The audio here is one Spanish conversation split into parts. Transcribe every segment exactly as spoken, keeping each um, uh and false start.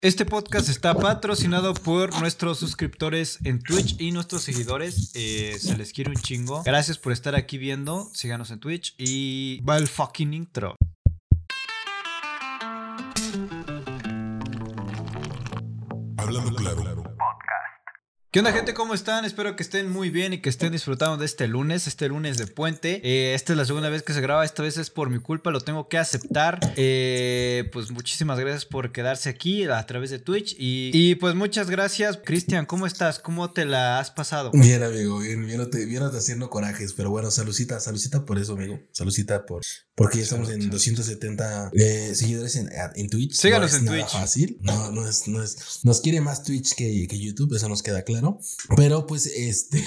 Este podcast está patrocinado por nuestros suscriptores en Twitch y nuestros seguidores. Eh, se les quiere un chingo. Gracias por estar aquí viendo. Síganos en Twitch y va el fucking intro. Hablando claro. ¿Qué onda, gente? ¿Cómo están? Espero que estén muy bien y que estén disfrutando de este lunes, este lunes de puente. Eh, esta es la segunda vez que se graba, esta vez es por mi culpa, lo tengo que aceptar. Eh, pues muchísimas gracias por quedarse aquí a través de Twitch. Y, y pues muchas gracias. Cristian, ¿cómo estás? ¿Cómo te la has pasado? Bien, amigo, bien, viéndote, viéndote haciendo corajes. Pero bueno, saludcita, saludcita por eso, amigo. Saludcita por... Porque ya estamos en doscientos setenta eh, seguidores en, en Twitch. Síganos no es en nada Twitch. Fácil. No, no es, no es. Nos quiere más Twitch que, que YouTube, eso nos queda claro. Pero pues, este.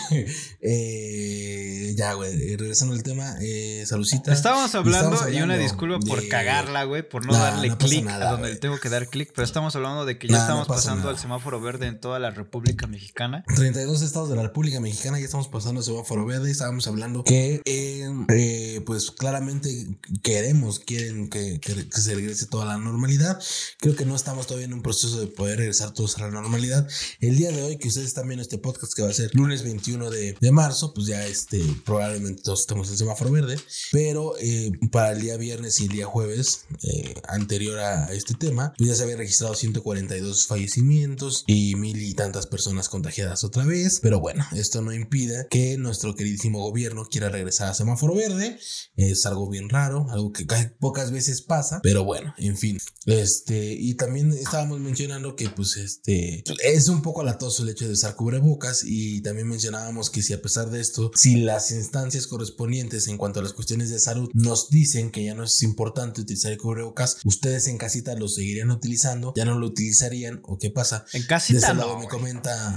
eh, ya, güey, regresando al tema, eh, saludcita. Estábamos hablando, Estábamos hablando y una disculpa de... por cagarla, güey, por no nah, darle no pasa clic nada, a donde güey. le tengo que dar clic. Pero estamos hablando de que ya Nah, estamos no pasa pasando nada. al semáforo verde en toda la República Mexicana. treinta y dos estados de la República Mexicana, ya estamos pasando el semáforo verde. Estábamos hablando que, eh, eh, pues claramente queremos, quieren que, que, que se regrese toda la normalidad. Creo que no estamos todavía en un proceso de poder regresar todos a la normalidad. El día de hoy, que ustedes están viendo este podcast, que va a ser lunes veintiuno de, de marzo, pues ya este, probablemente todos estemos en semáforo verde. Pero eh, para el día viernes y el día jueves, eh, anterior a este tema, pues ya se habían registrado ciento cuarenta y dos fallecimientos y mil y tantas personas contagiadas otra vez. Pero bueno, esto no impide que nuestro queridísimo gobierno quiera regresar a semáforo verde. Es algo bien raro, algo que casi pocas veces pasa, pero bueno, en fin. Este, y también estábamos mencionando que pues este es un poco latoso el hecho de usar cubrebocas, y también mencionábamos que si a pesar de esto, si las instancias correspondientes en cuanto a las cuestiones de salud nos dicen que ya no es importante utilizar el cubrebocas, ustedes en casita lo seguirían utilizando, ya no lo utilizarían, o qué pasa. En De casita ese no, lado me güey. comenta,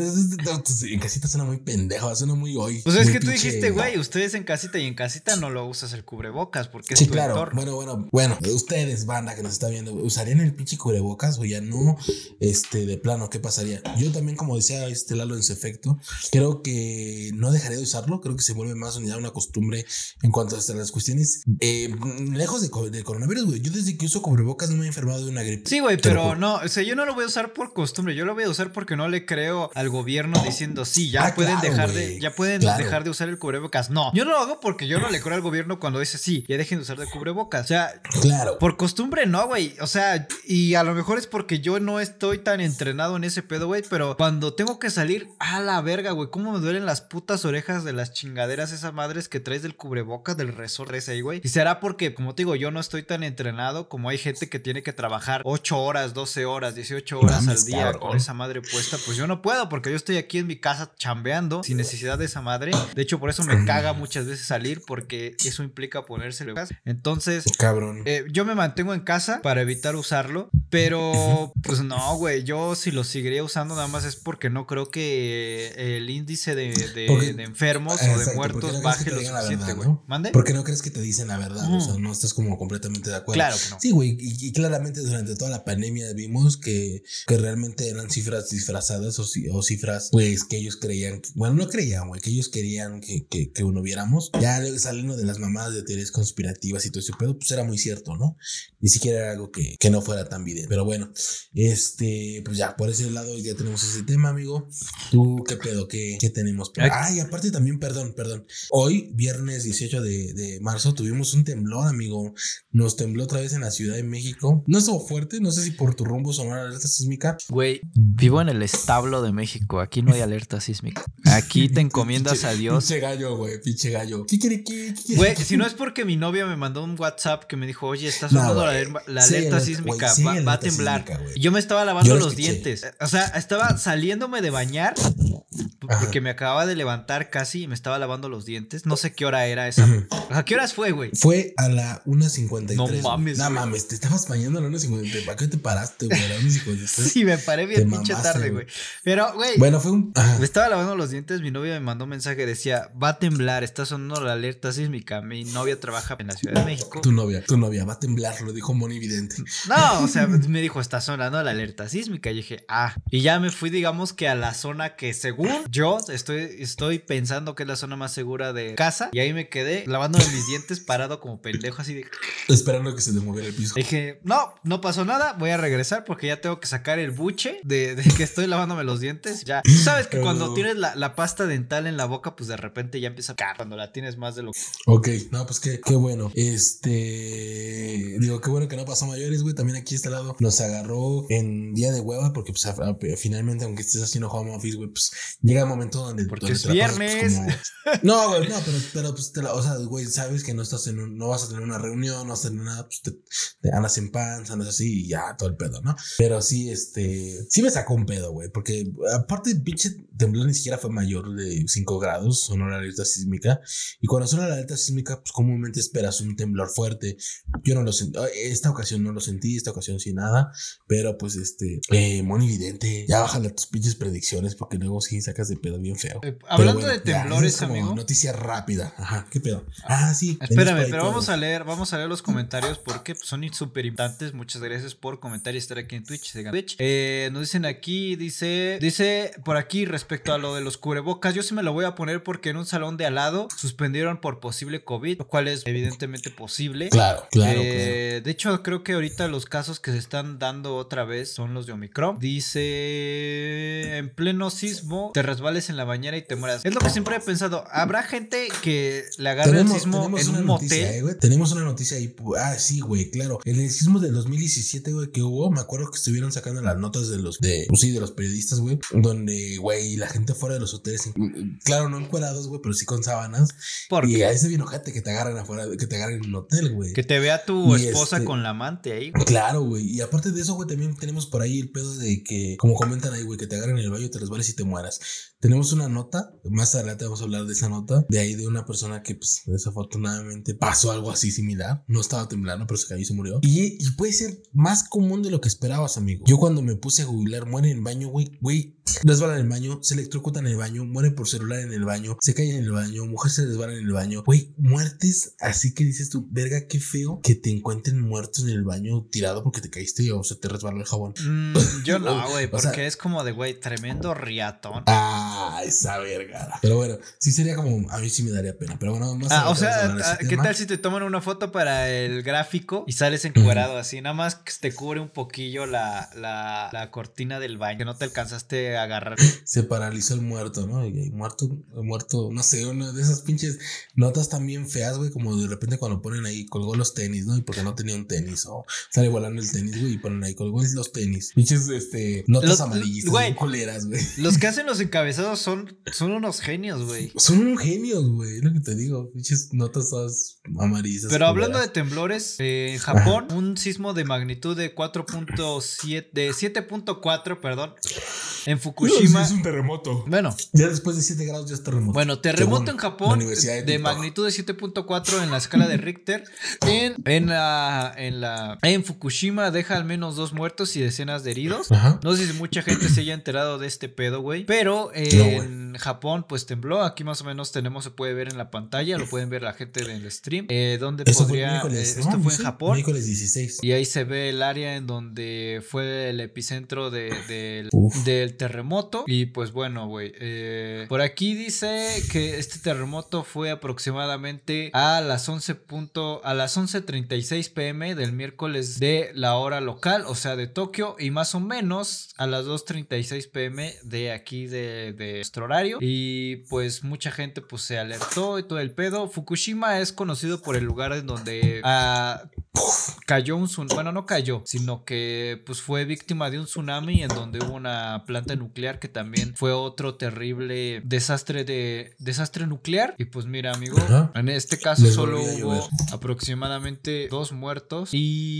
en casita suena muy pendejo, suena muy hoy. Pues es muy que tú pinche- dijiste, güey, ustedes en casita, y en casita no lo usas el cubrebocas porque es Sí, tu claro. entorno. Bueno, bueno, bueno, ustedes, banda que nos está viendo, ¿usarían el pinche cubrebocas o ya no? Este, de plano, ¿qué pasaría? Yo también, como decía este Lalo en su efecto, creo que no dejaría de usarlo. Creo que se vuelve más unidad, una costumbre en cuanto a las cuestiones eh, lejos de, co- de coronavirus, güey. Yo desde que uso cubrebocas no me he enfermado de una gripe. Sí, güey, Te lo pero juro. no, o sea, yo no lo voy a usar por costumbre, yo lo voy a usar porque no le creo al gobierno diciendo, sí, ya Ah, pueden claro, dejar güey. de, ya pueden Claro. dejar de usar el cubrebocas. No, yo no lo hago porque yo no le creo al gobierno cuando dice, sí, ya dejen de usar el cubrebocas. O sea, Claro. por costumbre no, güey. O sea, y a lo mejor es porque yo no estoy tan entrenado en ese pedo, güey. Pero cuando tengo que salir, a la verga, güey. Cómo me duelen las putas orejas de las chingaderas esas madres que traes del cubrebocas, del resorte ese ahí, güey. Y será porque, como te digo, yo no estoy tan entrenado como hay gente que tiene que trabajar ocho horas, doce horas, dieciocho horas Mames, al día cabrón. con esa madre puesta. Pues yo no puedo porque yo estoy aquí en mi casa chambeando sin necesidad de esa madre. De hecho, por eso me caga muchas veces salir, porque eso implica ponérselo. Entonces, Cabrón. eh, yo me mantengo en casa para evitar usarlo, pero pues no, güey, yo si lo seguiría usando nada más es porque no creo que el índice de, de, Porque- de enfermos o Exacto, de porque muertos no crees que baje te lo digan la suficiente, verdad, güey. ¿no? ¿Mande? Porque no crees que te dicen la verdad, Ujú. o sea, no estás como completamente de acuerdo. Claro que no. Sí, güey, y, y claramente durante toda la pandemia vimos que, que realmente eran cifras disfrazadas o, ci- o cifras, pues, que ellos creían, que- bueno, no creían, güey, que ellos querían que, que, que uno viéramos. Ya luego saliendo de las mamadas de teorías conspirativas y todo ese pedo, pues era muy cierto, ¿no? Ni siquiera era algo que, que no fuera tan evidente. Pero bueno, este, pues ya, por ese lado ya tenemos ese tema, amigo. ¿Tú qué pedo? ¿Qué, qué tenemos? Ay. Ah, y aparte también, perdón, perdón. Hoy, viernes dieciocho de, de marzo, tuvimos un temblor, amigo. Nos tembló otra vez en la Ciudad de México. No estuvo fuerte, no sé si por tu rumbo sonó la alerta sísmica. Güey, vivo en el establo de México, aquí no hay alerta sísmica. Aquí te encomiendas a Dios. Pinche gallo, güey, pinche gallo. ¿Qué quiere qué? ¿Qué quiere? Güey, si no es porque mi novia me mandó un WhatsApp que me dijo, oye, está No, sonando la, güey. aler- la Sí, alerta alerta, sísmica, güey, sí, va, va a alerta temblar. sísmica, güey. Y yo me estaba lavando Yo lo los escuché. dientes. O sea, estaba saliéndome de bañar Ajá. porque me acababa de levantar casi y me estaba lavando los dientes. No sé qué hora era esa. Ujú. ¿A qué horas fue, güey? Fue a la una cincuenta y tres. No mames, No güey. mames, te estabas bañando a la una cincuenta y tres. ¿Para qué te paraste, güey? A la una cincuenta y tres. Sí, me paré Te bien pinche mamaste, tarde, güey. güey. Pero, güey, Bueno, fue un. Ajá. me estaba lavando los dientes, mi novia me mandó un mensaje, decía, va a temblar, está sonando la alerta sísmica. Mi novia trabaja en la Ciudad de México. Tu novia, tu novia va a temblar, lo dijo Moni Vidente. No, o sea, me dijo, está sonando la alerta sísmica. Y dije, ah. Y ya me fui, digamos que a la zona que según yo estoy, estoy pensando que es la zona más segura de casa. Y ahí me quedé lavándome mis dientes parado como pendejo así de... Esperando que se te moviera el piso. Dije, no, no pasó nada, voy a regresar porque ya tengo que sacar el buche de, de que estoy lavándome los dientes. Ya, sabes que cuando tienes la, la pasta dental en la boca, pues de repente ya empieza a caer cuando la tienes más de lo que... Ok, no, pues qué, qué bueno. Este, digo, qué bueno que no pasó a mayores, güey. También aquí este lado nos agarró en día de hueva porque pues a, a, finalmente, aunque estés haciendo home office, güey, pues llega un momento donde... Porque donde es viernes. Pasas, pues, como... No, güey, no, pero, pero pues, te la, o sea, güey, sabes que no estás en un, no vas a tener una reunión, no vas a tener nada, pues te, te andas en panza, andas así y ya, todo el pedo, ¿no? Pero sí, este, sí me sacó un pedo, güey, porque aparte el pinche temblor ni siquiera fue mayor de cinco grados, sonó la alerta sísmica, y cuando suena la alerta sísmica, pues comúnmente esperas un temblor fuerte. Yo no lo sentí, esta ocasión no lo sentí, esta ocasión sí nada, pero pues este, eh, monividente, ya bájale tus pinches predicciones porque luego sí sacas de pedo bien feo. Eh, hablando bueno, de temblores, ya, es amigo. Noticia rápida, ajá, ¿qué pedo? Ah, sí. Espérame, pero todo. vamos a leer, vamos a leer los comentarios porque son súper importantes. Muchas gracias por comentar y estar aquí en Twitch. Twitch. Eh, nos dicen aquí, dice, dice por aquí respecto a lo de los cubrebocas, yo sí me lo voy a poner porque en un salón de al lado suspendieron por posible COVID, lo cual es evidentemente posible. Claro, claro, eh, claro. De hecho, creo que ahorita los casos que se están dando otra vez son los de Omicron. Dice, en pleno sismo te resbales en la bañera y te mueras. Es lo que siempre he pensado. ¿Habrá gente que le agarre tenemos, el sismo en un noticia, motel? Eh, güey. Tenemos una noticia ahí. Ah, sí, güey, claro. En el sismo del dos mil diecisiete, güey, que hubo, me acuerdo que estuvieron sacando las notas de los, de, pues sí, de los periodistas, güey, donde, güey, la gente fuera de los hoteles, claro, no encuerados, güey, pero sí con sábanas. ¿Por y qué? A ese vino gente que te agarran afuera, que te agarran en un hotel, güey. Que te vea tu y esposa este, con la amante ahí, güey. Claro, güey. Y aparte de eso, güey, también tenemos por ahí el pedo de que, como comentan ahí, güey, que te agarran en el baño, te resbales y te mueras. Tenemos una nota, más adelante vamos a hablar de esa nota, de ahí de una persona que, pues, desafortunadamente pasó algo así similar. No estaba temblando, pero se cayó y se murió. Y, y puede ser más común de lo que esperabas, amigo. Yo cuando me puse a googlear, muere en el baño, güey, güey, resbalan en el baño, se electrocutan en el baño, mueren por celular en el baño, se caen en el baño, mujer se resbala en el baño, güey, muertes, así que dices tú, verga, qué feo que te encuentren muertos en el baño tirado porque te caíste o se te resbaló el jabón. Mm, yo no, güey, porque o sea, es como de, güey, tremendo riatón. Ah, esa verga. Pero bueno, sí sería como, a mí sí me daría pena, pero bueno, más ah, o sea, ¿qué tema? Tal si te toman una foto para el gráfico y sales encuerado uh-huh. así, nada más que te cubre un poquillo la, la, la cortina del baño, que no te alcanzaste a agarrar? Se paralizó el muerto, ¿no? Y, y muerto, muerto, no sé, una de esas pinches notas también feas, güey, como de repente cuando ponen ahí, colgó los tenis, ¿no? Y porque no tenía un tenis, o sale volando el tenis, güey, y ponen ahí, colgó los tenis. Pinches, este, notas los, amarillistas, güey, coleras, güey. Los que hacen los encabezados son, son unos genios, güey. Son unos genios, güey, es lo que te digo, pinches notas todas amarillistas. Pero coleras. Hablando de temblores, eh, en Japón, ajá, un sismo de magnitud de cuatro punto siete, de siete punto cuatro, perdón, en Fukushima. No, sí es un terremoto. Bueno. Ya después de siete grados ya es terremoto. Bueno, terremoto en Japón de, de magnitud de siete punto cuatro en la escala de Richter. En, en, la, en, la, en Fukushima deja al menos dos muertos y decenas de heridos. Ajá. No sé si mucha gente se haya enterado de este pedo, güey. Pero eh, no, en Japón pues tembló. Aquí más o menos tenemos, se puede ver en la pantalla. Lo pueden ver la gente del stream. Eh, donde Eso podría... Fue miércoles, eh, esto no, fue sí, en Japón. Miércoles dieciséis. Y ahí se ve el área en donde fue el epicentro de, de, del terremoto. Y pues bueno, güey. Eh, por aquí dice que este terremoto fue aproximadamente a las once. A las once treinta y seis pm del miércoles de la hora local, o sea, de Tokio, y más o menos a las dos treinta y seis pm de aquí de, de nuestro horario. Y pues mucha gente pues se alertó y todo el pedo. Fukushima es conocido por el lugar en donde uh, cayó un tsunami, bueno, no cayó, sino que pues fue víctima de un tsunami en donde hubo una planta nuclear que también fue otro terrible desastre de desastre nuclear. Y pues mira, amigo, ajá, en este caso Les solo hubo aproximadamente dos muertos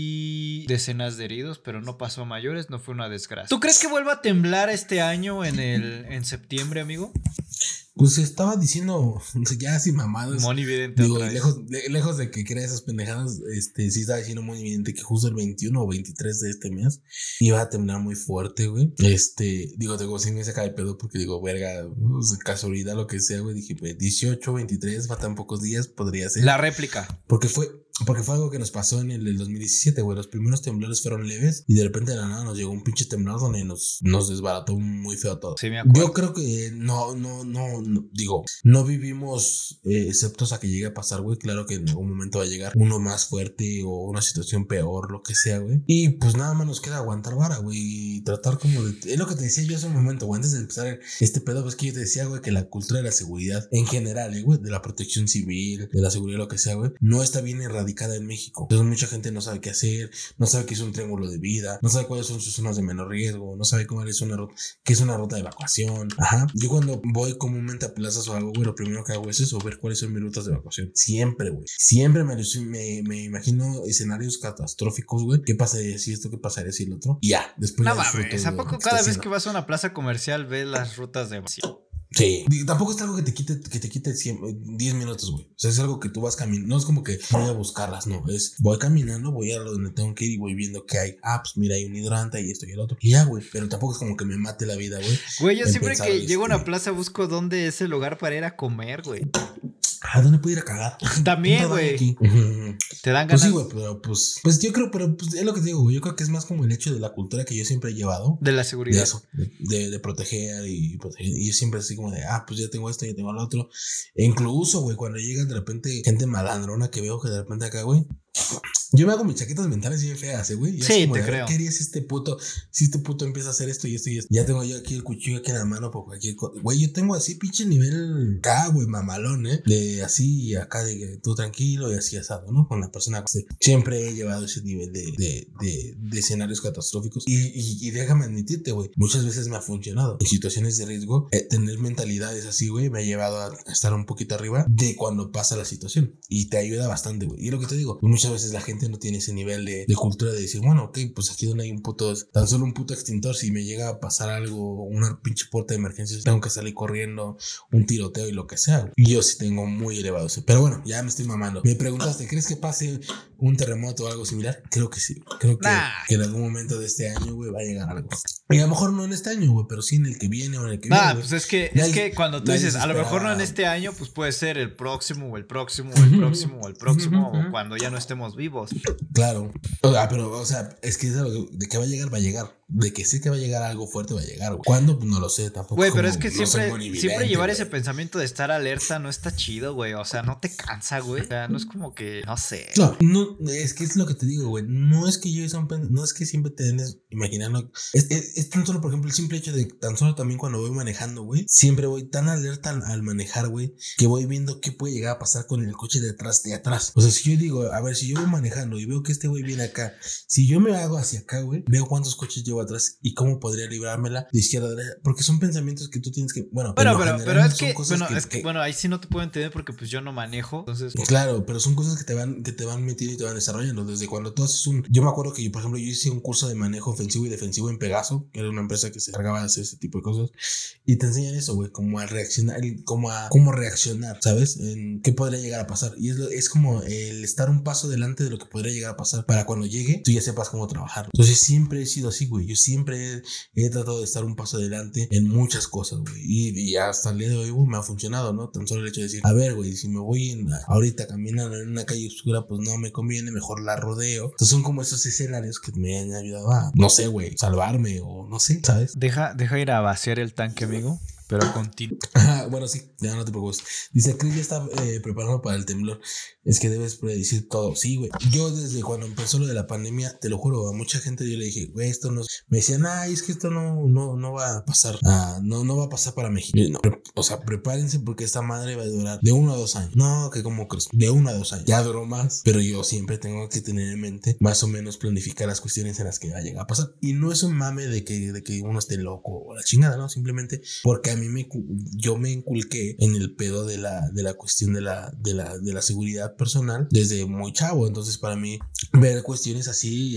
y decenas de heridos, pero no pasó a mayores, no fue una desgracia. ¿Tú crees que vuelva a temblar este año en el en septiembre, amigo? Pues estaba diciendo, ya sin mamadas. Muy evidente. Digo, lejos, le, lejos de que crea esas pendejadas, este, sí estaba diciendo muy evidente que justo el veintiuno o veintitrés de este mes iba a temblar muy fuerte, güey. Este, digo, digo, sí me saca de pedo porque digo, verga, pues, casualidad, lo que sea, güey. Dije, pues dieciocho, veintitrés, faltan pocos días, podría ser. La réplica. Porque fue, Porque fue algo que nos pasó en el, el dos mil diecisiete, güey. Los primeros temblores fueron leves y de repente de la nada nos llegó un pinche temblor donde nos, nos desbarató muy feo todo. Sí, me acuerdo. Yo creo que no, no, no, no digo, no vivimos eh, exceptos a que llegue a pasar, güey. Claro que en algún momento va a llegar uno más fuerte o una situación peor, lo que sea, güey. Y pues nada más nos queda aguantar vara, güey. Y tratar como de... Es lo que te decía yo hace un momento, güey. Antes de empezar este pedo, pues que yo te decía, güey, que la cultura de la seguridad en general, eh, güey, de la protección civil, de la seguridad, lo que sea, güey, no está bien erradicada en México. Entonces mucha gente no sabe qué hacer, no sabe qué es un triángulo de vida, no sabe cuáles son sus zonas de menor riesgo, no sabe cómo es una ruta, qué es una ruta de evacuación. Ajá. Yo cuando voy comúnmente a plazas o algo, güey, lo primero que hago es eso, ver cuáles son mis rutas de evacuación. Siempre, güey. Siempre me, me, me imagino escenarios catastróficos, güey. ¿Qué pasaría si esto? ¿Qué pasaría si el otro? Y ya, después No ya disfruto. mames, ¿a poco cada vez que vas a una plaza comercial ves las rutas de evacuación? Sí, tampoco es algo que te quite, que te quite diez minutos, güey. O sea, es algo que tú vas caminando. No es como que voy a buscarlas, no. Es voy caminando, voy a donde tengo que ir y voy viendo que hay. Ah, pues mira, hay un hidrante y esto y el otro. Y ya, güey. Pero tampoco es como que me mate la vida, güey. Güey, yo siempre que este... llego a una plaza busco dónde es el lugar para ir a comer, güey. ¿A dónde puedo ir a cagar? También, güey. Uh-huh. Te dan ganas. Pues sí, güey, pero pues, pues yo creo, pero pues es lo que te digo, güey. Yo creo que es más como el hecho de la cultura que yo siempre he llevado. De la seguridad. De eso, de, de, de proteger y proteger. Y yo siempre así como de, ah, pues ya tengo esto, ya tengo lo otro. E incluso, güey, cuando llega de repente gente malandrona que veo que de repente acá, güey. Yo me hago mis chaquetas mentales bien feas, ¿eh, güey? Sí, te de, creo. ¿Qué harías si este puto, si este puto empieza a hacer esto y esto y esto? Ya tengo yo aquí el cuchillo aquí en la mano por cualquier cosa. Güey, yo tengo así pinche nivel acá, güey, mamalón, ¿eh? De así, acá de que tú tranquilo y así asado, ¿no? Con la persona que siempre he llevado ese nivel de, de, de, de escenarios catastróficos. Y, y, y déjame admitirte, güey, muchas veces me ha funcionado. En situaciones de riesgo, eh, tener mentalidades así, güey, me ha llevado a estar un poquito arriba de cuando pasa la situación. Y te ayuda bastante, güey. Y lo que te digo, muchas veces la gente no tiene ese nivel de, de cultura de decir, bueno, ok, pues aquí donde hay un puto, tan solo un puto extintor, si me llega a pasar algo, una pinche puerta de emergencia, tengo que salir corriendo, un tiroteo y lo que sea. Y yo sí tengo muy elevado eso. Pero bueno, ya me estoy mamando. Me preguntaste, ¿crees que pase un terremoto o algo similar? Creo que sí. Creo que, nah. que en algún momento de este año, güey, va a llegar algo. Y a lo mejor no en este año, güey, pero sí en el que viene o en el que nah, viene. Nah, pues es que, es que cuando tú dices, a lo mejor no en este año, pues puede ser el próximo o el próximo o el próximo o el próximo o cuando ya no estemos vivos. Claro. O sea, pero, o sea, es que de que va a llegar, va a llegar. De que sé que va a llegar algo fuerte, va a llegar, güey. ¿Cuándo? Pues no lo sé tampoco. Güey, pero es que no siempre, evidente, siempre llevar güey. ese pensamiento de estar alerta no está chido, güey. O sea, no te cansa, güey. O sea, no es como que, no sé. No, no, es que es lo que te digo, güey. No es que yo sea un pen... no es que siempre te des imaginando. Es, es, es tan solo, por ejemplo, el simple hecho de tan solo también cuando voy manejando, güey. Siempre voy tan alerta al, al manejar, güey, que voy viendo qué puede llegar a pasar con el coche de atrás, de atrás. O sea, si yo digo, a ver, si yo voy manejando y veo que este güey viene acá, si yo me hago hacia acá, güey, veo cuántos coches llevo atrás y cómo podría librármela de izquierda a derecha, porque son pensamientos que tú tienes que, bueno, pero, pero, pero es que, bueno, que, es que, que, bueno, ahí sí no te puedo entender porque pues yo no manejo, entonces. Claro, pero son cosas que te van, que te van metiendo y te van desarrollando. Desde cuando tú haces un, yo me acuerdo que yo, por ejemplo, yo hice un curso de manejo ofensivo y defensivo en Pegaso, que era una empresa que se encargaba de hacer ese tipo de cosas, y te enseñan eso, güey, como a reaccionar, como a, cómo reaccionar, ¿sabes? En qué podría llegar a pasar. Y es, es como el estar un paso delante de lo que podría llegar a pasar para cuando llegue, tú ya sepas cómo trabajar. Entonces siempre he sido así, güey. Yo siempre he, he tratado de estar un paso adelante en muchas cosas, güey. Y, y hasta el día de hoy, güey, me ha funcionado, ¿no? Tan solo el hecho de decir, a ver, güey, si me voy en, ahorita caminando en una calle oscura, pues no me conviene, mejor la rodeo. Entonces son como esos escenarios que me han ayudado a, no sé, güey, salvarme o no sé, ¿sabes? Deja, deja ir a vaciar el tanque, amigo. Pero continúa. Bueno, sí, ya no te preocupes. Dice, Chris ya está eh, preparado para el temblor. Es que debes predecir todo. Sí, güey. Yo desde cuando empezó lo de la pandemia, te lo juro, a mucha gente yo le dije, güey, esto no... Me decían, ay, es que esto no, no, no va a pasar. Ah, no, no va a pasar para México. No. O sea, prepárense porque esta madre va a durar de uno a dos años. No, que como crees, de uno a dos años. Ya duró más. Pero yo siempre tengo que tener en mente más o menos planificar las cuestiones en las que va a llegar a pasar. Y no es un mame de que, de que uno esté loco o la chingada, ¿no? Simplemente porque a mí me, yo me inculqué en el pedo de la, de la cuestión de la, de la, de la seguridad personal desde muy chavo. Entonces para mí ver cuestiones así es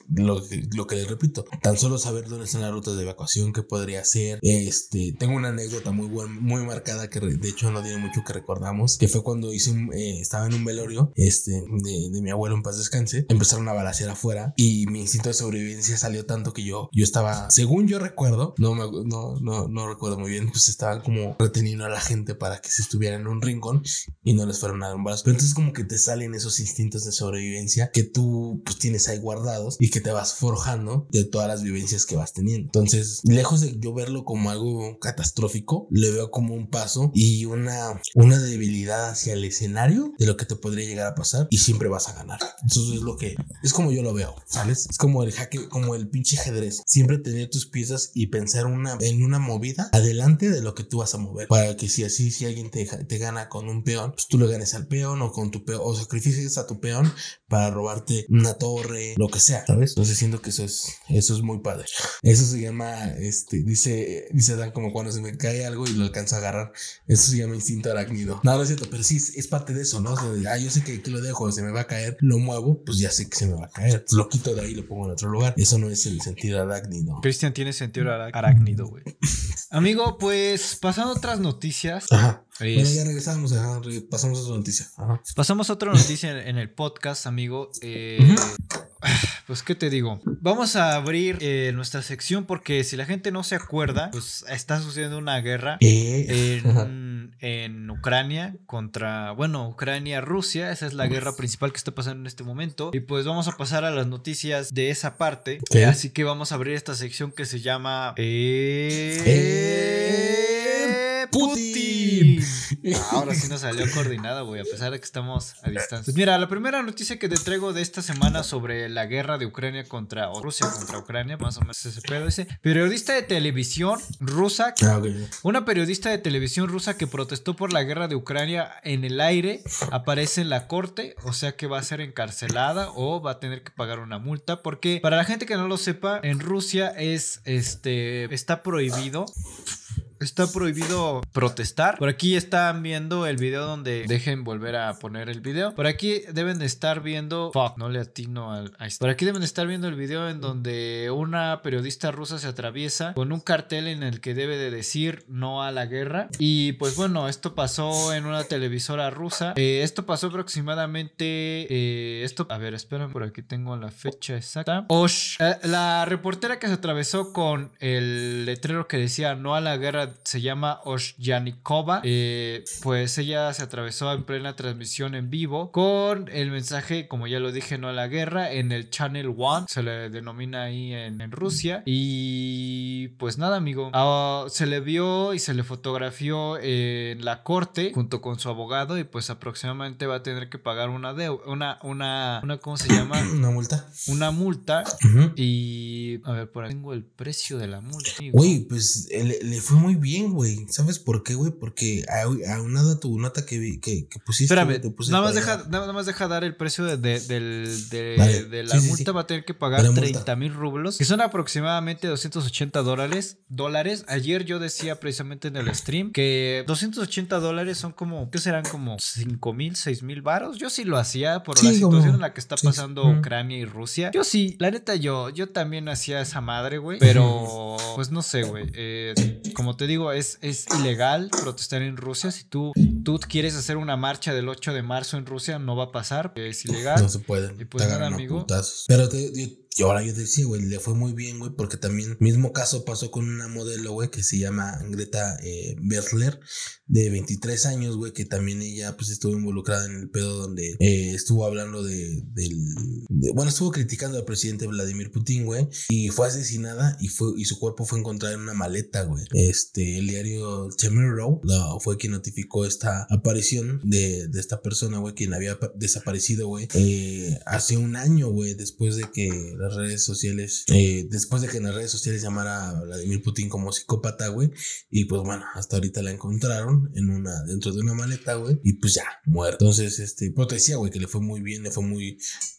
lo que, lo que les repito, tan solo saber dónde están las rutas de evacuación, qué podría hacer. Este, tengo una anécdota muy buena, muy marcada que de hecho no tiene mucho que recordamos, que fue cuando hice un, eh, estaba en un velorio este, de, de mi abuelo, en paz descanse. Empezaron a balacear afuera y mi instinto de sobrevivencia salió tanto que yo, yo estaba, según yo recuerdo, no, me, no, no, no recuerdo muy bien, pues estaban como reteniendo a la gente para que se estuvieran en un rincón y no les fueran a dar un balazo. Pero entonces como que te salen esos instintos de sobrevivencia que tú pues tienes ahí guardados y que te vas forjando de todas las vivencias que vas teniendo. Entonces, lejos de yo verlo como algo catastrófico, le veo como un paso y una, una debilidad hacia el escenario de lo que te podría llegar a pasar y siempre vas a ganar. Eso es lo que, es como yo lo veo, ¿sabes? Es como el jaque, como el pinche ajedrez. Siempre tener tus piezas y pensar una, en una movida adelante de lo que tú vas a mover, para que si así, si alguien te, te gana con un peón, pues tú le ganes al peón o con tu peón, o sacrifices a tu peón para robarte una torre, lo que sea, ¿sabes? Entonces siento que eso es, eso es muy padre. Eso se llama, este, dice, dice Dan, como cuando se me cae algo y lo alcanzo a agarrar. Eso se llama instinto arácnido. No, no es cierto, pero sí es, es parte de eso, ¿no? O sea, ah, yo sé que, que lo dejo, se me va a caer, lo muevo, pues ya sé que se me va a caer. Lo quito de ahí y lo pongo en otro lugar. Eso no es el sentido arácnido. Cristian tiene sentido arácnido, güey. Amigo, pues pasando a otras noticias. Ajá. Es... Bueno, ya regresamos, ajá, pasamos a otra noticia. Ajá. Pasamos a otra noticia en, en el podcast, amigo. Eh, uh-huh. Pues, ¿qué te digo? Vamos a abrir eh, nuestra sección porque si la gente no se acuerda, pues está sucediendo una guerra eh, en, en Ucrania contra, bueno, Ucrania-Rusia. Esa es la guerra principal que está pasando en este momento. Y pues vamos a pasar a las noticias de esa parte. ¿Qué? Eh, así que vamos a abrir esta sección que se llama... Eh... Eh... Putin. Ahora sí nos salió coordinado, güey, a pesar de que estamos a distancia. Pues mira, la primera noticia que te traigo de esta semana sobre la guerra de Ucrania contra o Rusia contra Ucrania, más o menos ese pedo, ese periodista de televisión rusa, ah, okay. Una periodista de televisión rusa que protestó por la guerra de Ucrania en el aire aparece en la corte, o sea que va a ser encarcelada o va a tener que pagar una multa, porque para la gente que no lo sepa, en Rusia es este está prohibido Está prohibido protestar. Por aquí están viendo el video donde... Dejen volver a poner el video. Por aquí deben de estar viendo... Fuck, no le atino al... Por aquí deben de estar viendo el video en donde una periodista rusa se atraviesa con un cartel en el que debe de decir no a la guerra. Y pues bueno, esto pasó en una televisora rusa. Eh, esto pasó aproximadamente... Eh, esto... A ver, esperen, por aquí tengo la fecha exacta. Osh, eh, la reportera que se atravesó con el letrero que decía no a la guerra se llama Oshyanikova. Eh, pues ella se atravesó en plena transmisión en vivo con el mensaje, como ya lo dije, no a la guerra, en el Channel One, se le denomina ahí en, en Rusia. Y pues nada, amigo, uh, se le vio y se le fotografió en la corte junto con su abogado y pues aproximadamente va a tener que pagar una deuda, una, una, una, ¿cómo se llama? Una multa. Una multa. Uh-huh. Y a ver, por ahí tengo el precio de la multa. Güey, pues le, le fue muy bien, güey. ¿Sabes por qué, güey? Porque aunado a tu nota que, que, que pusiste... Espérame, te puse nada, más deja, nada más deja dar el precio de, de, de, de, vale. de la sí, multa. Sí, sí. Va a tener que pagar treinta mil rublos, que son aproximadamente doscientos ochenta dólares. Dólares. Ayer yo decía precisamente en el stream que doscientos ochenta dólares son como, ¿qué serán? Como cinco mil, seis mil varos. Yo sí lo hacía por sí, la situación como... en la que está sí, pasando sí. Ucrania y Rusia. Yo sí, la neta, yo, yo también hacía esa madre, güey. Pero, pues no sé, güey. Eh, como te digo, es, es ilegal protestar en Rusia. Si tú, tú quieres hacer una marcha del ocho de marzo en Rusia, no va a pasar, es ilegal. No se puede. Y pues nada, amigo. Putazos. Pero te, yo, y ahora yo te decía, güey, le fue muy bien, güey, porque también mismo caso pasó con una modelo, güey, que se llama Greta eh, Bertler, de veintitrés años, güey, que también ella, pues, estuvo involucrada en el pedo donde eh, estuvo hablando de, del, de, bueno, estuvo criticando al presidente Vladimir Putin, güey, y fue asesinada y fue, y su cuerpo fue encontrado en una maleta, güey. Este, el diario Temirov no, fue quien notificó esta aparición de, de esta persona, güey, quien había desaparecido, güey, eh, hace un año, güey, después de que las redes sociales, eh, después de que en las redes sociales llamara a Vladimir Putin como psicópata, güey, y pues bueno, hasta ahorita la encontraron en una, dentro de una maleta, güey, y pues ya, muerto. Entonces, este, pues te decía, güey, que le fue muy bien, le fue muy,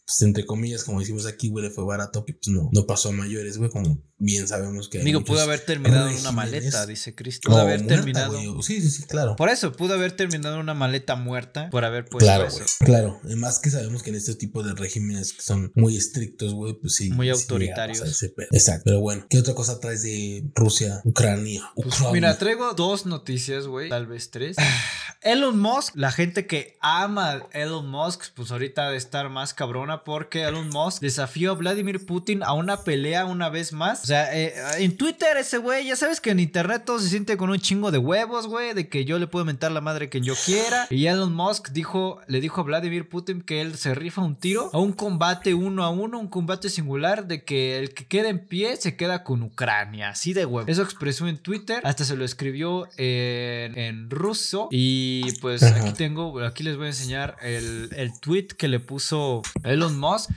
pues entre comillas, como decimos aquí, güey, le fue barato, que pues no, no pasó a mayores, güey, como bien sabemos que hay Digo, pudo haber terminado en una maleta, dice Cristo. Pudo haber muerta, terminado. Güey. Sí, sí, sí, claro. Por eso, pudo haber terminado en una maleta muerta por haber puesto claro, eso. Güey, claro, además que sabemos que en este tipo de regímenes que son muy estrictos, güey, pues sí. Muy sí autoritarios. Exacto. Pero bueno, ¿qué otra cosa traes de Rusia, Ucrania? Pues, Ucrania? Mira, traigo dos noticias, güey, tal vez tres. Elon Musk, la gente que ama a Elon Musk, pues ahorita de estar más cabrona porque Elon Musk desafió a Vladimir Putin a una pelea una vez más. O sea, eh, en Twitter ese güey, ya sabes que en internet todo se siente con un chingo de huevos, güey, de que yo le puedo mentar la madre quien yo quiera. Y Elon Musk dijo, le dijo a Vladimir Putin que él se rifa un tiro a un combate uno a uno, un combate singular, de que el que quede en pie se queda con Ucrania, así de huevo. Eso expresó en Twitter, hasta se lo escribió en, en ruso. Y pues Ajá. aquí tengo, aquí les voy a enseñar el, el tweet que le puso Elon Musk.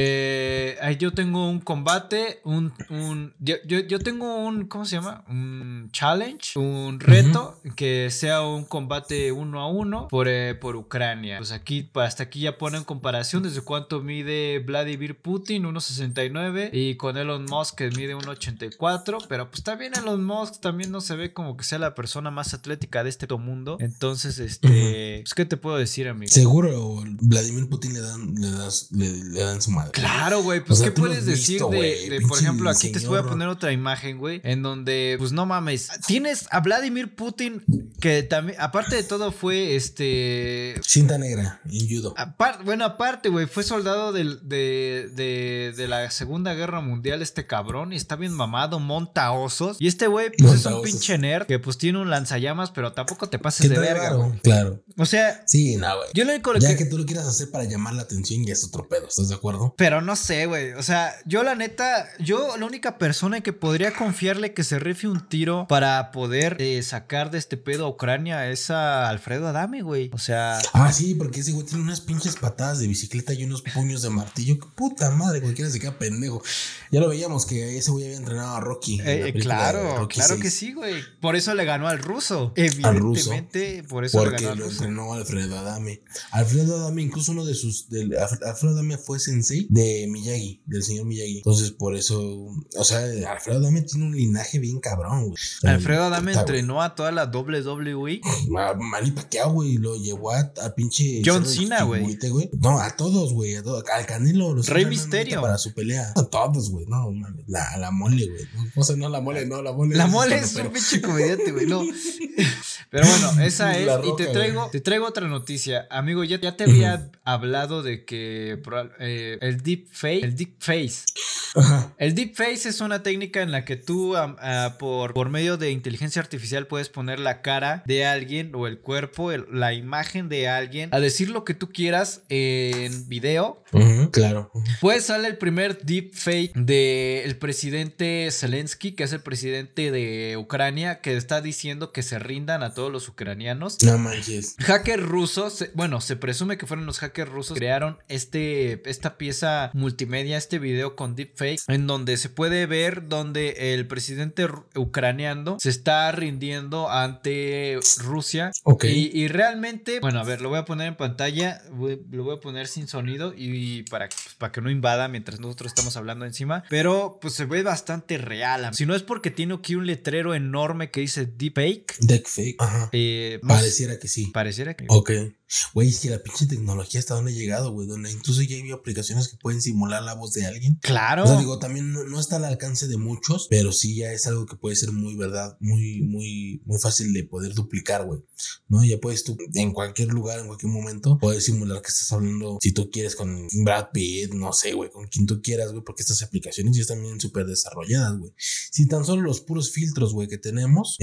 Eh, ahí yo tengo un combate, un, un yo, yo, yo tengo un, ¿cómo se llama? Un challenge, un reto, uh-huh. que sea un combate uno a uno por, eh, por Ucrania. Pues aquí, hasta aquí ya ponen comparación desde cuánto mide Vladimir Putin, uno sesenta y nueve, y con Elon Musk que mide uno ochenta y cuatro, pero pues también Elon Musk también no se ve como que sea la persona más atlética de este mundo. Entonces, este, uh-huh. pues, ¿qué te puedo decir, amigo? Seguro Vladimir Putin le dan, le das, le, le dan su madre. Claro, güey, pues o sea, ¿qué puedes decir visto, de, wey, de por ejemplo, aquí señor. Te voy a poner otra imagen, güey, en donde, pues no mames, tienes a Vladimir Putin, que también, aparte de todo fue, este... cinta negra, en judo. Aparte, bueno, aparte, güey, fue soldado de, de, de, de la Segunda Guerra Mundial este cabrón, y está bien mamado, monta osos, y este güey, pues monta es un osos. Pinche nerd, que pues tiene un lanzallamas, pero tampoco te pases de verga, güey. Claro. O sea... Sí, no, güey. Yo lo único ya que... que tú lo quieras hacer para llamar la atención ya es otro pedo, ¿estás de acuerdo? Pero no sé, güey, o sea, yo la neta, yo la única persona que podría confiarle que se rife un tiro para poder eh, sacar de este pedo a Ucrania es a Alfredo Adame, güey, o sea... Ah, sí, porque ese güey tiene unas pinches patadas de bicicleta y unos puños de martillo, que puta madre, cualquiera se queda pendejo. Ya lo veíamos que ese güey había entrenado a Rocky. Eh, claro, Rocky claro seis. Que sí, güey, por eso le ganó al ruso, evidentemente, al ruso, por eso porque le ganó al lo ruso. entrenó Alfredo Adame. Alfredo Adame, incluso uno de sus, del, Alfredo Adame fue sensei de Miyagi, del señor Miyagi. Entonces, por eso, o sea, Alfredo Adame tiene un linaje bien cabrón, güey. Alfredo Adame puta, entrenó güey. A toda la doble u doble u E. Manny Pacquiao, güey, lo llevó a, a pinche John Cena, güey. No, a todos, güey, a todos. Al Canelo, los Rey Misterio para su pelea. A todos, güey, no, mames. La, la mole, güey. O sea, no la mole, no, la mole. La mole es un pinche comediante, güey, no. Pero bueno, esa es. Roca, y te traigo, te traigo otra noticia. Amigo, ya, ya te había uh-huh. hablado de que eh, el deepfake, el deepface. Uh-huh. El deepface es una técnica en la que tú, uh, uh, por, por medio de inteligencia artificial, puedes poner la cara de alguien o el cuerpo, el, la imagen de alguien, a decir lo que tú quieras en video. Uh-huh, claro. Uh-huh. Pues sale el primer deepfake del presidente Zelensky, que es el presidente de Ucrania, que está diciendo que se rindan a todos los ucranianos. No manches. Hackers rusos, se, bueno, se presume que fueron los hackers rusos, crearon este, esta pieza multimedia, este video con deepfake, en donde se puede ver donde el presidente ucraniano se está rindiendo ante Rusia. Ok. Y, y realmente, bueno, a ver, lo voy a poner en pantalla, voy, lo voy a poner sin sonido y, y para, pues, para que no invada mientras nosotros estamos hablando encima, pero pues se ve bastante real. Si no es porque tiene aquí un letrero enorme que dice deepfake. Deepfake, ajá. Eh, pareciera que sí. Pareciera que Ok. Güey, es que la pinche tecnología hasta dónde ha llegado, güey, donde incluso ya hay aplicaciones que pueden simular la voz de alguien. Claro. O sea, digo, también no, no está al alcance de muchos, pero sí ya es algo que puede ser muy verdad, muy, muy, muy fácil de poder duplicar, güey, ¿no? Ya puedes tú, en cualquier lugar, en cualquier momento, poder simular que estás hablando, si tú quieres, con Brad Pitt, no sé, güey, con quien tú quieras, güey, porque estas aplicaciones ya están bien súper desarrolladas, güey. Si tan solo los puros filtros, güey, que tenemos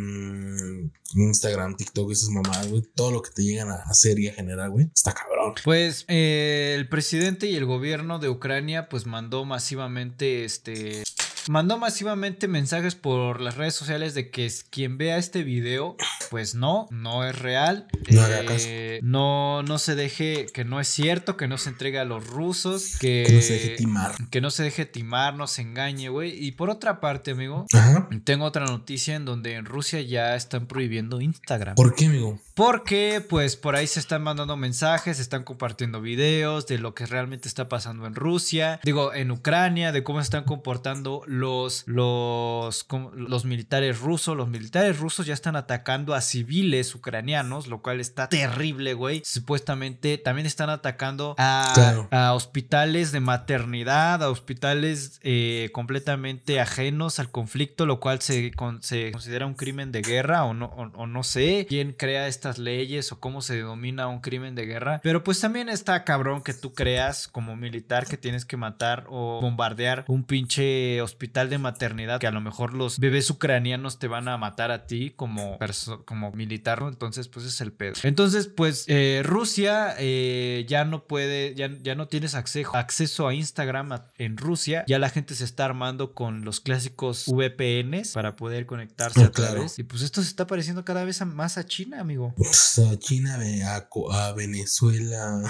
en Instagram, TikTok, esas mamadas, güey, todo lo que te llegan a hacer y a generar, güey, está cabrón. Pues eh, el presidente y el gobierno de Ucrania pues mandó masivamente este... Mandó masivamente mensajes por las redes sociales de que quien vea este video pues no, no es real. No eh, haga caso. No, no se deje, que no es cierto, que no se entregue a los rusos, que, Que no se deje timar. Que no se deje timar, no se engañe, güey. Y por otra parte, amigo, Ajá. tengo otra noticia en donde en Rusia ya están prohibiendo Instagram. ¿Por qué, amigo? Porque pues por ahí se están mandando mensajes, se están compartiendo videos de lo que realmente está pasando en Rusia, digo en Ucrania, de cómo se están comportando los, los, los militares rusos. Los militares rusos ya están atacando a civiles ucranianos, lo cual está terrible, güey. Supuestamente también están atacando a, claro. a hospitales de maternidad, a hospitales eh, completamente ajenos al conflicto, lo cual se, con, se considera un crimen de guerra o no, o, o no sé quién crea esta leyes o cómo se denomina un crimen de guerra, pero pues también está cabrón que tú creas como militar que tienes que matar o bombardear un pinche hospital de maternidad, que a lo mejor los bebés ucranianos te van a matar a ti como, como militar, ¿no? Entonces pues es el pedo. Entonces pues eh, Rusia eh, ya no puede, ya, ya no tienes acceso, acceso a Instagram a, en Rusia, ya la gente se está armando con los clásicos V P Ns para poder conectarse oh, a través, claro. y pues esto se está pareciendo cada vez a, más a China, amigo. Pues a China, a, a Venezuela,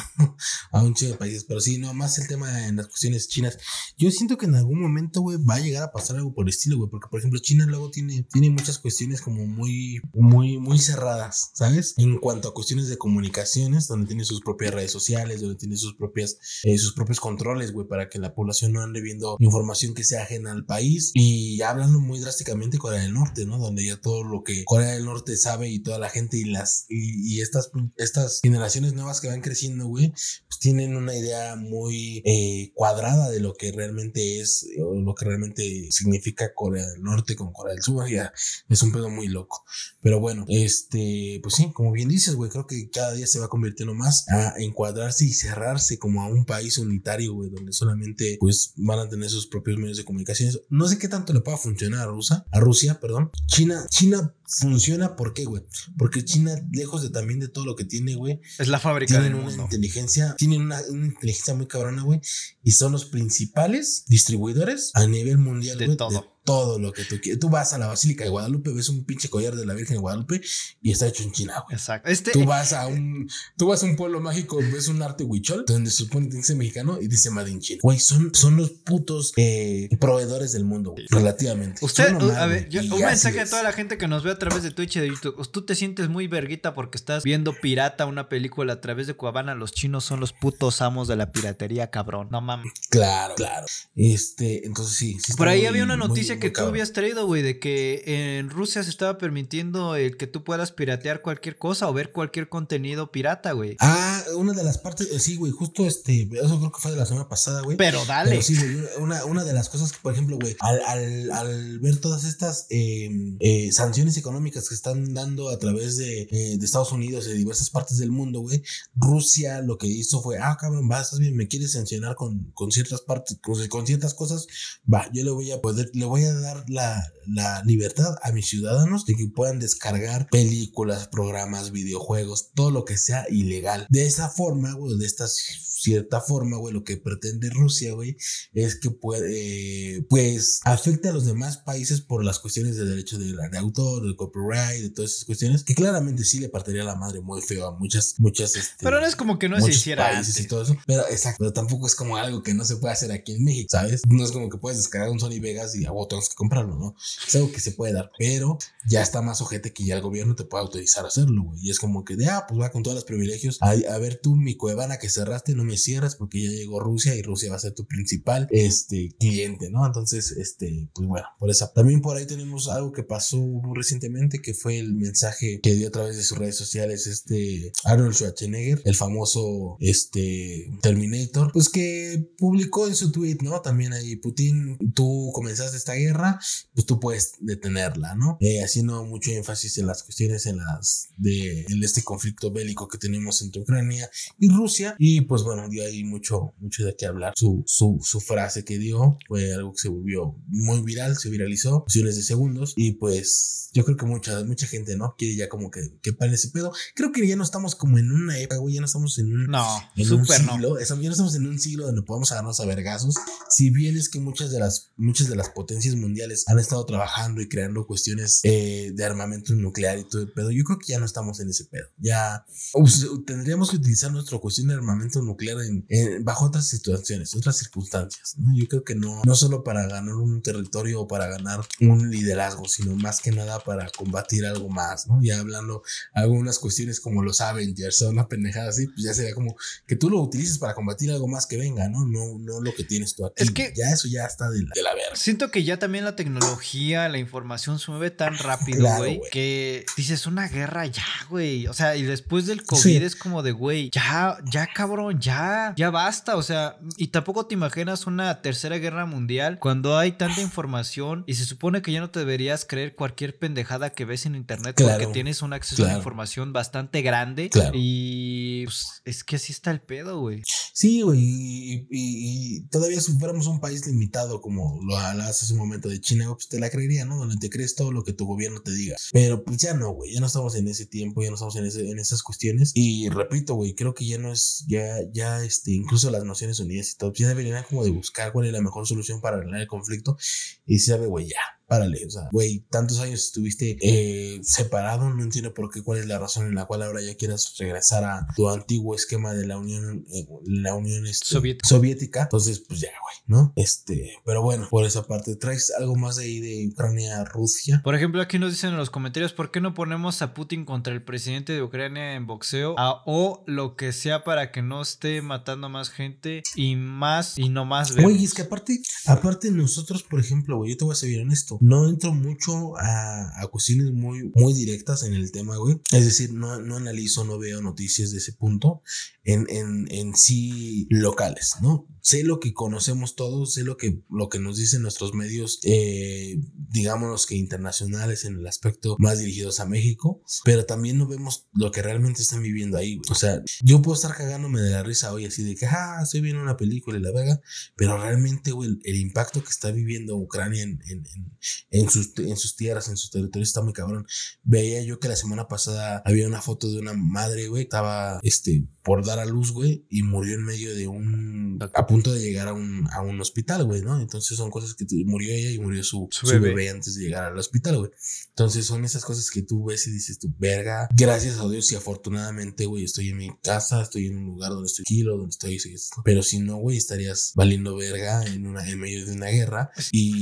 a un chingo de países, pero sí, no, más el tema en las cuestiones chinas. Yo siento que en algún momento, güey, va a llegar a pasar algo por el estilo, güey, porque por ejemplo China luego tiene, tiene muchas cuestiones como muy, muy, muy cerradas, ¿sabes? En cuanto a cuestiones de comunicaciones, donde tiene sus propias redes sociales, donde tiene sus propias, eh, sus propios controles, güey, para que la población no ande viendo información que sea ajena al país. Y hablando muy drásticamente Corea del Norte, ¿no? Donde ya todo lo que Corea del Norte sabe y toda la gente y las Y, y estas, estas generaciones nuevas que van creciendo, güey, pues tienen una idea muy eh, cuadrada de lo que realmente es, o lo que realmente significa Corea del Norte con Corea del Sur. Ya es un pedo muy loco. Pero bueno, este, pues sí, como bien dices, güey, creo que cada día se va convirtiendo más a encuadrarse y cerrarse como a un país unitario, güey, donde solamente, pues, van a tener sus propios medios de comunicaciones. No sé qué tanto le pueda funcionar a Rusia, a Rusia, perdón. China, China funciona, ¿por qué, güey? Porque China, lejos de también de todo lo que tiene, güey, es la fábrica tienen del una mundo. inteligencia, tienen una, una inteligencia muy cabrona, güey, y son los principales distribuidores a nivel mundial, de güey, todo. de todo lo que tú quieres. Tú vas a la Basílica de Guadalupe, ves un pinche collar de la Virgen de Guadalupe y está hecho en China, güey. Exacto. Este... Tú vas a un, tú vas a un pueblo mágico, ves un arte huichol, donde se supone que dice mexicano y dice Made in China. Güey, son, son los putos eh, proveedores del mundo, güey, relativamente. Usted, normal, a ver, yo, un mensaje es. a toda la gente que nos ve a través de Twitch y de YouTube. Tú te sientes muy verguita porque estás viendo pirata una película a través de Cuevana. Los chinos son los putos amos de la piratería, cabrón. No mames. Claro, claro. Este, entonces sí. sí Por ahí muy, había una noticia muy, que muy tú cabrón. habías traído, güey, de que en Rusia se estaba permitiendo el que tú puedas piratear cualquier cosa o ver cualquier contenido pirata, güey. Ah, una de las partes, sí, güey, justo este, eso creo que fue de la semana pasada, güey. Pero dale. Pero sí, güey, una, una de las cosas que, por ejemplo, güey, al, al, al ver todas estas eh, eh, sanciones económicas que están dando a través de, eh, de Estados Unidos y de diversas partes del mundo, güey, Rusia lo que hizo fue, ah, cabrón, va, estás bien, me quieres sancionar con, con ciertas partes, con, con ciertas cosas, va, yo le voy a poder, le voy a dar la, la libertad a mis ciudadanos de que puedan descargar películas, programas, videojuegos, todo lo que sea ilegal. De esa forma, güey, de esta cierta forma, güey, lo que pretende Rusia, güey, es que puede, eh, pues, afecte a los demás países por las cuestiones de derecho de, de autor, de copyright, de todas esas cuestiones, que claramente sí le partiría la madre muy feo a muchas, muchas, este, pero no es como que no se hiciera países antes. Y todo eso, pero exacto, pero tampoco es como algo que no se puede hacer aquí en México, ¿sabes? No es como que puedes descargar un Sony Vegas y a vos tengas que comprarlo, ¿no? Es algo que se puede dar, pero ya está más ojete que ya el gobierno te pueda autorizar a hacerlo, güey, y es como que de, ah, pues va con todos los privilegios, a, a ver tú, mi Cuevana que cerraste, no me cierras porque ya llegó Rusia y Rusia va a ser tu principal, este, cliente, ¿no? Entonces, este, pues bueno, por eso. También por ahí tenemos algo que pasó muy recientemente, que fue el mensaje que dio a través de sus redes sociales este Arnold Schwarzenegger, el famoso, este, Terminator, pues que publicó en su tweet, ¿no? También ahí, Putin, tú comenzaste esta guerra, pues tú puedes detenerla, ¿no? Eh, haciendo mucho énfasis en las cuestiones, en las de en este conflicto bélico que tenemos entre Ucrania y Rusia, y pues bueno, bueno, dio ahí mucho, mucho de qué hablar. Su, su, su frase que dio fue algo que se volvió muy viral, se viralizó, cuestiones de segundos, y pues yo creo que mucha, mucha gente, ¿no? Quiere ya como que, que pare ese pedo. Creo que ya no estamos como en una época, güey, ya no estamos en un, no, en un súper siglo, no. ya no estamos en un siglo donde podamos agarrarnos a vergazos. Si bien es que muchas de las, muchas de las potencias mundiales han estado trabajando y creando cuestiones eh, de armamento nuclear y todo el pedo, yo creo que ya no estamos en ese pedo. Ya pues, tendríamos que utilizar nuestra cuestión de armamento nuclear en, en, bajo otras situaciones, otras circunstancias, ¿no? Yo creo que no, no solo para ganar un territorio o para ganar un liderazgo, sino más que nada para combatir algo más, ¿no? Ya hablando algunas cuestiones como los Avengers o una pendejada así, pues ya sería como que tú lo utilices para combatir algo más que venga, ¿no? No, no lo que tienes tú aquí. Es que ya eso ya está de la, de la verga. Siento que ya también la tecnología, la información se mueve tan rápido, güey, claro, que dices una guerra ya, güey. O sea, y después del COVID sí. es como de, güey, ya, ya cabrón, ya, ya basta. O sea, y tampoco te imaginas una tercera guerra mundial cuando hay tanta información y se supone que ya no te deberías creer cualquier pendejada que ves en internet, claro, porque tienes un acceso claro. a la información bastante grande. Claro. Y pues, es que así está el pedo, güey. Sí, güey, y, y, y todavía si fuéramos un país limitado como lo hablas hace un momento de China, pues te la creería, ¿no? Donde te crees todo lo que tu gobierno te diga. Pero pues ya no, güey, ya no estamos en ese tiempo, ya no estamos en, ese, en esas cuestiones. Y repito, güey, creo que ya no es, ya, ya, este, incluso las Naciones Unidas y todo, ya deberían como de buscar cuál es la mejor solución para arreglar el conflicto. Y sabe, güey, ya. Párale, o sea, güey, tantos años estuviste eh, separado, no entiendo por qué, cuál es la razón en la cual ahora ya quieras regresar a tu antiguo esquema de la Unión, eh, la Unión este, soviética. soviética. Entonces, pues ya, güey, ¿no? Este, pero bueno, por esa parte, ¿traes algo más de ahí de Ucrania, Rusia? Por ejemplo, aquí nos dicen en los comentarios, ¿por qué no ponemos a Putin contra el presidente de Ucrania en boxeo? A, o lo que sea para que no esté matando más gente y más y no más ver. Güey, es que aparte, aparte nosotros, por ejemplo, güey, yo te voy a ser bien honesto. No entro mucho a, a cuestiones muy, muy directas en el tema, güey. Es decir, no, no analizo, no veo noticias de ese punto en, en, en sí locales, ¿no? Sé lo que conocemos todos, sé lo que, lo que nos dicen nuestros medios, eh, digámonos que internacionales en el aspecto más dirigidos a México, pero también no vemos lo que realmente están viviendo ahí, güey. O sea, yo puedo estar cagándome de la risa hoy así de que, ah, estoy viendo una película y la verga, pero realmente, güey, el, el impacto que está viviendo Ucrania en, en, en En sus, en sus tierras, en sus territorios, está muy cabrón. Veía yo que la semana pasada había una foto de una madre, güey, estaba este, por dar a luz, güey, y murió en medio de un, a punto de llegar a un, a un hospital, güey, ¿no? Entonces son cosas que murió ella y murió su, su, su bebé. bebé antes de llegar al hospital, güey. Entonces son esas cosas que tú ves y dices tú, verga, gracias a Dios y afortunadamente, güey, estoy en mi casa, estoy en un lugar donde estoy tranquilo, donde estoy, pero si no, güey, estarías valiendo verga en, una, en medio de una guerra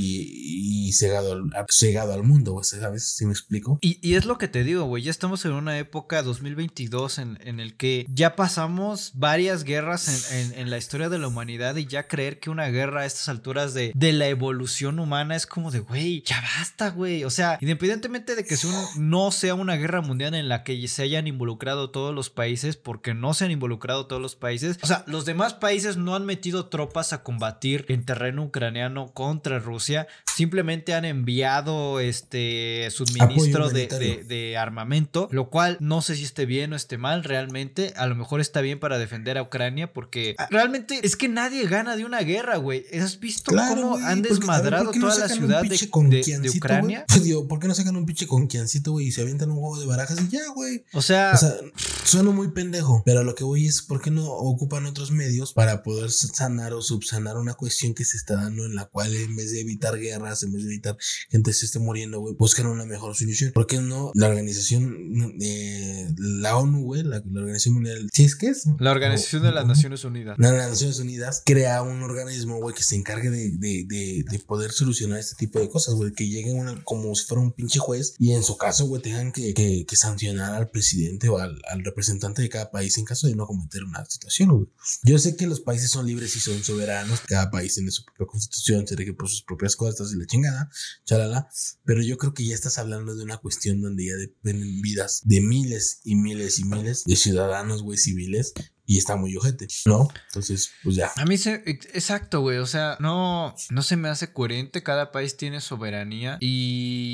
y, y se Al, cegado al mundo, güey, ¿sabes? ¿Sí me explico? Y, y es lo que te digo, güey, ya estamos en una época dos mil veintidós en, en el que ya pasamos varias guerras en, en, en la historia de la humanidad y ya creer que una guerra a estas alturas de, de la evolución humana es como de, güey, ya basta, güey. O sea, independientemente de que sea un, no sea una guerra mundial en la que se hayan involucrado todos los países, porque no se han involucrado todos los países, o sea, los demás países no han metido tropas a combatir en terreno ucraniano contra Rusia, simplemente han enviado este suministro de, de, de armamento, lo cual no sé si esté bien o esté mal realmente. A lo mejor está bien para defender a Ucrania, porque realmente es que nadie gana de una guerra, güey. ¿Has visto claro, cómo wey, han desmadrado porque, ver, toda no la ciudad de, de, de Ucrania? Pues digo, ¿por qué no sacan un pinche conquiancito, güey, y se avientan un juego de barajas y ya, güey? O sea, o sea, suena muy pendejo, pero lo que voy es, ¿por qué no ocupan otros medios para poder sanar o subsanar una cuestión que se está dando en la cual en vez de evitar guerras, en vez de evitar gente se esté muriendo, güey, buscan una mejor solución? ¿Por qué no la organización, eh, la ONU, güey, la, la Organización Mundial, ¿sí es que es? La Organización o, de las o, Naciones Unidas. La, las Naciones Unidas crea un organismo, güey, que se encargue de, de, de, de poder solucionar este tipo de cosas, güey, que lleguen una, como si fuera un pinche juez y en su caso, güey, tengan que, que, que sancionar al presidente o al, al representante de cada país en caso de no cometer una situación, güey. Yo sé que los países son libres y son soberanos, cada país tiene su propia constitución, se rige por sus propias cosas y la chingada, chalala, pero yo creo que ya estás hablando de una cuestión donde ya dependen vidas de miles y miles y miles de ciudadanos, güey, civiles. Y está muy ojete, ¿no? Entonces, pues ya. A mí se... Exacto, güey. O sea, no, no se me hace coherente. Cada país tiene soberanía. Y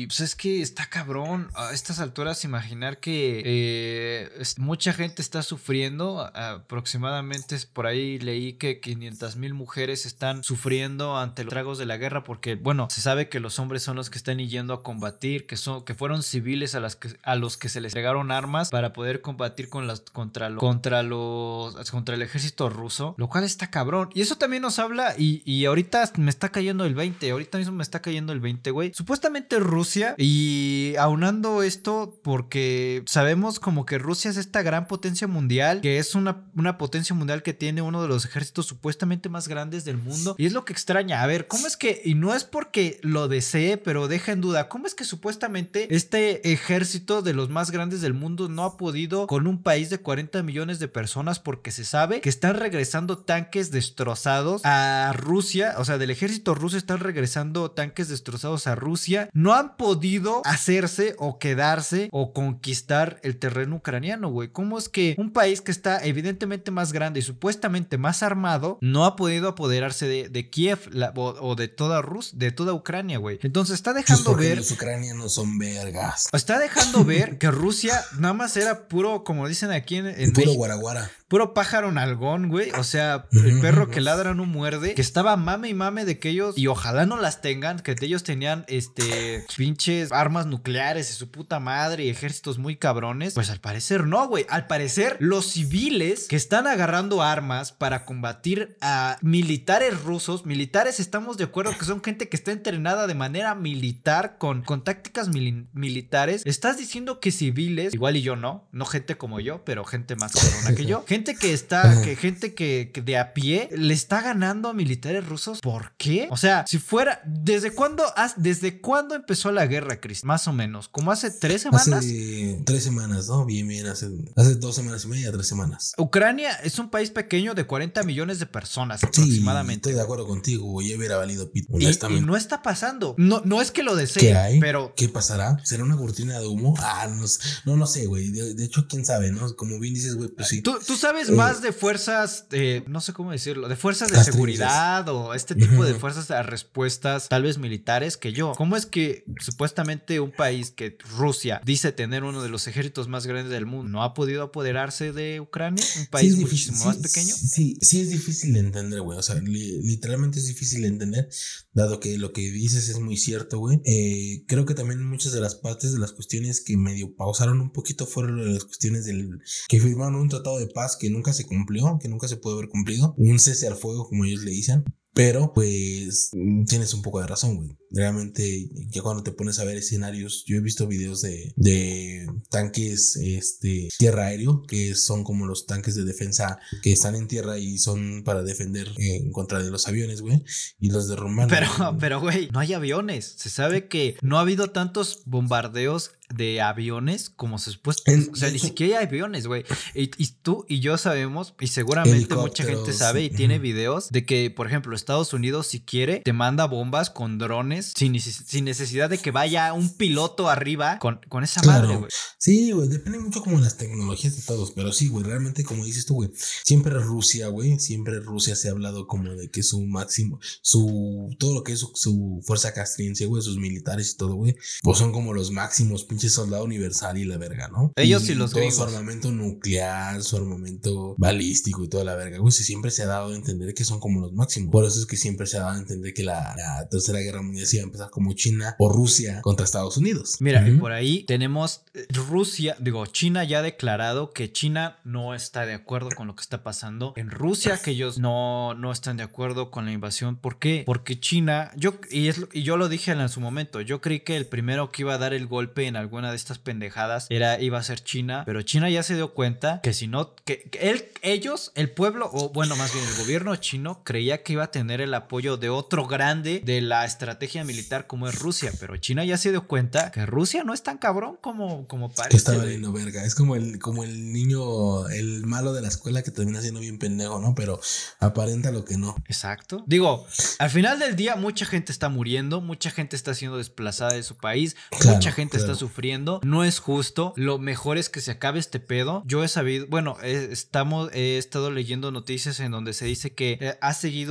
Y pues es que está cabrón a estas alturas imaginar que eh, es, mucha gente está sufriendo. Aproximadamente por ahí leí que quinientas mil mujeres están sufriendo ante los tragos de la guerra porque, bueno, se sabe que los hombres son los que están yendo a combatir, que son que fueron civiles a, las que, a los que se les entregaron armas para poder combatir con las, contra, lo, contra, los, contra el ejército ruso, lo cual está cabrón. Y eso también nos habla, y, y ahorita me está cayendo el veinte, ahorita mismo me está cayendo el veinte, güey. Supuestamente Rusia, y aunando esto porque sabemos como que Rusia es esta gran potencia mundial, que es una, una potencia mundial que tiene uno de los ejércitos supuestamente más grandes del mundo, y es lo que extraña. A ver, ¿cómo es que, y no es porque lo desee, pero deja en duda, ¿cómo es que supuestamente este ejército de los más grandes del mundo no ha podido con un país de cuarenta millones de personas? Porque se sabe que están regresando tanques destrozados a Rusia, o sea, del ejército ruso están regresando tanques destrozados a Rusia. No han podido hacerse o quedarse o conquistar el terreno ucraniano, güey. ¿Cómo es que un país que está evidentemente más grande y supuestamente más armado no ha podido apoderarse de, de Kiev la, o, o de toda Rus, de toda Ucrania, güey? Entonces está dejando pues ver... Los ucranianos son vergas. Está dejando ver que Rusia nada más era puro, como dicen aquí en, en puro México, guaraguara. Puro pájaro nalgón, güey. O sea, el perro que ladra no muerde. Que estaba mame y mame de que ellos, y ojalá no las tengan, que ellos tenían este pinches armas nucleares y su puta madre y ejércitos muy cabrones. Pues al parecer no, güey. Al parecer los civiles que están agarrando armas para combatir a militares rusos, militares estamos de acuerdo que son gente que está entrenada de manera militar con, con tácticas mili- militares. Estás diciendo que civiles, igual y yo no, no gente como yo, pero gente más cabrona que yo. Gente que está, que gente que, que de a pie le está ganando a militares rusos. ¿Por qué? O sea, si fuera, ¿desde cuándo, has, desde cuándo empezó la guerra, Chris? Más o menos, como hace tres semanas. Hace tres semanas, ¿no? Bien, bien, hace, hace dos semanas y media, tres semanas. Ucrania es un país pequeño de cuarenta millones de personas sí, aproximadamente. Estoy de acuerdo contigo, güey. Ya hubiera valido pito, y, honestamente. y no está pasando. No, no es que lo desee, ¿Qué hay? pero... ¿Qué pasará? ¿Será una cortina de humo? Ah, no, no, no sé, güey. De, de hecho, quién sabe, ¿no? Como bien dices, güey, pues sí. Tú, tú sabes eh, más de fuerzas, eh, no sé cómo decirlo, de fuerzas de seguridad o este tipo uh-huh. de fuerzas a respuestas tal vez militares que yo. ¿Cómo es que supuestamente un país que Rusia dice tener uno de los ejércitos más grandes del mundo no ha podido apoderarse de Ucrania? Un país sí, muchísimo sí, más pequeño. Sí, sí es difícil de entender, güey. O sea, li- literalmente es difícil de entender, dado que lo que dices es muy cierto, güey. Eh, creo que también muchas de las partes de las cuestiones que medio pausaron un poquito fueron las cuestiones del que firmaron un tratado de paz que nunca se cumplió, que nunca se pudo haber cumplido, un cese al fuego como ellos le dicen. Pero, pues, tienes un poco de razón, güey. Realmente, ya cuando te pones a ver escenarios, yo he visto videos de, de tanques, este, tierra aéreo, que son como los tanques de defensa que están en tierra y son para defender eh, en contra de los aviones, güey, y los derrumban. Pero, pero, güey, no hay aviones. Se sabe que no ha habido tantos bombardeos de aviones como se supuso. O sea, ni siquiera hay aviones, güey. Y, y tú y yo sabemos, y seguramente mucha gente sabe y tiene videos de que, por ejemplo, Estados Unidos, si quiere, te manda bombas con drones sin, sin necesidad de que vaya un piloto arriba con, con esa claro. madre, güey. Sí, güey, depende mucho como las tecnologías de todos, pero sí, güey, realmente como dices tú, güey, siempre Rusia, güey, siempre Rusia se ha hablado como de que su máximo, su, todo lo que es su, su fuerza castrense, güey, sus militares y todo, güey, pues son como los máximos, pinche soldado universal y la verga, ¿no? Ellos y, y los todo gringos. Su armamento nuclear, su armamento balístico y toda la verga, güey, siempre se ha dado a entender que son como los máximos. Por eso es que siempre se ha dado a entender que la, la tercera guerra mundial se iba a empezar como China o Rusia contra Estados Unidos. Mira, uh-huh. y por ahí tenemos Rusia, digo, China ya ha declarado que China no está de acuerdo con lo que está pasando en Rusia, que ellos no, no están de acuerdo con la invasión. ¿Por qué? Porque China, yo y, es, y yo lo dije en su momento, yo creí que el primero que iba a dar el golpe en alguna de estas pendejadas era, iba a ser China, pero China ya se dio cuenta que si no, que, que él, ellos, el pueblo, o bueno, más bien el gobierno chino creía que iba a tener el apoyo de otro grande de la estrategia militar como es Rusia, pero China ya se dio cuenta que Rusia no es tan cabrón como, como parece. Que está valiendo verga, es como el, como el niño, el malo de la escuela que termina siendo bien pendejo, ¿no? Pero aparenta lo que no. Exacto. Digo, al final del día mucha gente está muriendo, mucha gente está siendo desplazada de su país, claro, mucha gente claro. está sufriendo, no es justo, lo mejor es que se acabe este pedo. Yo he sabido, bueno, eh, estamos, he estado leyendo noticias en donde se dice que eh, ha seguido una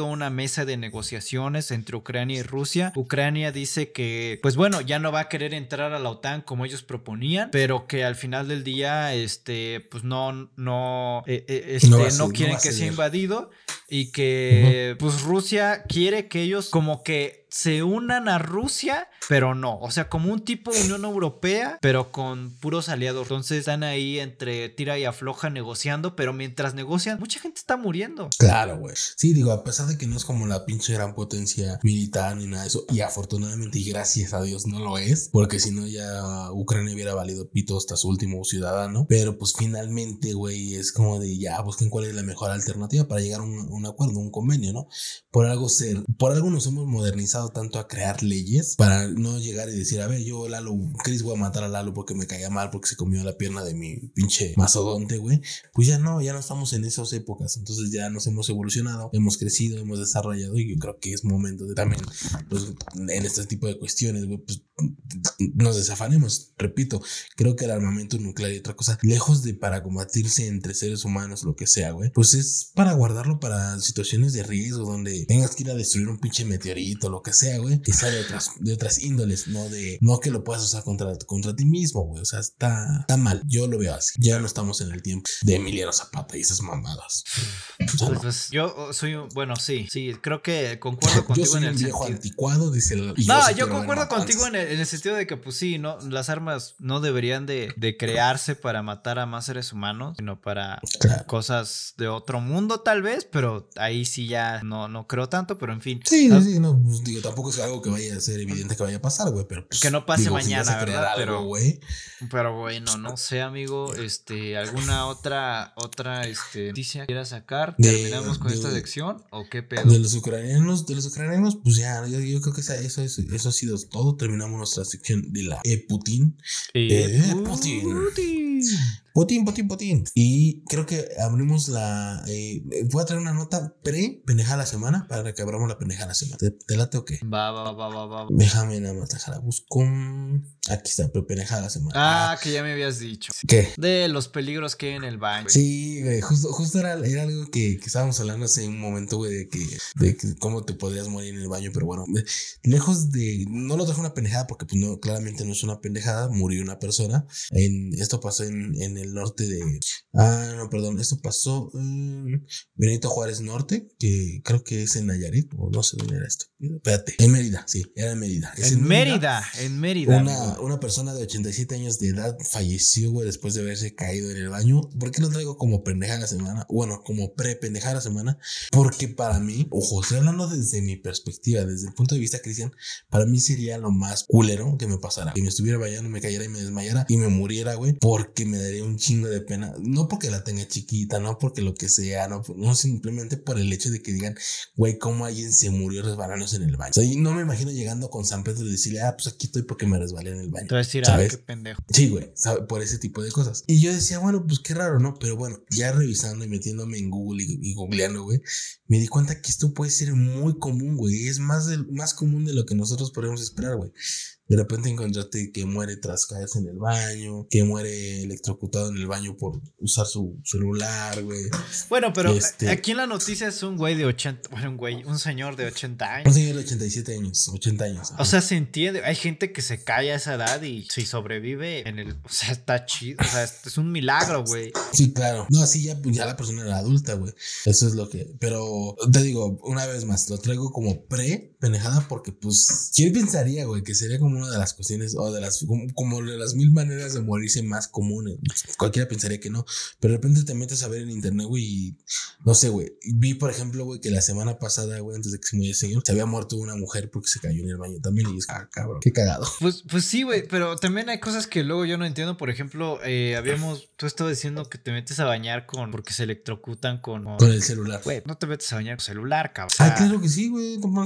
mesa de negociaciones entre Ucrania y Rusia. Ucrania dice que, pues bueno, ya no va a querer entrar a la OTAN como ellos proponían, pero que al final del día, este, pues no, no, eh, eh, este, no, ser, no quieren no que sea invadido y que, uh-huh. pues Rusia quiere que ellos como que se unan a Rusia, pero no, o sea, como un tipo Unión Europea, pero con puros aliados. Entonces están ahí entre tira y afloja negociando, pero mientras negocian, mucha gente está muriendo. Claro, güey. Sí, digo, a pesar de que no es como la pinche gran potencia militar ni nada de eso, y afortunadamente y gracias a Dios no lo es, porque si no ya Ucrania hubiera valido pito hasta su último ciudadano, pero pues finalmente, güey, es como de ya busquen cuál es la mejor alternativa para llegar a un, un acuerdo, un convenio, ¿no? Por algo ser, por algo nos hemos modernizado tanto a crear leyes para no llegar y decir, a ver, yo Lalo, Chris, voy a matar a Lalo porque me caía mal, porque se comió la pierna de mi pinche mastodonte, güey. Pues ya no, ya no estamos en esas épocas, entonces ya nos hemos evolucionado, hemos crecido, hemos desarrollado y yo creo que es momento de también, pues, en este tipo de cuestiones, güey, pues nos desafanemos. Repito, creo que el armamento nuclear y otra cosa, lejos de para combatirse entre seres humanos, lo que sea, güey, pues es para guardarlo para situaciones de riesgo donde tengas que ir a destruir un pinche meteorito, lo que sea, güey, que sea de otras, de otras índoles, no de, no que lo puedas usar contra, contra ti mismo, güey, o sea, está, está mal, yo lo veo así, ya no estamos en el tiempo de Emiliano Zapata y esas mamadas. O sea, pues, no. pues yo soy, bueno, sí, sí, creo que concuerdo contigo. Yo soy en un el viejo sentido. anticuado, dice el... No, yo, yo concuerdo contigo en el, en el sentido de que, pues sí, no, las armas no deberían de, de crearse para matar a más seres humanos, sino para claro. cosas de otro mundo tal vez, pero ahí sí ya no, no creo tanto, pero en fin. Sí, ¿sabes? sí, no, pues, digo, tampoco es algo que vaya a ser evidente que vaya a pasar, güey, pero pues, que no pase digo, mañana, si ¿verdad? Algo, pero, güey. pero bueno, no sé, amigo, este, alguna otra, otra, este, noticia quieras sacar, de, terminamos con de, esta sección, ¿o qué pedo? De los ucranianos, de los ucranianos, pues ya, yo, yo creo que eso, eso, eso ha sido todo, terminamos nuestra sección de la E-Putin. E eh, Putin. Putin, Putin, Putin. Y creo que abrimos la... Eh, voy a traer una nota pre-pendeja la semana para que abramos la pendeja la semana. ¿Te, te late o qué? Va, va, va, va, va. Déjame nada más, déjala busco. Aquí está, pre-pendeja la semana. Ah, ah, que ya me habías dicho. ¿Qué? De los peligros que hay en el baño. Sí, güey, justo, justo era, era algo que, que estábamos hablando hace un momento, güey, de que, de que cómo te podrías morir en el baño, pero bueno, lejos de... No lo dejo una pendejada porque pues no, claramente no es una pendejada, murió una persona. En, esto pasó en, en el norte de... Ah, no, perdón, esto pasó en Benito Juárez Norte, que creo que es en Nayarit, o no sé dónde era esto. Espérate, en Mérida, sí, era en Mérida. Es en, en Mérida, Mérida, en Mérida. Una, una persona de ochenta y siete años de edad falleció, güey, después de haberse caído en el baño. ¿Por qué lo traigo como pendeja la semana? Bueno, como pre-pendeja la semana. Porque para mí, ojo, estoy hablando desde mi perspectiva, desde el punto de vista cristiano, para mí sería lo más culero que me pasara. Que me estuviera bañando, me cayera y me desmayara y me muriera, güey, porque me daría un chingo de pena. No porque la tenga chiquita, no porque lo que sea, no, no simplemente por el hecho de que digan, güey, cómo alguien se murió resbalándose en el baño. O sea, no me imagino llegando con San Pedro y decirle, ah, pues aquí estoy porque me resbalé en el baño. Te voy a decir, ah, qué pendejo. Sí, güey, ¿sabe? Por ese tipo de cosas. Y yo decía, bueno, pues qué raro, ¿no? Pero bueno, ya revisando y metiéndome en Google y, y googleando, güey, me di cuenta que esto puede ser muy común, güey. Es más, de, más común de lo que nosotros podemos esperar, güey. De repente encontraste que muere tras caerse en el baño, que muere electrocutado en el baño por usar su celular, güey. Bueno, pero este, aquí en la noticia es un güey de ochenta, bueno, un güey, un señor de ochenta años. Un señor de ochenta y siete años, ochenta años. O sea, se entiende, hay gente que se cae a esa edad y si sobrevive en el, o sea, está chido, o sea, es un milagro, güey. Sí, claro. No, así ya, ya la persona era adulta, güey. Eso es lo que, pero te digo, una vez más, lo traigo como pre-penejada porque, pues, ¿quién pensaría, güey, que sería como una de las cuestiones o de las como, como de las mil maneras de morirse más comunes? Cualquiera pensaría que no, pero de repente te metes a ver en internet, güey, y no sé, güey, vi por ejemplo, güey, que la semana pasada, güey, antes de que se muriera el señor, se había muerto una mujer porque se cayó en el baño también y es, ah, cabrón, qué cagado. Pues, pues sí, güey, pero también hay cosas que luego yo no entiendo. Por ejemplo, eh, habíamos, tú estabas diciendo que te metes a bañar con, porque se electrocutan con... Con, con el celular. Güey, no te metes a bañar con celular, cabrón. Ah, claro que sí, güey, no se ponemos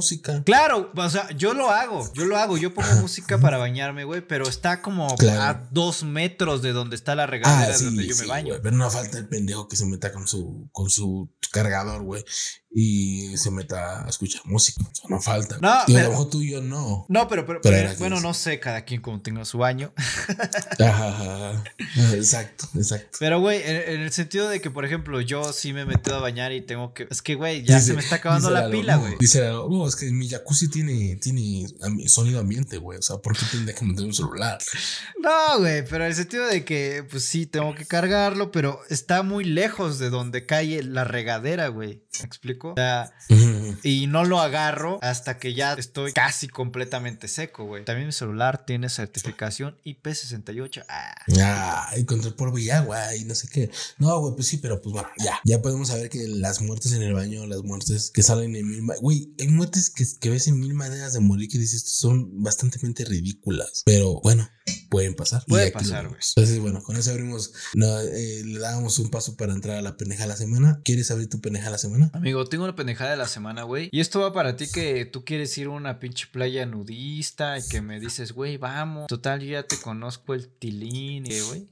música. Claro, o sea, yo lo hago, yo lo hago, yo pongo música para bañarme, güey, pero está como claro. a dos metros de donde está la regadera ah, sí, de donde yo sí, me baño. Wey, pero no falta el pendejo que se meta con su, con su cargador, güey, y se meta a escuchar música. O sea, no falta. No, y pero, a lo mejor tú y yo no. No, pero, pero, pero, pero bueno, no sé, cada quien como tenga su baño. Ajá, ajá. Exacto, exacto. Pero, güey, en, en el sentido de que, por ejemplo, yo sí me he metido a bañar y tengo que. Es que, güey, ya dice, se me está acabando la algo, pila, no, güey. Dice, no, es que mi jacuzzi tiene, tiene sonido ambiente, güey. O sea, ¿por qué tendría que meter un celular? No, güey, pero en el sentido de que, pues sí, tengo que cargarlo, pero está muy lejos de donde cae la regadera, güey. ¿Me explico? O sea, uh-huh. y no lo agarro hasta que ya estoy casi completamente seco, güey. También mi celular tiene certificación I P sesenta y ocho. Ah, ah y contra el polvo y agua y no sé qué. No, güey, pues sí, pero pues bueno, ya. Ya podemos saber que las muertes en el baño, las muertes que salen en mil... Güey, hay muertes que, que ves en mil maneras de morir que dices son bastante ridículas. Pero bueno, pueden pasar. Puede pasar, güey. Entonces, bueno, con eso abrimos... No, eh, le dábamos un paso para entrar a la pendeja de la semana. ¿Quieres abrir tu pendeja de la semana? Amigo, tengo una pendejada de la semana, güey. Y esto va para ti que tú quieres ir a una pinche playa nudista y que me dices, güey, vamos. Total, yo ya te conozco el tilín, güey.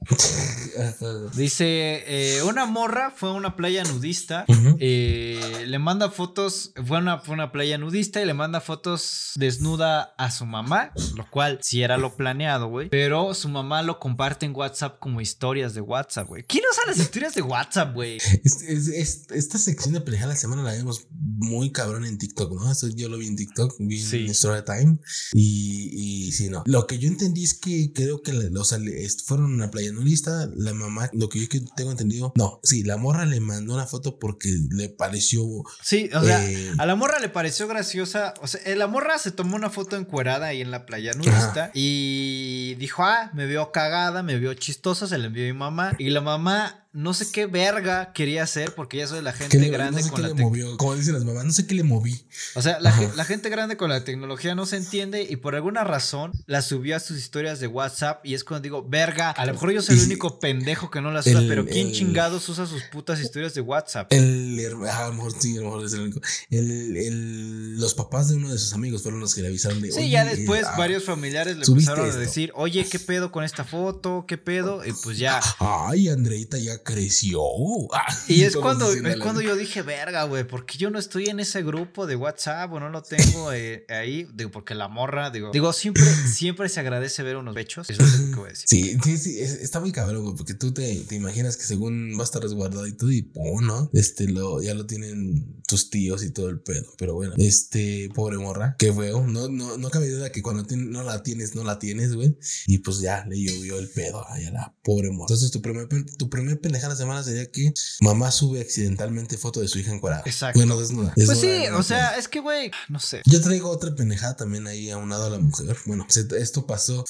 Dice, eh, una morra fue a una playa nudista. Uh-huh. eh, le manda fotos, fue a una, fue una playa nudista y le manda fotos desnuda a su mamá, lo cual sí era lo planeado, güey. Pero su mamá lo comparte en WhatsApp como historias de WhatsApp, güey. ¿Quién usa las historias de WhatsApp, güey? Es, es, es, esta sección de pelea de la semana la vemos muy cabrón en TikTok, ¿no? Eso yo lo vi en TikTok, vi sí. en Story Time y, y sí, no. Lo que yo entendí es que creo que o sea, fueron a una playa nudista, la mamá, lo que yo tengo entendido, no, sí, la morra le mandó una foto porque le pareció... Sí, o sea, eh, a la morra le pareció graciosa, o sea, la morra se tomó una foto encuerada ahí en la playa nudista ajá. y dijo, ah, me vio cagada, me vio chistosa, se la envió a mi mamá y la mamá... No sé qué verga quería hacer porque ya soy la gente le, grande no sé con qué la le movió, como dicen las mamás, no sé qué le moví. O sea, la, ge- la gente grande con la tecnología no se entiende y por alguna razón la subió a sus historias de WhatsApp y es cuando digo, verga, a lo mejor yo soy el único pendejo que no las usa, el, pero ¿quién el, chingados usa sus putas historias de WhatsApp? El, a lo mejor sí, a lo mejor es el único. El, el, los papás de uno de sus amigos fueron los que le avisaron de... Sí, ya después ah, varios familiares le empezaron esto? a decir, oye, ¿qué pedo con esta foto? ¿Qué pedo? Y pues ya. Ay, Andreita ya creció. Ah, y es cuando, es cuando yo dije, verga, güey, porque yo no estoy en ese grupo de WhatsApp o no lo tengo eh, ahí, digo, porque la morra, digo, digo, siempre, siempre se agradece ver unos pechos, eso es lo que voy a decir. Sí, sí, sí, está muy cabrón, güey, porque tú te, te imaginas que según va a estar resguardado y todo, y pum, ¿no? Este, lo, ya lo tienen tus tíos y todo el pedo, pero bueno, este, pobre morra, qué feo, no, no, no cabe duda que cuando ten, no la tienes, no la tienes, güey, y pues ya le llovió el pedo a la pobre morra. Entonces, tu primer, tu primer pendeja de la semana sería que mamá sube accidentalmente foto de su hija encuadrada. Exacto. Bueno, desnuda. Pues desnuda, sí, no, o sea, es que, güey, no sé. Yo traigo otra pendejada también ahí aunado a la mujer. Bueno, esto pasó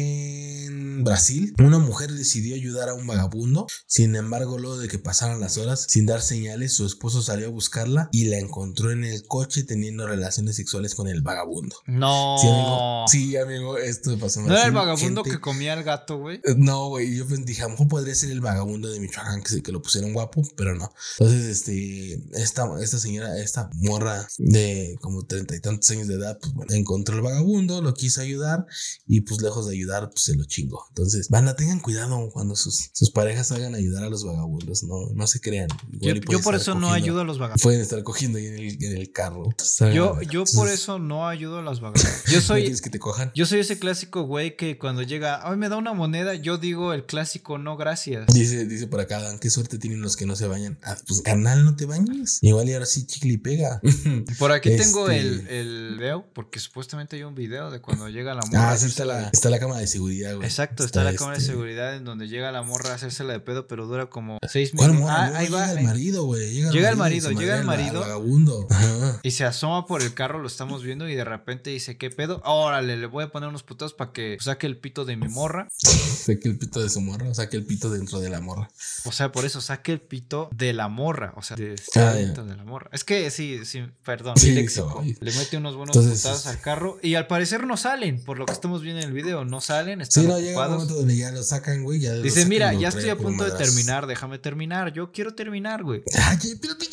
en Brasil. Una mujer decidió ayudar a un vagabundo. Sin embargo, luego de que pasaran las horas sin dar señales, su esposo salió a buscarla y la encontró en el coche teniendo relaciones sexuales con el vagabundo. No. Sí, amigo. Sí, amigo, esto pasó en ¿No era el vagabundo gente... que comía el gato, güey? No, güey. Yo dije, a lo mejor podría ser el vagabundo de Michoacán que, que lo pusieron guapo, pero no. Entonces, este, esta, esta señora, esta morra de como treinta y tantos años de edad, pues bueno, encontró el vagabundo, lo quiso ayudar y pues lejos de ayudar, pues se lo chingó. Entonces, banda, tengan cuidado cuando sus, sus parejas hagan ayudar a los vagabundos, no, no se crean. Yo, yo por eso no ayudo a los vagabundos. Pueden estar cogiendo ahí en el, en el carro. Yo, yo por eso no ayudo a los vagabundos. Yo soy, ¿no quieres que te cojan? Yo soy ese clásico güey que cuando llega, ay, me da una moneda, yo digo el clásico no gracias. Dice, dice por acá, Dan, qué suerte tienen los que no se bañan. Ah, pues canal, no te bañes. Igual y ahora sí chicle y pega. Por aquí este... tengo el, el video, porque supuestamente hay un video de cuando llega la morra. Ah, sí, está la, está la cámara de seguridad, güey. Exacto, está, está la este... cámara de seguridad en donde llega la morra a hacérsela de pedo, pero dura como seis minutos. ¿Cuál morra? Ah, no, ahí llega va. El marido, güey. Llega, llega el marido, llega el marido. Vagabundo. Ajá. Y se asoma por el carro, lo estamos viendo, y de repente dice, ¿qué pedo? Órale, le voy a poner unos putados para que saque el pito de mi morra. Saque el pito de su morra, o saque el pito dentro de la morra. O sea, por eso, saque el pito de la morra. O sea, de, ah, dentro de la morra. Es que sí, sí, perdón, sí, léxico. Le mete unos buenos Entonces, putados al carro y al parecer no salen, por lo que estamos viendo en el video, no salen, están sí, no, ocupados. Llega un momento donde ya lo sacan, güey. Dice, mira, ya estoy a punto de terminar, déjame terminar, yo quiero terminar, güey. Ay, pero ya,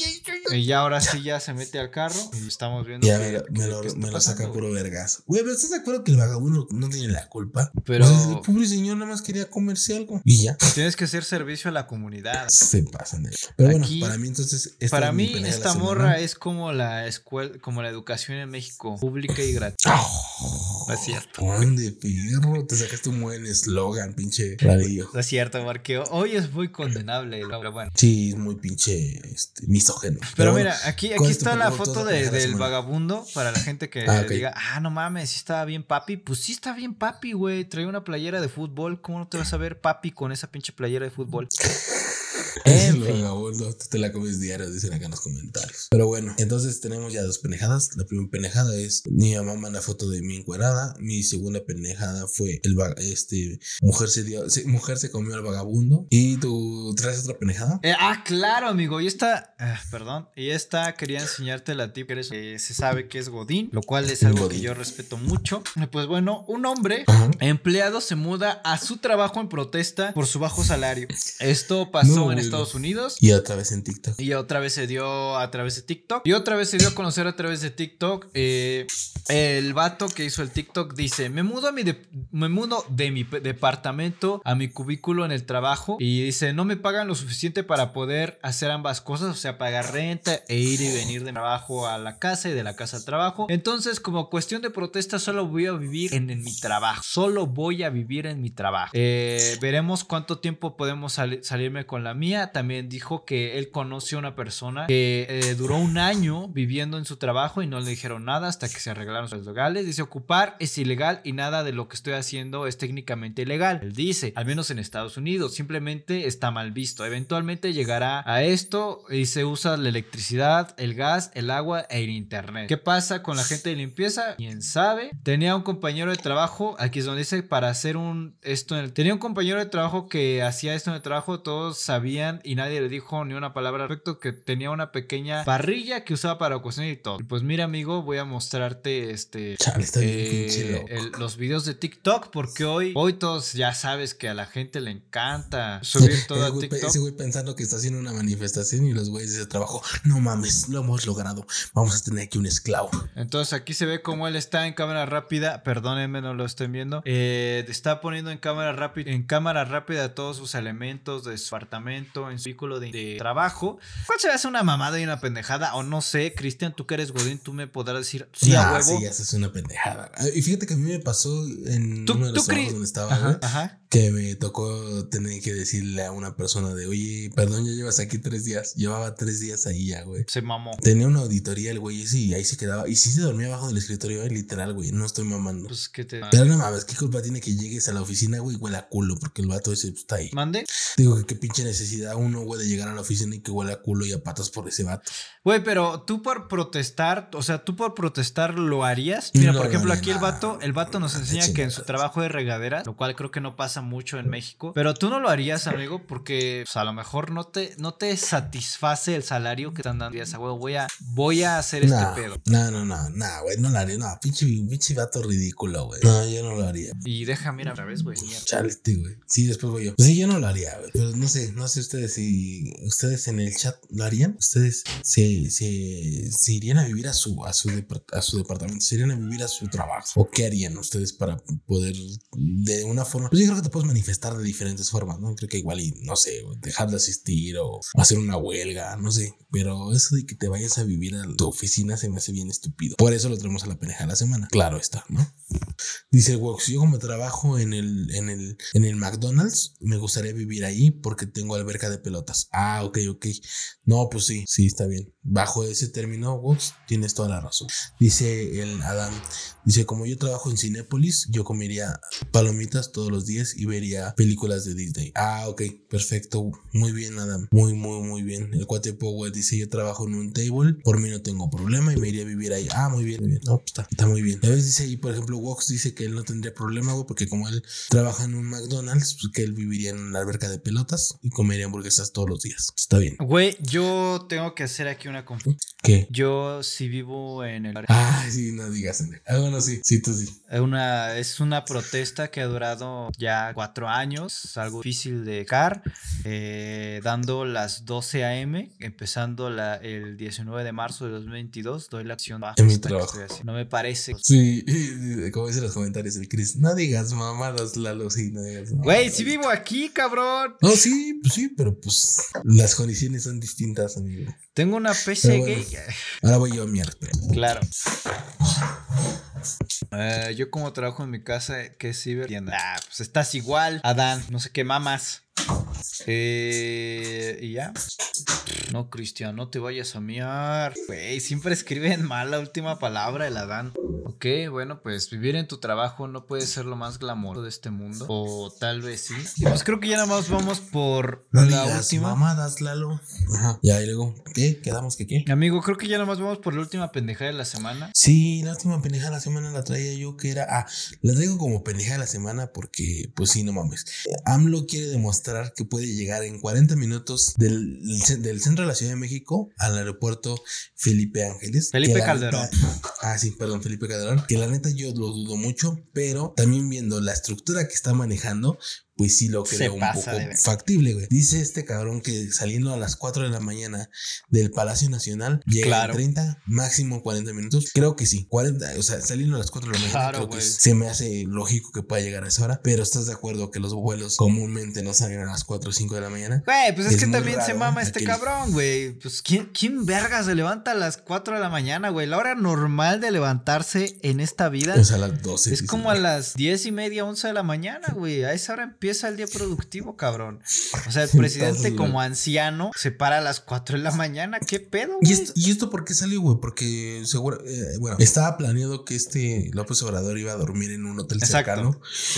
Y ya ahora sí ya se mete al carro y estamos viendo Ya que, me lo, que- me lo, que está me lo saca pasando, puro güey. vergas. Güey, pero ¿estás de acuerdo que el vagabundo no tiene la culpa? Pero O sea, el pobre señor nada más quería comerse algo. Y ya. tienes que hacer servicio a la comunidad. Se pasan de... Pero bueno, Aquí, para mí entonces esta para es mi mí, pendeja de la esta semana. morra es como la escuela, como la educación en México, pública y gratuita. Oh, No es cierto. Juan de perro, te sacaste un buen eslogan, pinche rarillo. No es cierto, porque hoy es muy condenable, pero bueno. Sí, es muy pinche este, misógeno. Pero bueno, mira, aquí, ¿cuál aquí es tu está la pendejo? foto Toda de- pendeja de la del semana. vagabundo para la gente que Ah, ok. diga, ah, no mames, sí estaba bien papi. Pues sí está bien papi, güey. Trae una playera de fútbol. ¿Cómo no te vas a ver papi con esa pinche playera de fútbol? En El fin. vagabundo, tú te la comes diario, dicen acá en los comentarios. Pero bueno, entonces tenemos ya dos pendejadas. La primera pendejada es mi mamá manda foto de mi encuerada. Mi segunda pendejada fue el vaga- este mujer se dio, se- mujer se comió al vagabundo. ¿Y tú traes otra pendejada? Eh, ah, claro, amigo. Y esta, ah, perdón, y esta quería enseñarte la tip que eres, eh, se sabe que es Godín, lo cual es algo Godín. que yo respeto mucho. Eh, Pues bueno, un hombre Ajá. empleado se muda a su trabajo en protesta por su bajo salario. Esto pasó No, en bueno. Estados Unidos. Y otra vez en TikTok. Y otra vez se dio a través de TikTok. Y otra vez se dio a conocer a través de TikTok. Eh, el vato que hizo el TikTok dice: Me mudo, a mi de- me mudo de mi pe- departamento a mi cubículo en el trabajo. Y dice: No me pagan lo suficiente para poder hacer ambas cosas. O sea, pagar renta e ir y venir de trabajo a la casa y de la casa al trabajo. Entonces, como cuestión de protesta, solo voy a vivir en, en mi trabajo. Solo voy a vivir en mi trabajo. Eh, veremos cuánto tiempo podemos sali- salirme con la mía. También dijo que él conoce a una persona que eh, duró un año viviendo en su trabajo y no le dijeron nada hasta que se arreglaron sus legales. Dice: ocupar es ilegal y nada de lo que estoy haciendo es técnicamente ilegal. Él dice, al menos en Estados Unidos, simplemente está mal visto. Eventualmente llegará a esto y se usa la electricidad, el gas, el agua e el internet. ¿Qué pasa con la gente de limpieza? ¿Quién sabe? Tenía un compañero de trabajo, aquí es donde dice, para hacer un esto en el... Tenía un compañero de trabajo que hacía esto en el trabajo, todos sabían y nadie le dijo ni una palabra al respecto, que tenía una pequeña parrilla que usaba para cocinar y todo. Y pues mira, amigo, voy a mostrarte este Chale, está bien eh, pinche loco. el- los videos de TikTok, porque hoy hoy todos ya sabes que a la gente le encanta subir todo Ese a güey, TikTok. ese güey pensando que está haciendo una manifestación y los güeyes de ese trabajo, no mames, lo hemos logrado. Vamos a tener aquí un esclavo. Entonces aquí se ve como él está en cámara rápida. Perdónenme, no lo estén viendo. Eh, está poniendo en cámara rápida, en cámara rápida todos sus elementos de su apartamento, en su vehículo de, de trabajo. ¿Cuál se hace una mamada y una pendejada? O no sé, Cristian, tú que eres Godín, tú me podrás decir sí a Nah, huevo. sí, esa es una pendejada. Ah, Y fíjate que a mí me pasó en Tú, uno de tú los trabajos Cris- donde estaba, Ajá, güey, ajá. que me tocó tener que decirle a una persona de, oye, perdón, ya llevas aquí tres días. Llevaba tres días ahí ya, güey. Se mamó. Tenía una auditoría el güey ese y ahí se quedaba. Y sí se dormía abajo del escritorio, eh, literal, güey. No estoy mamando. Pues que te Pero no mames, ¿qué culpa tiene que llegues a la oficina, güey, y huele a culo? Porque el vato ese pues, está ahí. mande. Digo, que qué pinche necesidad uno, güey, de llegar a la oficina y que huele a culo y a patas por ese vato. Güey, pero tú por protestar, o sea, tú por protestar lo harías. Mira, No por lo ejemplo, haría aquí el nada, vato, el vato nos nada, enseña que en su chingadas. trabajo de regaderas, lo cual creo que no pasa mucho en México. Pero tú no lo harías, amigo, porque pues, a lo mejor no te, no te satisface el salario que te están dando. Dirías, güey, voy a, voy a hacer este No, pedo. no, no, no, no, güey, no lo haría, no, pinche, pinche vato ridículo, güey. No, yo no lo haría. Y deja, mira, otra vez, güey. mierda. Chale, este, güey. Sí, después voy yo. Pues sí, yo no lo haría, güey. Pero no sé, no sé ustedes si ustedes en el chat lo harían. Ustedes se, se, se irían a vivir a su, a su, depart- a su departamento, se irían a vivir a su trabajo. ¿O qué harían ustedes para poder de una forma? Pues yo creo que te puedes manifestar de diferentes formas, ¿no? Creo que igual y, no sé, güey, dejar de asistir o hacer una huelga, no sé. Pero eso de que te vayas a vivir a tu oficina se me hace bien estúpido. Por eso lo traemos a la pendeja de la semana. Claro está, ¿no? Dice Wox, yo como trabajo en el, en el, en el McDonald's, me gustaría vivir ahí porque tengo alberca de pelotas. Ah, ok, ok. No, pues sí, sí, está bien. Bajo ese término, Wox, tienes toda la razón. Dice el Adam, dice, como yo trabajo en Cinépolis, yo comería palomitas todos los días y vería películas de Disney. Ah, ok, perfecto. Muy bien, Adam. Muy, muy, muy bien. El cuate Power dice, yo trabajo en un table, por mí no tengo problema y me iría a vivir ahí. Ah, muy bien, muy bien. No, pues está, está muy bien. A veces dice ahí, por ejemplo, Wox dice que él no tendría problema, güey, porque como él trabaja en un McDonald's, pues que él viviría en una alberca de pelotas y comería hamburguesas todos los días. Está bien. Güey, yo tengo que hacer aquí una confusión. ¿Qué? Yo sí vivo en el... Ah, sí, no digas. Ah, bueno, sí, sí, tú sí. Una, es una protesta que ha durado ya cuatro años, algo difícil de dejar, eh, dando las doce a eme, empezando la, el diecinueve de marzo de dos mil veintidós, doy la acción en mi trabajo. No me parece. Sí, como dicen los comentarios el Chris, no digas mamadas, Lalo, sí, no digas mamadas. Güey, sí vivo aquí, cabrón. No, sí, pues sí, pero pues las condiciones son distintas, amigo. Tengo una P C bueno, gay. Ahora voy yo a mi arte. Claro. Uh, yo como trabajo en mi casa, que es ciber, ah, pues estás igual, Adán, no sé qué mamas. Eh, y ya. No, Cristian, no te vayas a miar. Güey, siempre escriben mal la última palabra, el Adán. Ok, bueno, pues vivir en tu trabajo no puede ser lo más glamuroso de este mundo. O tal vez sí. Y pues creo que ya nada más vamos por no la digas última. Mamadas, Lalo. Ajá. Ya, y luego, ¿qué? ¿Quedamos que qué? Amigo, creo que ya nada más vamos por la última pendejada de la semana. Sí, la última pendejada de la semana la traía yo, que era... Ah, la traigo como pendejada de la semana porque, pues sí, no mames. AMLO quiere demostrar que puede llegar en cuarenta minutos del, del centro de la Ciudad de México al aeropuerto Felipe Ángeles. Felipe Calderón. Neta, ah, sí, perdón, Felipe Calderón. Que la neta yo lo dudo mucho, pero también viendo la estructura que está manejando, pues sí lo creo un poco factible, güey. Dice este cabrón que saliendo a las cuatro de la mañana del Palacio Nacional llega claro. en treinta, máximo cuarenta minutos. Creo que sí, cuarenta, o sea, saliendo a las cuatro de la mañana, claro, creo wey. que se me hace lógico que pueda llegar a esa hora, pero ¿estás de acuerdo que los vuelos comúnmente no salen a las cuatro o cinco de la mañana? Güey, pues es, es que también se mama este aquel... cabrón, güey. Pues ¿quién, ¿quién verga se levanta a las cuatro de la mañana, güey? La hora normal de levantarse en esta vida es a las doce. Es como a las diez y media, once de la mañana, güey. A esa hora empieza el día productivo. Cabrón. O sea, el presidente Entonces, como anciano se para a las cuatro de la mañana. ¿Qué pedo, güey? ¿Y esto, ¿Y esto por qué salió, güey? Porque seguro, eh, bueno, estaba planeado que este López Obrador iba a dormir en un hotel Exacto. cercano. Sí.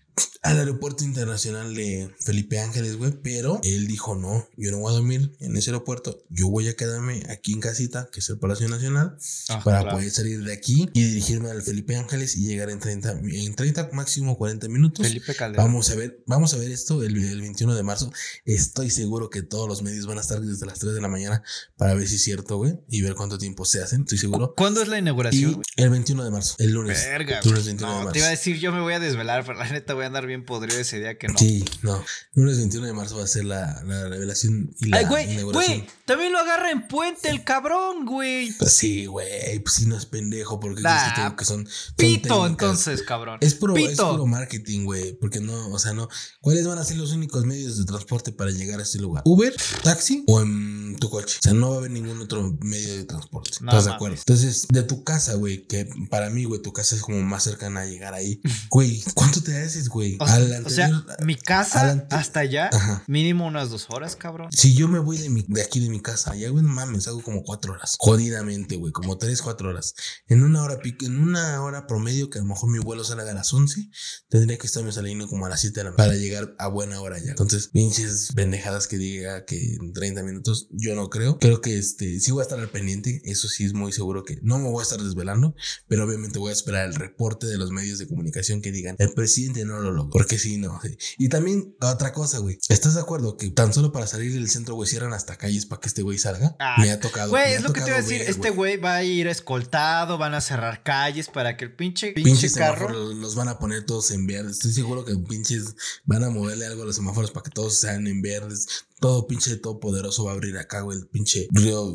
Al aeropuerto internacional de Felipe Ángeles, güey, pero él dijo, no, yo no voy a dormir en ese aeropuerto, yo voy a quedarme aquí en casita, que es el Palacio Nacional, ah, para claro. poder salir de aquí y dirigirme al Felipe Ángeles y llegar en treinta, en treinta máximo cuarenta minutos. Felipe Calderón. Vamos a ver, vamos a ver esto el, el veintiuno de marzo, estoy seguro que todos los medios van a estar desde las tres de la mañana para ver si es cierto, güey, y ver cuánto tiempo se hacen, estoy seguro. ¿Cuándo es la inauguración? Y el veintiuno de marzo, el lunes. Verga, el lunes veintiuno no, de marzo. Te iba a decir, yo me voy a desvelar, pero la neta voy a andar bien podrido ese día que no. Sí, no. El lunes veintiuno de marzo va a ser la, la revelación y la Ay, güey, inauguración. Güey, también lo agarra en puente el cabrón, güey. Pues sí, güey, pues sí no es pendejo porque nah, que tengo que son, son pito técnicas. Entonces, cabrón. Es puro, pito. es puro marketing, güey, porque no, o sea, no. ¿Cuáles van a ser los únicos medios de transporte para llegar a este lugar? ¿Uber, taxi o en tu coche? O sea, no va a haber ningún otro medio de transporte. No, ¿estás de acuerdo? Entonces, de tu casa, güey, que para mí, güey, tu casa es como más cercana a llegar ahí. Güey, ¿cuánto te haces, güey? O, sea, o sea, mi casa hasta allá, ajá. mínimo unas dos horas, cabrón. Si yo me voy de, mi, de aquí de mi casa, ya, güey, no mames, hago como cuatro horas. Jodidamente, güey, como tres, cuatro horas. En una hora en una hora promedio, que a lo mejor mi vuelo salga a las once, tendría que estarme saliendo como a las siete de la mañana para llegar a buena hora ya. Entonces, pinches pendejadas que diga que en treinta minutos, yo no creo. Creo que este, sí voy a estar al pendiente, eso sí es muy seguro que no me voy a estar desvelando, pero obviamente voy a esperar el reporte de los medios de comunicación que digan, el presidente no lo logró, porque sí, no. Sí. Y también, otra cosa, güey, ¿estás de acuerdo que tan solo para salir del centro, güey, cierran hasta calles para que este güey salga? Ah, me ha tocado. Güey, es lo que te iba a decir, ver, este güey va a ir escoltado, van a cerrar calles para que el pinche, pinche, pinche carro los van a poner todos en verde. Estoy seguro que pinches van a moverle algo a los semáforos para que todos sean en verdes. Todo pinche todopoderoso va a abrir acá, güey. El pinche río,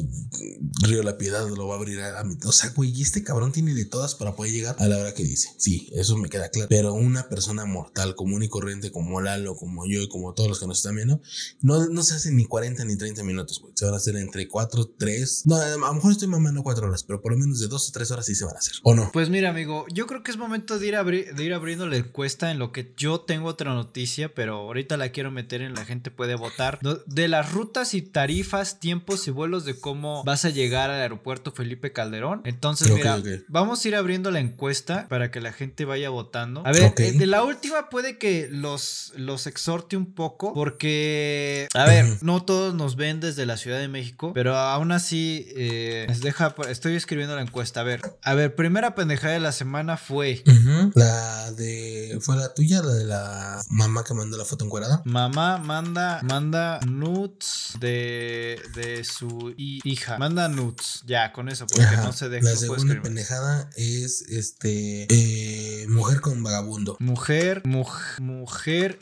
río La Piedad lo va a abrir a, a mi. O sea, güey, y este cabrón tiene de todas para poder llegar a la hora que dice. Sí, eso me queda claro. Pero una persona mortal, común y corriente, como Lalo, como yo y como todos los que nos están viendo, no, no se hace ni cuarenta ni treinta minutos, güey. Se van a hacer entre cuatro, tres. No, a lo mejor estoy mamando cuatro horas, pero por lo menos de dos o tres horas sí se van a hacer. ¿O no? Pues mira, amigo, yo creo que es momento de ir, abri- de ir abriendo la encuesta en lo que yo tengo otra noticia, pero ahorita la quiero meter en la gente puede votar. No, ejemplo, de las rutas y tarifas, tiempos y vuelos de cómo vas a llegar al aeropuerto Felipe Calderón. Entonces, Ok, mira, ok. vamos a ir abriendo la encuesta para que la gente vaya votando. A ver, Ok. eh, de la última puede que los, los exhorte un poco porque, a ver, Ujú. no todos nos ven desde la Ciudad de México, pero aún así eh, les deja, estoy escribiendo la encuesta. A ver, a ver, primera pendejada de la semana fue Ujú. La de. ¿Fue la tuya? La de la mamá que mandó la foto encuerada. mamá manda, manda nudes de, de su hi- hija. Manda nudes, ya, con eso, porque Ajá. no se deja, La no puedo segunda escribir. pendejada es este. eh, mujer con vagabundo. Mujer, muj- mujer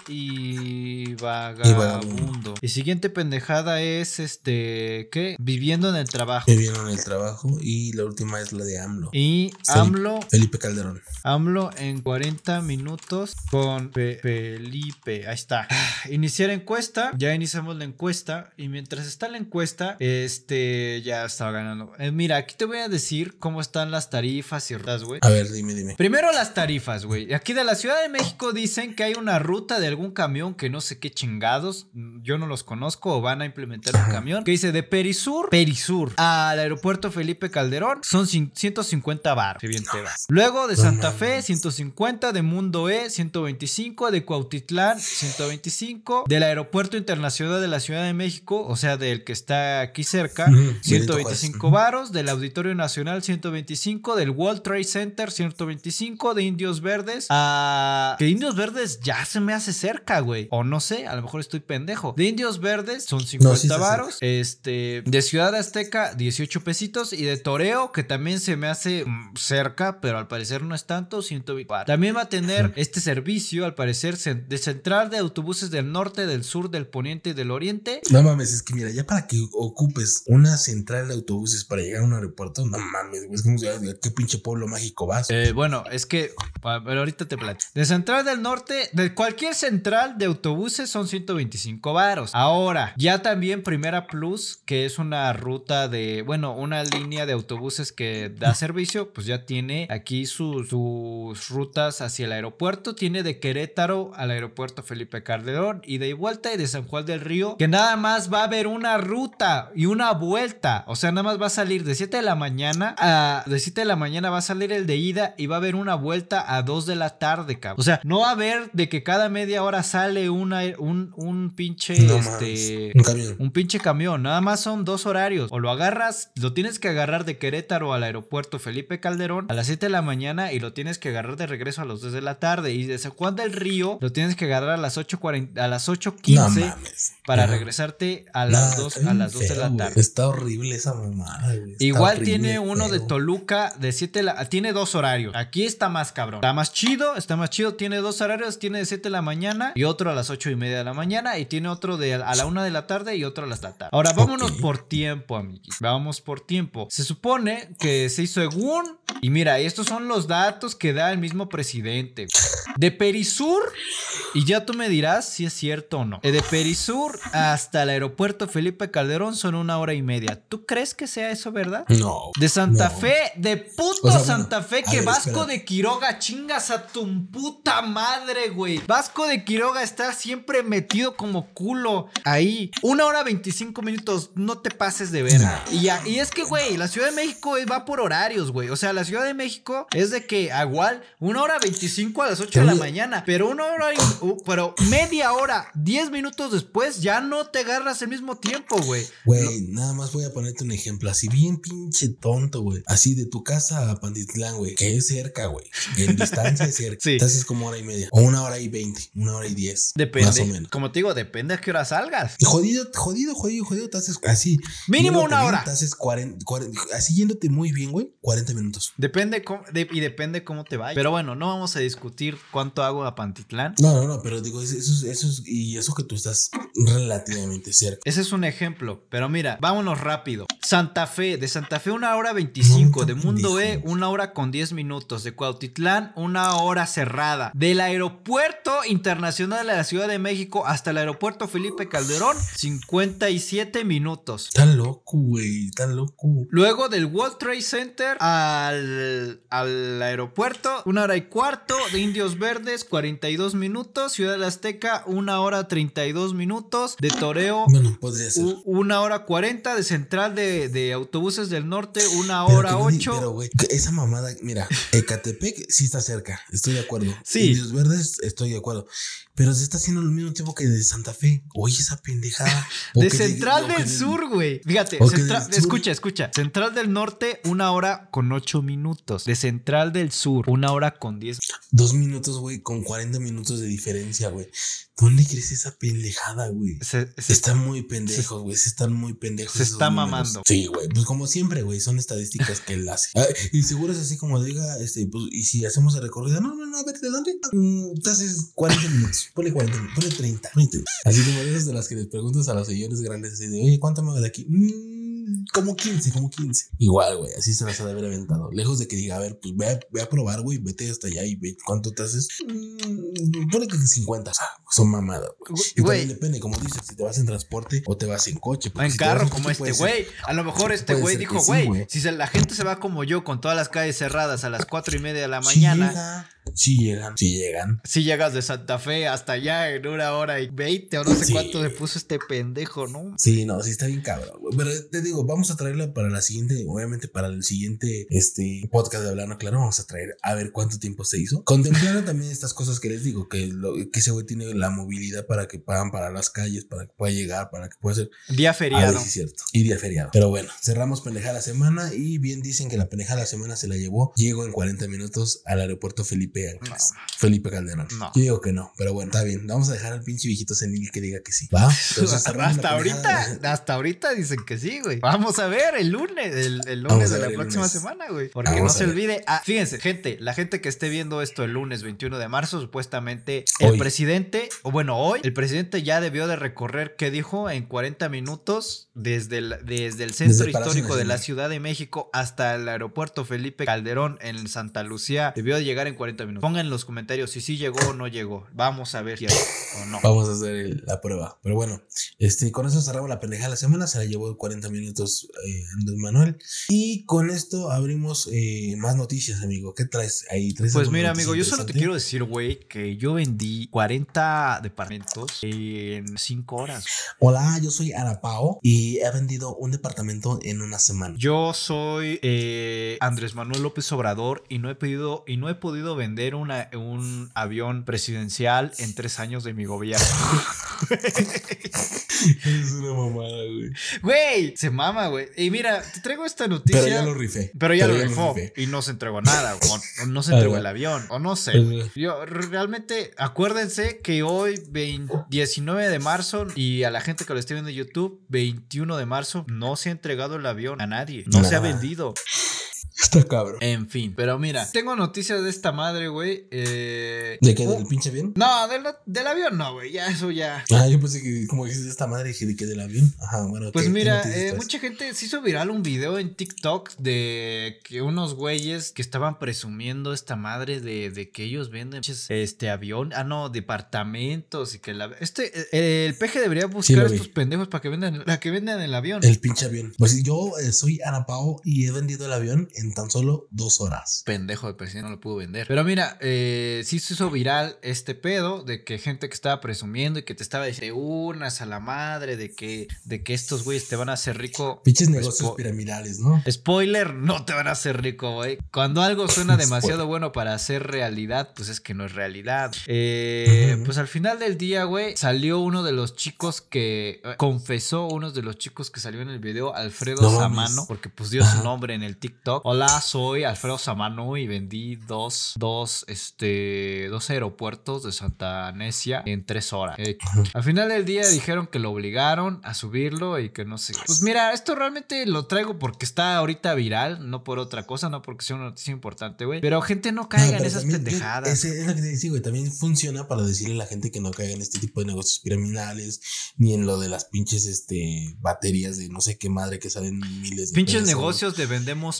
y Y vagabundo. vagabundo. Y siguiente pendejada es este, ¿qué? Viviendo en el trabajo. Que vieron el trabajo. Y la última es la de AMLO. Y Felipe, AMLO, Felipe Calderón. AMLO en cuarenta minutos con Fe- Felipe. Ahí está. Ah, Iniciar encuesta. Ya iniciamos la encuesta. Y mientras está la encuesta, este ya estaba ganando. Eh, mira, aquí te voy a decir cómo están las tarifas y rutas, güey. A ver, dime, dime. Primero las tarifas, güey. Aquí de la Ciudad de México dicen que hay una ruta de algún camión que no sé qué chingados, yo no los conozco o van a implementar un Ajá. camión que dice de Perisur, Perisur al aeropuerto Felipe Calderón son cin- ciento cincuenta baros, si bien te va. Luego de No Santa mames. Fe ciento cincuenta, de Mundo E ciento veinticinco, de Cuautitlán ciento veinticinco, del Aeropuerto Internacional de la Ciudad de México, o sea, del que está aquí cerca, Ujú, Benito ciento Juárez. veinticinco Ujú. varos, del Auditorio Nacional ciento veinticinco, del World Trade Center ciento veinticinco, de Indios Verdes a... que Indios Verdes ya se me hace cerca, güey. O no sé, a lo mejor estoy pendejo. De Indios Verdes son cincuenta No, sí está varos. Este, de Ciudad Azteca dieciocho pesitos y de Toreo, que también se me hace mm, cerca, pero al parecer no es tanto, ciento veinte varos. También va a tener Ujú. este servicio, al parecer, cen- de central de autobuses del norte, del sur, del poniente y del oriente. No mames, es que mira, ya para que ocupes una central de autobuses para llegar a un aeropuerto, no mames, güey, es como, ¿a qué pinche pueblo mágico vas? Eh, bueno, es que, a ver, ahorita te platico. De Central del Norte, de cualquier central de autobuses son ciento veinticinco varos. Ahora, ya también Primera Plus, que es una ruta de, bueno, una línea de autobuses que da servicio, pues ya tiene aquí su- sus rutas hacia el aeropuerto. Tiene de Querétaro al aeropuerto Felipe Calderón, ida y vuelta, y de San Juan del Río, que nada más va a haber una ruta y una vuelta. O sea, nada más va a salir de siete de la mañana a... de siete de la mañana va a salir el de ida y va a haber una vuelta a dos de la tarde, cabrón. O sea, no va a haber de que cada media hora sale una, un, un pinche, No este... mames, un camión. un pinche camión. Nada más son dos horarios. O lo agarras, lo tienes que agarrar de Querétaro al aeropuerto Felipe Calderón a las siete de la mañana y lo tienes que agarrar de regreso a las dos de la tarde. Y de San Juan del Río lo tienes que agarrar a las ocho cuarenta, a las ocho No quince mames. para Ajá. regresarte a No, las dos, está a bien las dos de feo, la güey. tarde. Está horrible esa mamada, güey. Está Igual horrible, tiene uno de feo. Toluca de siete de la... Tiene dos horarios. Aquí está más cabrón. Está más chido, está más chido. Tiene dos horarios. Tiene de siete de la mañana y otro a las ocho y media de la mañana. Y tiene otro de a la una de la tarde y otro a las de la tarde. Ahora, vámonos Ok. por tiempo, amiguitos. Vamos por tiempo. Se supone que se hizo según... Y mira, estos son los datos que da el mismo presidente. De Perisur, y ya tú me dirás si es cierto o no. De Perisur hasta el aeropuerto Felipe Calderón son una hora y media. ¿Tú crees que sea eso verdad? No. De Santa no. Fe, de puto O sea, bueno, Santa Fe, a que ver, Vasco espérate. de Quiroga, chingas a tu puta madre, güey. Vasco de Quiroga está siempre metido como culo ahí. Una hora veinticinco minutos, no te pases de verga. Y, ya, y es que, güey, la Ciudad de México es- va por horarios, güey. O sea, la Ciudad de México es de que, ah, igual, una hora veinticinco a las ocho de la Oye. mañana, pero una hora, y- uh, pero media hora, diez minutos después, ya no te agarras el mismo tiempo, güey. Güey, nada más voy a ponerte un ejemplo así bien pinche tonto, güey. Así de tu casa a Pantitlán, güey, que es cerca, güey. En distancia es cerca. Sí. Te haces como hora y media. O una hora y veinte, una hora y diez. Depende. Más o menos. Como te digo, depende a qué hora salgas. Y jodido, jodido, jodido, jodido, te haces así. Mínimo yéndote una bien, hora. Te haces cuarenta, cuarenta, así yéndote muy bien, güey, cuarenta minutos. Depende cómo, de- y depende cómo te vaya. Pero bueno, no vamos a discutir cuánto hago a Pantitlán. No, no, no, pero digo, eso, eso, eso es, y eso que tú estás relativamente cerca. Ese es un ejemplo. Pero mira, vámonos rápido. Santa Fe, de Santa Fe una hora veinticinco. No, De tan Mundo E pendejo. una hora con diez minutos. De Cuautitlán una hora cerrada. Del Aeropuerto Internacional de la Ciudad de México hasta el Aeropuerto Felipe Calderón, cincuenta y siete minutos. Tan loco, güey, tan loco. Luego del World Trade Center al, al aeropuerto, una hora y cuarto. De Indios Verdes, cuarenta y dos minutos. Ciudad de la Azteca, una hora treinta y dos minutos. minutos. De Toreo, bueno, podría ser. u- una hora cuarenta. De Central de, de Autobuses del Norte, una Pero hora que no di- ocho. Pero, güey, que esa mamada, mira, Ecatepec sí está cerca, estoy de acuerdo. Sí. Indios Verdes, estoy de acuerdo. Pero se está haciendo al mismo tiempo que de Santa Fe. Oye, esa pendejada. O De que Central o que del Sur, güey. Fíjate, o que Central- del Sur. escucha, escucha. Central del Norte, una hora con ocho minutos. De Central del Sur, una hora con diez. Dos minutos, güey, con cuarenta minutos de diferencia, güey. ¿Dónde crees esa pendejada, güey? Se, se- Están muy pendejos, güey. Se están muy pendejos. Se esos está números. mamando. Sí, güey. Pues como siempre, güey. Son estadísticas que él hace. Ah, y seguro es así como diga, este, pues, y si hacemos el recorrido, no, no, no, a ver, ¿de dónde? Mm, te haces cuarenta minutos. Ponle cuarenta minutos. Ponle treinta. ponle treinta. Así como esas de las que les preguntas a los señores grandes, así de, oye, ¿cuánto me hago de aquí? Mm, como quince, como quince. Igual, güey. Así se las ha de haber aventado. Lejos de que diga, a ver, pues ve a, ve a probar, güey. Vete hasta allá y ve cuánto te haces. Mm, ponle que cincuenta. O sea, son mamadas, güey. Y Güey. también depende, como dices, si te vas en transporte o te vas en coche. porque En si te vas carro en como coche, este puede ser- güey. A lo mejor este puede güey ser que dijo, sí, güey, güey. si se- la gente se va como yo con todas las calles cerradas a las cuatro y media de la Sí mañana, llega, sí llegan, sí llegan. si llegas de Santa Fe hasta allá en una hora y veinte o no sé Sí. cuánto se puso este pendejo, ¿no? Sí, no, sí está bien cabrón, güey. Pero te digo, vamos a traerla para la siguiente, obviamente para el siguiente este podcast de Hablando Claro, vamos a traer a ver cuánto tiempo se hizo. Contemplando también estas cosas que les digo, que, lo, que ese güey tiene la movilidad para que pagan para las calles, para que pueda llegar, para que pueda hacer. Día A ver feriado. si es cierto. Y día feriado. Pero bueno, cerramos pendejada la semana y bien dicen que la pendejada la semana se la llevó. Llego en cuarenta minutos al aeropuerto Felipe Ángeles. No. Felipe Calderón. No. Yo digo que no, pero bueno, está bien. Vamos a dejar al pinche viejito senil que diga que sí. ¿Va? Entonces, cerramos Hasta la ahorita, pendejada. hasta ahorita dicen que sí, güey. Vamos a ver el lunes, el, el Vamos lunes a de ver la el próxima lunes. semana, güey. Porque Vamos no a se ver. olvide. Ah, fíjense, gente, la gente que esté viendo esto el lunes veintiuno de marzo, supuestamente el Hoy. presidente, o bueno, hoy, el presidente ya debió de recorrer, ¿qué dijo? En cuarenta minutos desde el, desde el centro Desde el Palacio histórico de la Nacional. Ciudad de México hasta el aeropuerto Felipe Calderón en Santa Lucía. Debió de llegar en cuarenta minutos. Pongan en los comentarios si sí llegó o no llegó. Vamos a ver si es o no. Vamos a hacer el- la prueba. Pero bueno, este, con eso cerramos la pendejada de la semana. Se la llevó cuarenta minutos eh, Andrés Manuel. Y con esto abrimos eh, más noticias, amigo. ¿Qué traes ahí? ¿Traes Pues alguna mira, noticia amigo, yo solo te interesante? quiero decir, güey, que yo vendí cuarenta departamentos en cinco horas. Hola, yo soy Arapao y he vendido un departamento en una semana. Yo soy eh, Andrés Manuel López Obrador y no he pedido y no he podido vender una, un avión presidencial en tres años de mi gobierno. Es una mamada, güey. Güey, se mama, güey. Y mira, te traigo esta noticia. Pero ya lo rifé. Pero ya Pero lo ya lo rifó rifé. y no se entregó nada, o, o no se entregó Ajá. el avión, o no sé. Ajá. Yo realmente, acuérdense que hoy, veinte diecinueve de marzo, y a la gente que lo esté viendo en YouTube, veintiuno de marzo, no se ha entregado el avión a nadie, no se ha Nada. vendido. Está cabrón. En fin, pero mira, tengo noticias de esta madre, güey. Eh... ¿De qué? uh, ¿Del pinche avión? No, del, del avión no, güey, ya eso ya. Ah, yo pensé que como dijiste esta madre dije de que del avión. Ajá, bueno. Pues ¿qué- qué mira, noticias eh, traes? mucha gente se hizo viral un video en TikTok de que unos güeyes que estaban presumiendo esta madre de, de que ellos venden pinches, este avión, ah no, departamentos y que la este eh, el peje debería buscar lo a vi. estos pendejos para que vendan para que vendan el avión. El pinche avión. Pues yo eh, soy Anapao y he vendido el avión en tan solo dos horas. Pendejo de presidente no lo pudo vender. Pero mira, eh, sí se hizo viral este pedo de que gente que estaba presumiendo y que te estaba diciendo "Te unas a la madre de que, de que estos güeyes te van a hacer rico. Pinches Pues, negocios po- piramidales, ¿no? Spoiler, no te van a hacer rico, güey. Cuando algo suena demasiado Spoiler. bueno para ser realidad, pues es que no es realidad. Eh, Ujú. Pues al final del día, güey, salió uno de los chicos que eh, confesó, uno de los chicos que salió en el video, Alfredo No mames. Samano, porque pues dio Ajá. su nombre en el TikTok. Hola, soy Alfredo Samano y vendí dos, dos, este, dos aeropuertos de Santa Necia en tres horas. Eh, al final del día dijeron que lo obligaron a subirlo y que no sé. Pues mira, esto realmente lo traigo porque está ahorita viral, no por otra cosa, no porque sea una noticia importante, güey. Pero gente no caiga No, en pero esas también, yo- pendejadas. ese es lo que te decía, güey. También funciona para decirle a la gente que no caiga en este tipo de negocios piramidales, ni en lo de las pinches este, baterías de no sé qué madre que salen miles de Pinches pesos. negocios de vendemos En pavos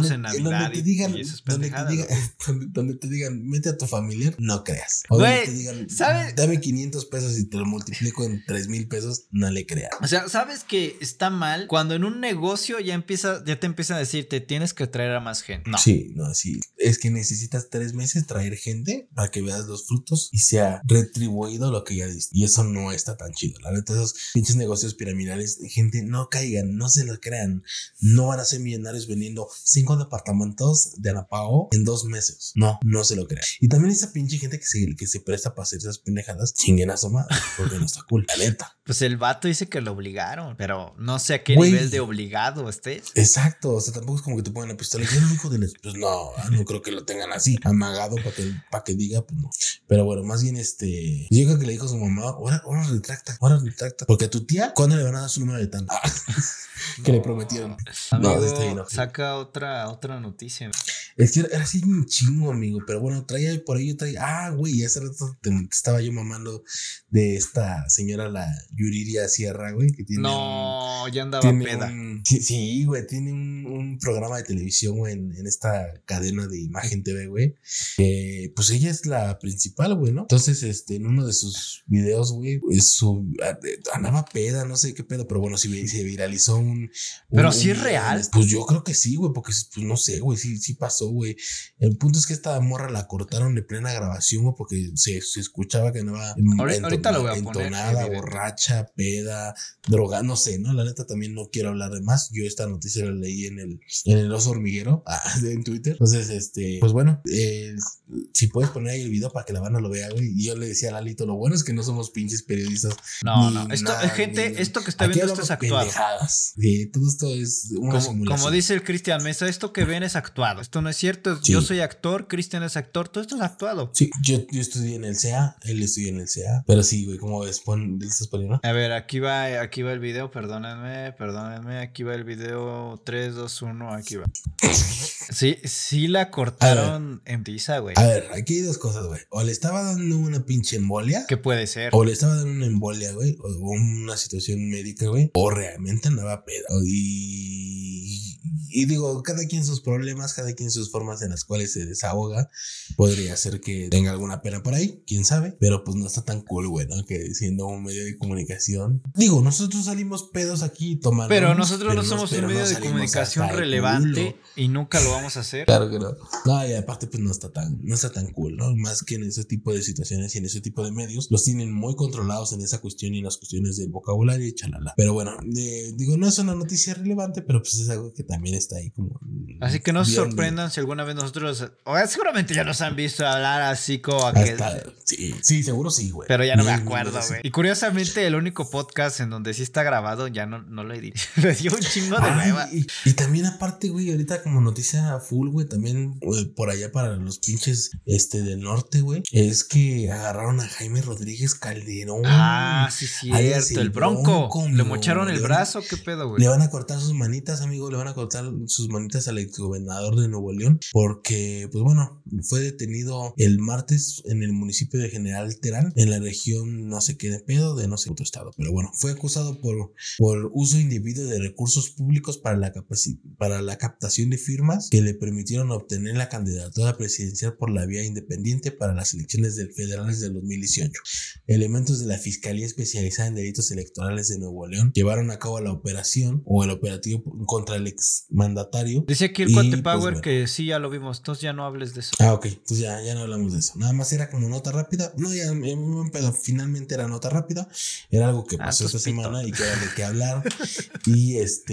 estamos en Navidad donde te digan, y, y esas donde te, digan donde, donde te digan, mete a tu familiar, no creas. O güey, donde te digan, ¿sabes? Dame quinientos pesos y te lo multiplico en tres mil pesos, no le creas. O sea, ¿sabes que está mal? Cuando en un negocio ya empieza, ya te empiezan a decir, te tienes que traer a más gente. No. Sí, no, sí. Es que necesitas tres meses traer gente para que veas los frutos y sea retribuido lo que ya diste. Y eso no está tan chido. La neta, esos pinches negocios piramidales, gente, no caigan, no se lo crean. No van a ser millonarios vendiendo cinco departamentos de Anapao en dos meses. No, no se lo crean. Y también esa pinche gente que se, que se presta para hacer esas pendejadas, chinguen a su madre, porque no está cool, la neta. Pues el vato dice que lo obligaron, pero no sé a qué Güey, nivel de obligado estés. Exacto, o sea, tampoco es como que te pongan la pistola. Yo no hijo de la... Pues no, no creo que lo tengan así, amagado para que, para que diga, pues no. Pero bueno, más bien este... Yo creo que le dijo a su mamá, ahora, ahora retracta, ahora retracta. Porque a tu tía, ¿cuándo le van a dar su número de tan? Ah, que no, le prometieron. Amigo, no, está bien, no. Saca otra, otra noticia. Es que era así un chingo, amigo. Pero bueno, traía por ahí, traía. Ah, güey, hace rato te, te estaba yo mamando de esta señora, la Yuriria Sierra, güey, que tiene. No, un, ya andaba tiene peda. Un, sí, sí, güey, tiene un, un programa de televisión, güey, en, en esta cadena de Imagen T V, güey. Eh, pues ella es la principal, güey, ¿no? Entonces, este, en uno de sus videos, güey, su, andaba peda, no sé qué pedo, pero bueno, si se viralizó un. un pero un, sí es un, real. Pues yo creo que sí, güey, porque pues no sé, güey, sí, sí pasó, güey. El punto es que esta morra la cortaron de plena grabación, güey, porque se, se escuchaba que andaba ahorita, ahorita lo voy a entonada, poner, borracha, peda, droga, no sé, ¿no? La neta también no quiero hablar de más. Yo esta noticia la leí en el, en el Oso Hormiguero, ah, en Twitter. Entonces, este, pues bueno, eh, si puedes poner ahí el video para que la banda lo vea, güey. Y yo le decía a Lalito, lo bueno es que no somos pinches periodistas. No, no, esto, nada, gente, ni, esto que está viendo esto es actuado. Pendejadas. Sí, todo esto es una como, simulación. Como dice el Cristian Mesa, esto que ven es actuado. Esto no es cierto. Sí. Yo soy actor, Cristian es actor, todo esto es actuado. Sí, yo, yo estudié en el C A, él estudió en el C A. Pero sí, güey, ¿cómo ves? Pon, ¿le estás poniendo? A ver, aquí va, aquí va el video, perdónenme, perdónenme. Aquí va el video tres, dos, uno, aquí va. Sí, sí la cortaron en tiza, güey. A ver, aquí hay dos cosas, güey. O le estaba dando una pinche embolia. ¿Qué puede ser? O le estaba dando una embolia, güey. O una situación médica, güey. O realmente andaba pedo. Y, y digo, cada quien sus problemas, cada quien sus formas en las cuales se desahoga. Podría ser que tenga alguna pena por ahí, quién sabe. Pero pues no está tan cool, güey, ¿no? Que siendo un medio de comunicación. Digo, nosotros salimos pedos aquí tomando. Pero nosotros pero no somos un medio no de comunicación relevante y nunca lo vamos a hacer. Claro que no. No, y aparte, pues no está tan, no está tan cool, ¿no? Más que en ese tipo de situaciones y en ese tipo de medios, los tienen muy controlados en esa cuestión y en las cuestiones del vocabulario y chalala. Pero bueno, eh, digo, no es una noticia relevante, pero pues es algo que también está ahí como. Así que no se sorprendan de... si alguna vez nosotros, o seguramente ya nos han visto hablar así como aquel. Hasta, sí, sí, seguro sí, güey. Pero ya no Bien, me acuerdo, güey. Y curiosamente, el único podcast en donde sí está grabado, ya no, no lo edité. Me dio un chingo de nueva. Y, y también aparte, güey, ahorita como noticia full, güey, también wey, por allá para los pinches este del norte, güey, es que agarraron a Jaime Rodríguez Calderón. Ah, sí, cierto, el Bronco. bronco le mocharon el brazo, ¿qué pedo, güey? Le van a cortar sus manitas, amigo, le van a cortar sus manitas al exgobernador de Nuevo León, porque, pues bueno, fue detenido el martes en el municipio de General Terán, en la región no sé qué de pedo, de no sé otro estado, pero bueno, fue acusado por, por uso indebido de recursos públicos para la, capaci- para la captación de firmas que le permitieron obtener la candidatura presidencial por la vía independiente para las elecciones del federales del dos mil dieciocho. Elementos de la Fiscalía Especializada en Delitos Electorales de Nuevo León llevaron a cabo la operación o el operativo contra el exmandatario. Dice aquí el Cuate Power pues, bueno. que sí, ya lo vimos, entonces ya no hables de eso. Ah, ok, entonces ya, ya no hablamos de eso. Nada más era como nota rápida. No, ya, pero finalmente era nota rápida. Era algo que pasó ah, esta pito. semana y que era de qué hablar. y este,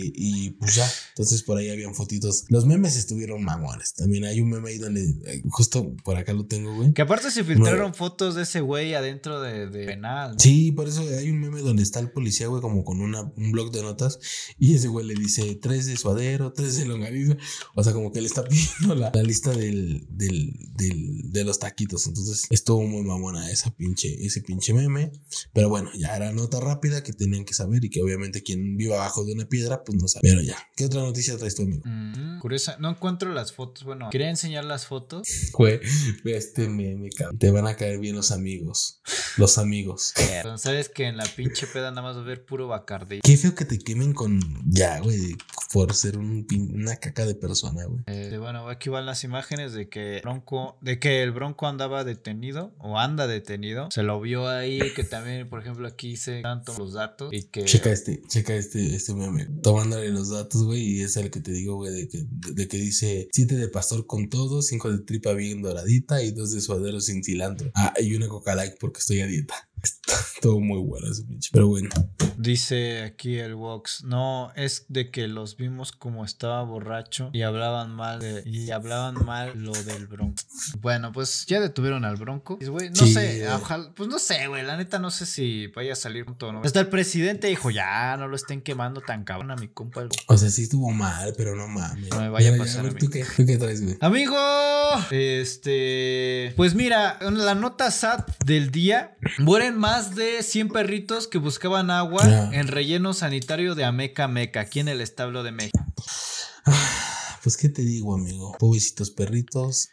y pues ya, entonces por ahí habían fotitos. Los memes estuvieron mamones. También hay un meme ahí donde, justo por acá lo tengo, güey. Que aparte se filtraron no. fotos de ese güey adentro de, de penal. ¿no? Sí, por eso hay un meme donde está el policía, güey, como con una, un bloc de notas. Y ese güey le dice tres de suadero, tres de longaniza. O sea, como que le está pidiendo la, la lista del, del, del, de los taquitos. Entonces estuvo muy mamona esa pinche, ese pinche meme. Pero bueno, ya era nota rápida que tenían que saber y que obviamente quien viva abajo de una piedra, pues no sabe. Pero ya, ¿qué otra noticia traes tú, amigo? Mm, curiosa, no encuentro las fotos. Bueno, quería enseñar las fotos. Güey, este meme, cabrón. Te van a caer bien los amigos. Los amigos. Entonces, sabes que en la pinche peda nada más va a ver puro Bacardí. Qué feo que te quemen con. Ya, güey. por ser un, una caca de persona, güey. Eh, bueno, aquí van las imágenes de que Bronco, de que el Bronco andaba detenido o anda detenido. Se lo vio ahí, que también, por ejemplo, aquí se tanto los datos y que... Checa este, checa este, este meme. Tomándole los datos, güey, y es el que te digo, güey, de que, de, de que dice siete de pastor con todo, cinco de tripa bien doradita y dos de suadero sin cilantro. Ah, y una coca like porque estoy a dieta. Está todo muy bueno ese pinche. Pero bueno. Dice aquí el Vox, no, es de que los vimos como estaba borracho y hablaban mal de, y hablaban mal lo del Bronco. Bueno, pues ya detuvieron al Bronco. Y, güey, no Sí, sé, güey. ojalá, pues no sé, güey, la neta no sé si vaya a salir pronto o no. Hasta el presidente dijo, ya, no lo estén quemando tan cabrón a mi compa. El... O sea, sí estuvo mal, pero no mames. No me vaya Ya, a pasar ya, a ver, a mí. ¿tú qué, ¿tú qué traes, güey? Amigo, este, pues mira, la nota sad del día, mueren más de cien perritos que buscaban agua Ah. en relleno sanitario de Ameca Meca, aquí en el establo de México. Pues qué te digo, amigo, pobrecitos perritos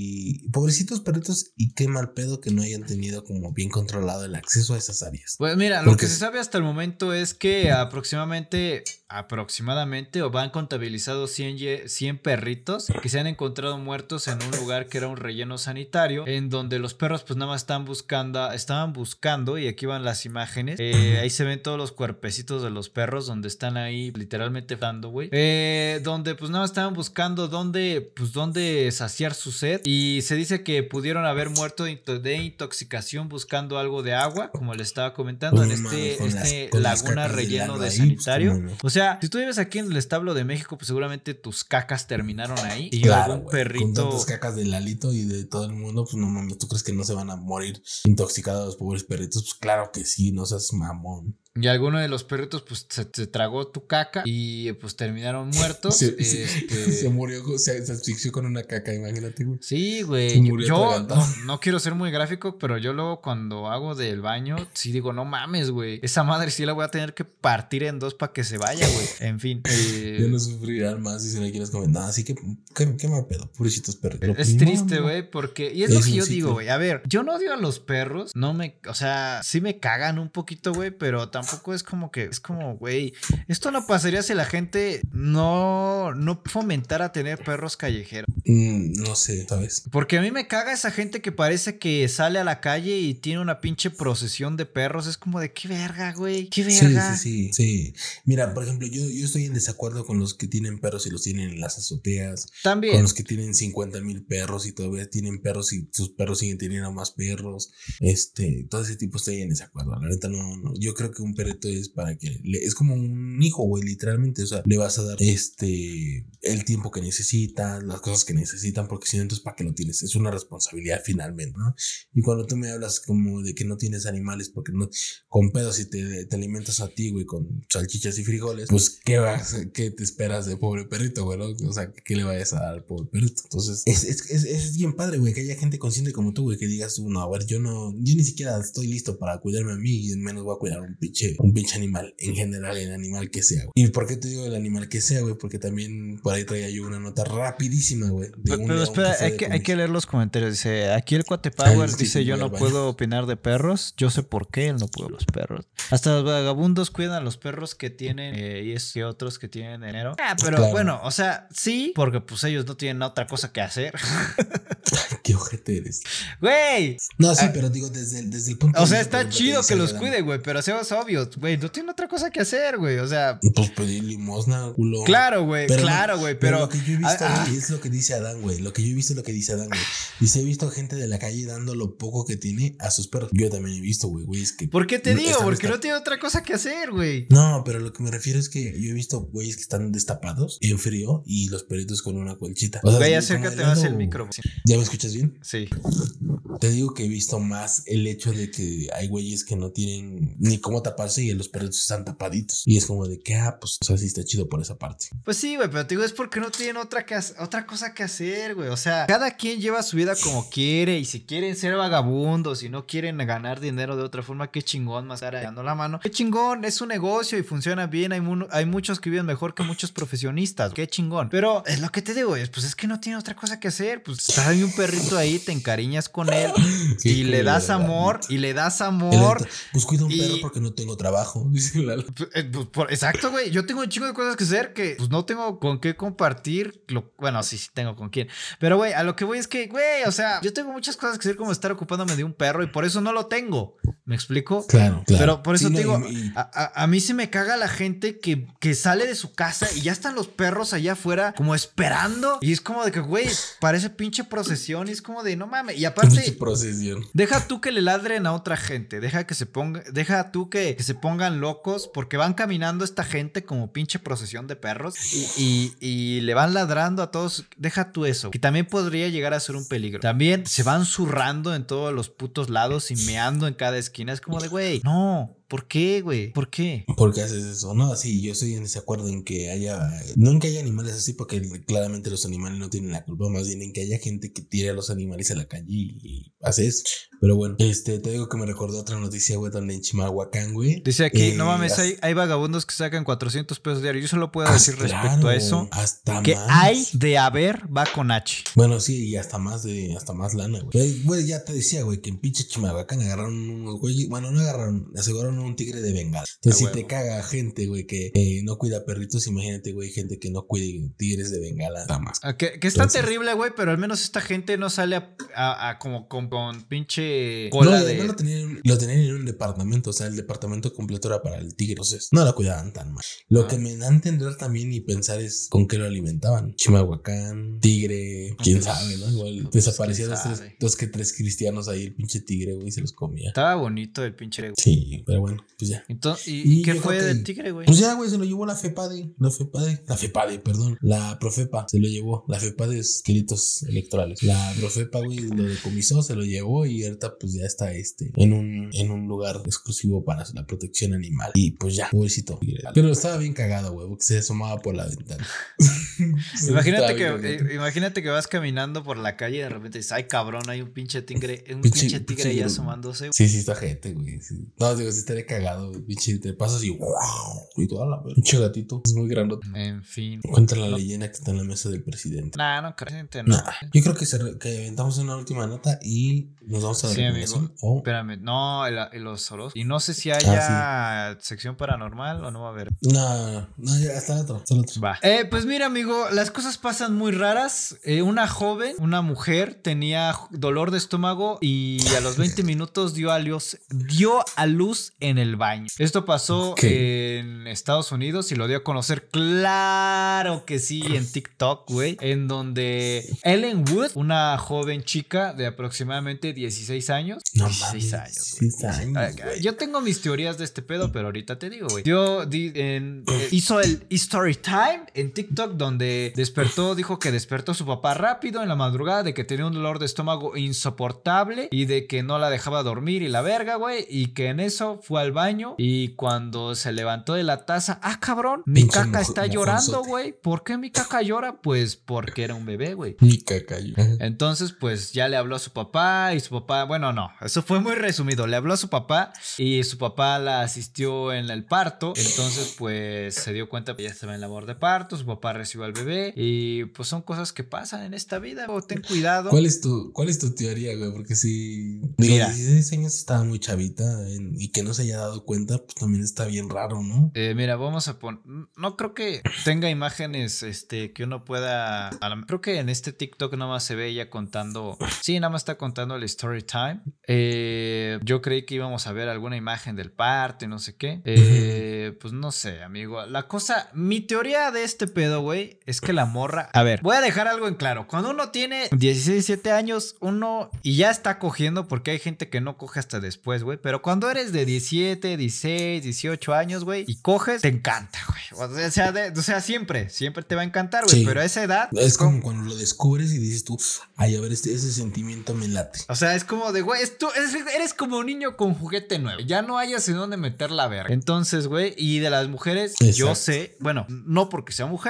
y pobrecitos perritos y qué mal pedo que no hayan tenido como bien controlado el acceso a esas áreas. Pues mira, Porque lo que es- se sabe hasta el momento es que aproximadamente, aproximadamente o van contabilizados cien, ye- cien perritos que se han encontrado muertos en un lugar que era un relleno sanitario, en donde los perros pues nada más están buscando, estaban buscando, y aquí van las imágenes, eh, ahí se ven todos los cuerpecitos de los perros donde están ahí literalmente dando, güey, eh, donde pues nada más estaban buscando dónde, pues dónde saciar su sed, y se dice que pudieron haber muerto de, into- de intoxicación buscando algo de agua, como les estaba comentando, Pues en no mames, este, con las- este con las laguna cacas de relleno Lalo de ahí, pues, sanitario. cómo no. O sea, si tú vives aquí en el establo de México, pues seguramente tus cacas terminaron ahí y Claro, algún güey, con perrito... tantas cacas de Lalito y de todo el mundo, pues no mames, ¿tú crees que no se van a morir intoxicados los pobres perritos? Pues claro que sí, no seas mamón. Y alguno de los perritos pues se, se tragó tu caca y pues terminaron muertos. Se, se- este... se murió, se, se asfixió con una caca, imagínate, güey. Sí, Se güey. Yo, murió yo atragantado. no, no quiero ser muy gráfico, pero yo luego cuando hago del baño, sí digo, no mames, güey. Esa madre sí la voy a tener que partir en dos para que se vaya, güey. En fin. eh, Ya no sufrirán más si se le quieres comentar. Así que, qué, qué mal pedo, pobrecitos perros. Pero, Es pues, triste, no, güey, porque... Y es, Es lo que un yo ciclo. digo, güey. A ver, yo no odio a los perros. No me... O sea, sí me cagan un poquito, güey, pero tampoco es como que... Es como, güey, esto no pasaría si la gente no, no fomentara tener perros callejeros. Mm, no sé, ¿sabes? Porque a mí me caga esa gente que parece que sale a la calle y tiene una pinche procesión de perros. Es como de, qué verga, güey, qué Sí, verga. sí, sí, sí. Mira, por ejemplo, yo, yo estoy en desacuerdo con los que tienen perros y los tienen en las azoteas. También. Con los que tienen cincuenta mil perros y todavía tienen perros y sus perros siguen teniendo más perros. Este, todo ese tipo estoy en desacuerdo. La neta no, no. Yo creo que un perrito es para que le, es como un hijo, güey, literalmente. O sea, le vas a dar este el tiempo que necesita, las cosas que necesitan, porque si no, entonces ¿para qué lo tienes? Es una responsabilidad finalmente, ¿no? Y cuando tú me hablas como de que no tienes animales porque no con pedos y te, te alimentas a ti, güey, con salchichas y frijoles, pues ¿qué vas, qué te esperas de pobre perrito, güey, ¿no? O sea, ¿qué le vayas a dar al pobre perrito? Entonces, es, es, es, es bien padre, güey, que haya gente consciente como tú, güey, que digas tú, no, a ver, yo no, yo ni siquiera estoy listo para cuidarme a mí y menos voy a cuidar a un pinche, un pinche animal, en general, el animal que sea, güey. ¿Y por qué te digo el animal que sea, güey? Porque también por ahí traía yo una nota rapidísima, güey. Pero, pero espera, hay que, hay que leer los comentarios. Dice, aquí el Cuate Power sí, dice, sí, yo voy no al baño. puedo opinar de perros. Yo sé por qué él no puede los perros. Hasta los vagabundos cuidan a los perros que tienen eh, y es que otros que tienen dinero. Ah, pero Claro. bueno, o sea, sí, porque pues ellos no tienen otra cosa que hacer. Qué ojete eres. Güey. No, sí, Ah, pero digo, desde el, desde el punto o de sea, vista, por está ejemplo, chido dice que los Adán, cuide, güey, pero seamos obvios, güey, no tiene otra cosa que hacer, güey, o sea... Pues pedir limosna, culo. Claro, güey, Pero no, claro, güey, pero... lo que yo he visto, ah, güey, es lo que dice Adán, güey. Lo que yo he visto es lo que dice Adán, güey. Dice, he visto gente de la calle dando lo poco que tiene a sus perros. Yo también he visto, güey, güey, es que... ¿por qué te no, digo? están Porque destap- no tiene otra cosa que hacer, güey. No, pero lo que me refiero es que yo he visto güeyes que están destapados en frío y los perritos con una colchita. O sea, Güey, como acércate helado- más el micro. ¿Ya me escuchas bien? Sí. Te digo que he visto más el hecho de que hay güeyes que no tienen ni cómo taparse y los perritos están tapaditos. Y es como de que, ah, pues, o sea, sí está chido por esa parte. Pues sí, güey, pero te digo, es porque no tienen otra, que hac- otra cosa que hacer, güey. O sea, cada quien lleva su vida como quiere. Y si quieren ser vagabundos, si no quieren ganar dinero de otra forma, qué chingón, más estar dando la mano. Qué chingón, es un negocio y funciona bien. Hay, mu- hay muchos que viven mejor que muchos profesionistas. Qué chingón. Pero es lo que te digo, es, pues es que no tiene otra cosa que hacer. Pues está ahí un perrito ahí, te encariñas con él Qué y le das culero, amor, la y le das El amor. neta, pues cuida un y- perro porque no te tengo trabajo, dice Lalo. Eh, pues, por, exacto, güey. Yo tengo un chingo de cosas que hacer que pues no tengo con qué compartir. Lo, bueno, sí, sí tengo con quién. Pero, güey, a lo que voy es que, güey, o sea, yo tengo muchas cosas que hacer como estar ocupándome de un perro y por eso no lo tengo. ¿Me explico? Claro, claro. Pero por eso sí, te no, digo, y, y... A, a, a mí se me caga la gente que, que sale de su casa y ya están los perros allá afuera como esperando. Y es como de que, güey, parece pinche procesión. Y es como de, no mames. Y aparte, pinche procesión. Deja tú que le ladren a otra gente. Deja que se ponga, deja tú que, que se pongan locos porque van caminando esta gente como pinche procesión de perros y, y, y le van ladrando a todos. Deja tú eso, que también podría llegar a ser un peligro. También se van zurrando en todos los putos lados y meando en cada esquina. Es como de, güey, no. ¿Por qué, güey? ¿Por qué? ¿Por qué haces eso? No, sí, yo estoy en desacuerdo en que haya... No que haya animales así, porque claramente los animales no tienen la culpa, más bien en que haya gente que tire a los animales a la calle y hace eso. Pero bueno, este, te digo que me recordó otra noticia, güey, donde en Chimalhuacán, güey. Dice aquí, eh, no mames, hasta... hay, hay vagabundos que sacan cuatrocientos pesos diarios. Yo solo puedo decir claro, respecto a eso hasta que más. hay de haber va con H. Bueno, sí, y hasta más de, hasta más lana, güey. Güey, ya te decía, güey, que en pinche Chimalhuacán agarraron un güey, bueno, no agarraron, aseguraron un tigre de Bengala. Entonces, ah, si huevo. Te caga gente, güey, que eh, no cuida perritos, imagínate, güey, gente que no cuide tigres de Bengala, nada más. Que, que está Entonces, terrible, güey, pero al menos esta gente no sale a, a, a como con, con pinche cola no, de... No lo tenían, lo tenían en un departamento, o sea, el departamento completo era para el tigre, entonces no lo cuidaban tan mal. Lo ah. que me da a entender también y pensar es con qué lo alimentaban. Chimalhuacán, tigre, quién sabe, ¿no? Igual desaparecían dos, tres, dos que tres cristianos ahí, el pinche tigre, güey, se los comía. Estaba bonito el pinche tigre. Sí, pero bueno, pues ya. Entonces, ¿y, ¿y qué fue del tigre, güey? Pues ya, güey, se lo llevó la FEPADE, la FEPADE, la FEPADE, perdón, la Profepa, se lo llevó, la FEPADE es delitos electorales. La Profepa, güey, lo decomisó, se lo llevó y ahorita pues ya está este, en un, en un lugar exclusivo para la protección animal. Y pues ya, pobrecito. Pero estaba bien cagado, güey, porque se asomaba por la ventana. Imagínate que, eh, imagínate que vas caminando por la calle y de repente dices, ay cabrón, hay un pinche tigre, un pinche, pinche tigre ahí asomándose. Sí, sí, está gente, güey. Sí. No, digo, sí estaría cagado, güey. Pinche, te pasas y wow, y toda la pinche gatito. Es muy grande. En fin. Cuenta la no. leyenda que está en la mesa del presidente. Nah, no, presidente, no. Nah, yo creo que, se, que aventamos una última nota y nos vamos a la sí, recomendación. Oh. Espérame, no, el, el, los oros. Y no sé si haya ah, sí. sección paranormal o no va a haber. No, no, ya hasta el otro, hasta el otro. Va. Eh, pues mira, amigo, las cosas pasan muy raras. Eh, una joven, una mujer, tenía dolor de estómago y a los veinte minutos dio a luz, dio a luz en el baño. Esto pasó okay. en Estados Unidos y lo dio a conocer, claro que sí, en TikTok, güey, en donde Ellen Wood, una joven chica de aproximadamente dieciséis años. No dieciséis mames, años. dieciséis años, güey. Yo tengo mis teorías de este pedo, pero ahorita te digo, güey. Dio, di, en, eh, hizo el Story Time en TikTok donde despertó, dijo que despertó a su papá rápido en la madrugada, de que tenía un dolor de estómago insoportable y de que no la dejaba dormir y la verga, güey, y que en eso fue al baño y cuando se levantó de la taza, ah, cabrón, mi Pinche caca está llorando, güey. ¿Por qué mi caca llora? Pues porque era un bebé, güey. Mi caca llora. Entonces, pues ya le habló a su papá y su papá, bueno, no, eso fue muy resumido. Le habló a su papá y su papá la asistió en el parto. Entonces, pues se dio cuenta que ya estaba en labor de parto. Su papá recibió al bebé y pues son cosas que pasan en esta vida. O ten cuidado. ¿Cuál es tu, cuál es tu teoría, güey? Porque si digo, dieciséis años estaba muy chavita en, y que no se haya dado cuenta, pues también está bien raro, ¿no? Eh, mira, vamos a poner, no creo que tenga imágenes este, que uno pueda, a la, creo que en este TikTok nada más se ve ella contando, sí, nada más está contando el story time. Eh, yo creí que íbamos a ver alguna imagen del parto y no sé qué. Eh, pues no sé, amigo. La cosa, mi teoría de este pedo, güey, es que la morra, a ver, voy a dejar algo en claro. Cuando uno tiene dieciséis, diecisiete años, uno y ya está cogiendo, porque hay gente que no coge hasta después, güey, pero cuando eres de diecisiete, dieciséis, dieciocho años, güey, y coges, te encanta, güey. O sea, de, o sea, siempre, siempre te va a encantar, güey, sí. Pero a esa edad es, es como, como cuando lo descubres y dices tú, ay, a ver, este, ese sentimiento me late. O sea, es como de, güey, tú eres, eres como un niño con juguete nuevo, ya no hayas en dónde meter la verga. Entonces, güey, y de las mujeres, exacto. Yo sé, bueno, no porque sea mujer, pero pues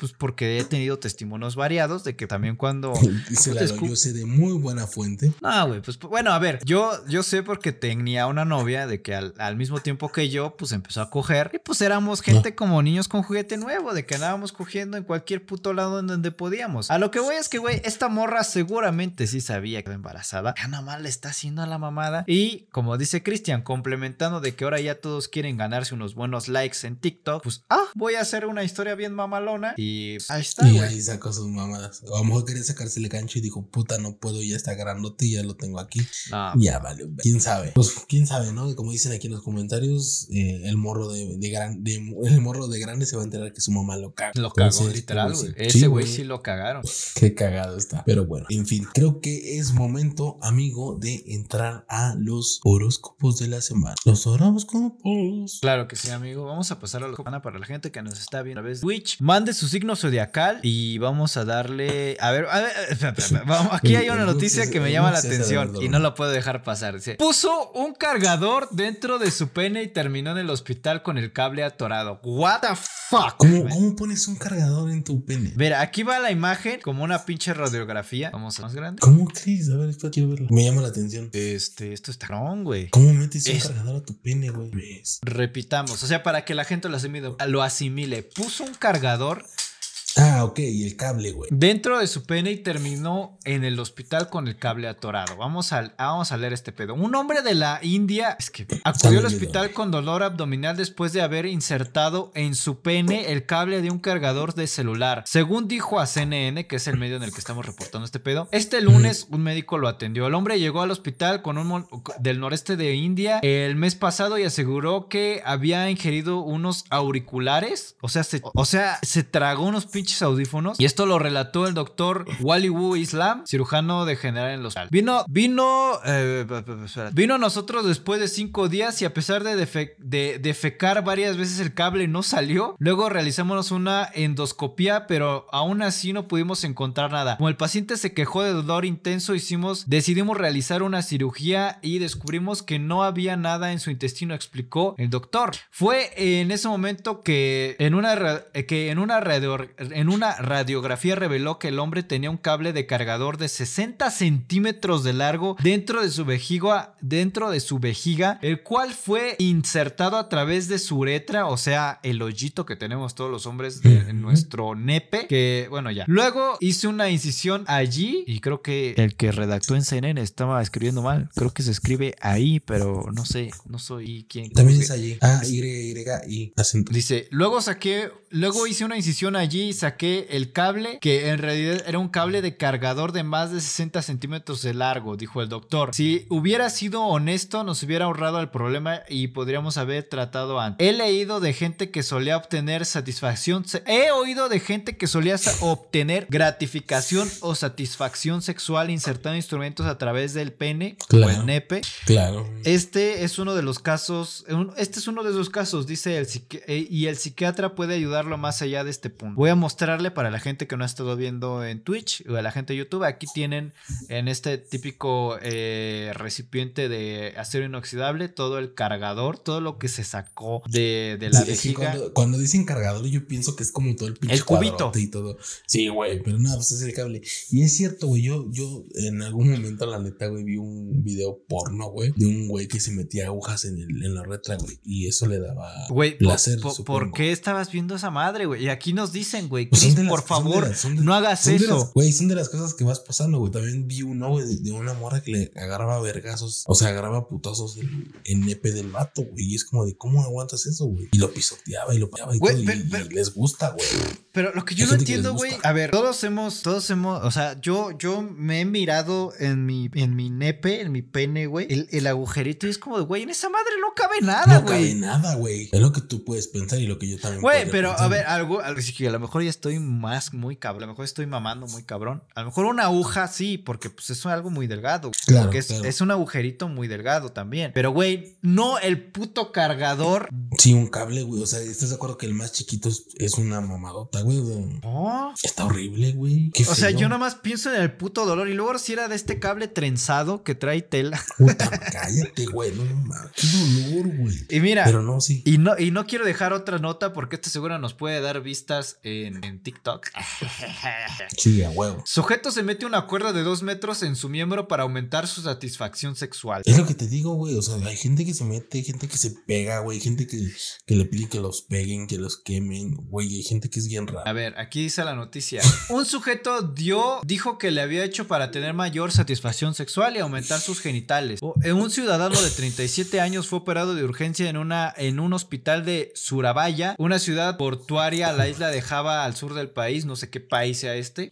pues porque he tenido testimonios variados de que también cuando... Dice pues, Lalo, descu- yo sé de muy buena fuente. No, güey, pues bueno, a ver, yo, yo sé porque tenía una novia de que al, al mismo tiempo que yo, pues empezó a coger y pues éramos gente No. como niños con juguete nuevo, de que andábamos cogiendo en cualquier puto lado en donde podíamos. A lo que voy es que, güey, esta morra seguramente sí sabía que estaba embarazada, ya nada más le está haciendo a la mamada y como dice Cristian, complementando de que ahora ya todos quieren ganarse unos buenos likes en TikTok, pues, ah, voy a hacer una historia bien mamalona y ahí está, Y güey. ahí sacó sus mamadas. O a lo mejor quería sacarse el gancho y dijo, puta, no puedo, ya está grandote y ya lo tengo aquí. No, Ya vale, quién sabe. Pues quién sabe, ¿no? Como dicen aquí en los comentarios, eh, el morro de, de, gran, de el morro de grande se va a enterar que su mamá lo caga. lo cagó Entonces, literal, pues, güey. sí. Ese Sí, güey sí lo cagaron. Qué cagado está. Pero bueno, en fin, creo que es momento, amigo, de entrar a los horóscopos de la semana. Los horóscopos. Claro que sí, amigo. Vamos a pasar a la semana para la gente que nos está viendo a través de Twitch. Mande su signo zodiacal y vamos a darle. A ver, a ver, espera, espera, espera. Vamos, aquí hay una noticia que me llama la atención y no la puedo dejar pasar. Dice, puso un cargador dentro de su pene y terminó en el hospital con el cable atorado. What the fuck? ¿Cómo, ¿Cómo pones un cargador en tu pene? Mira, aquí va la imagen como una pinche radiografía. Vamos a más grande. ¿Cómo crees? A ver, espera, quiero verlo. Me llama la atención. Este, esto está cabrón, güey. ¿Cómo metes un Es- cargador a tu pene, güey? ¿Ves? Repitamos, o sea, para que la gente lo asimile, lo asimile. Puso un cargador Ah, ok, y el cable, güey. dentro de su pene y terminó en el hospital con el cable atorado. Vamos a, vamos a leer este pedo. Un hombre de la India es que acudió al hospital con dolor abdominal después de haber insertado en su pene el cable de un cargador de celular. Según dijo a C N N, que es el medio en el que estamos reportando este pedo, este lunes un médico lo atendió. El hombre llegó al hospital con un mon- del noreste de India el mes pasado y aseguró que había ingerido unos auriculares. O sea, se, o sea, se tragó unos pinches audífonos y esto lo relató el doctor Waliwu Islam, cirujano de general en el hospital. Vino, vino, eh, vino a nosotros después de cinco días y a pesar de, defe de defecar varias veces el cable no salió. Luego realizamos una endoscopía, pero aún así no pudimos encontrar nada. Como el paciente se quejó de dolor intenso, hicimos, decidimos realizar una cirugía y descubrimos que no había nada en su intestino, explicó el doctor. Fue en ese momento que en una, que en una radio En una radiografía reveló que el hombre tenía un cable de cargador de sesenta centímetros de largo dentro de su vejiga, dentro de su vejiga, el cual fue insertado a través de su uretra, o sea, el hoyito que tenemos todos los hombres de en nuestro nepe, que bueno ya. Luego hice una incisión allí y creo que el que redactó en C N N estaba escribiendo mal. Creo que se escribe ahí, pero no sé, no soy quien. También es allí. Ah, Y, Y, I, acento. Dice, luego saqué, luego hice una incisión allí y saqué el cable, que en realidad era un cable de cargador de más de sesenta centímetros de largo, dijo el doctor. Si hubiera sido honesto, nos hubiera ahorrado el problema y podríamos haber tratado antes. He leído de gente que solía obtener satisfacción, he oído de gente que solía obtener gratificación o satisfacción sexual insertando instrumentos a través del pene Claro. o el nepe. Claro. Este es uno de los casos, este es uno de esos casos, dice el psiqui- y el psiquiatra puede ayudarlo más allá de este punto. Voy a mostrarle para la gente que no ha estado viendo en Twitch o a la gente de YouTube, aquí tienen en este típico eh, recipiente de acero inoxidable todo el cargador, todo lo que se sacó de, de la Sí, es que vejiga. cuando, cuando dicen cargador, yo pienso que es como todo el pinche El cubito. cuadrote y todo. Sí, güey, pero no, pues es el cable. Y es cierto, güey, yo, yo en algún momento, la neta, güey, vi un video porno, güey, de un güey que se metía agujas en, el, en la retra, güey, y eso le daba Güey, placer, ¿por, supongo. ¿por qué estabas viendo esa madre, güey? Y aquí nos dicen, güey, Pues son Chris, de las- por son de favor, las- son de- no hagas son de eso. las- Güey, son de las cosas que vas pasando, güey. También vi uno, güey, de, de una morra que le agarraba vergazos, o sea, agarraba putazos el, el nepe del vato, güey. Y es como de, ¿cómo aguantas eso, güey? Y lo pisoteaba y lo pegaba y Güey, todo. pero- y, y pero- les gusta, güey. Pero lo que yo Hay no gente que les entiendo, güey, gusta. a ver, todos hemos, todos hemos, o sea, yo, yo me he mirado en mi, en mi nepe, en mi pene, güey, el, el agujerito y es como de, güey, en esa madre no cabe nada, No cabe güey. nada, güey. Es lo que tú puedes pensar y lo que yo también Güey, podría pero pensar. a ver, algo, algo sí que a lo mejor ya estoy más muy cabrón, a lo mejor estoy mamando muy cabrón. A lo mejor una aguja sí, porque pues es algo muy delgado. Claro, Porque es, claro. es un agujerito muy delgado también. Pero, güey, no el puto cargador. Sí, un cable, güey. O sea, ¿estás de acuerdo que el más chiquito es, es una mamadota, güey? No. Está horrible, güey. Qué O sea, feo. yo nada más pienso en el puto dolor. Y luego si era de este cable trenzado que trae tela. Puta, cállate, güey. No, no mames. Qué dolor, güey. Y mira. Pero no, sí. Y no, y no quiero dejar otra nota porque esta seguro nos nos puede dar vistas en, en TikTok. Sí, a huevo. Sujeto se mete una cuerda de dos metros en su miembro para aumentar su satisfacción sexual. Es lo que te digo, güey. O sea, hay gente que se mete, hay gente que se pega, güey. Hay gente que, que le pide que los peguen, que los quemen, güey. Hay gente que es bien rara. A ver, aquí dice la noticia. Un sujeto dio, dijo que le había hecho para tener mayor satisfacción sexual y aumentar sus genitales. Un ciudadano de treinta y siete años fue operado de urgencia en, una, en un hospital de Surabaya, una ciudad portuaria a la isla de Java al sur del país. No sé qué país sea este.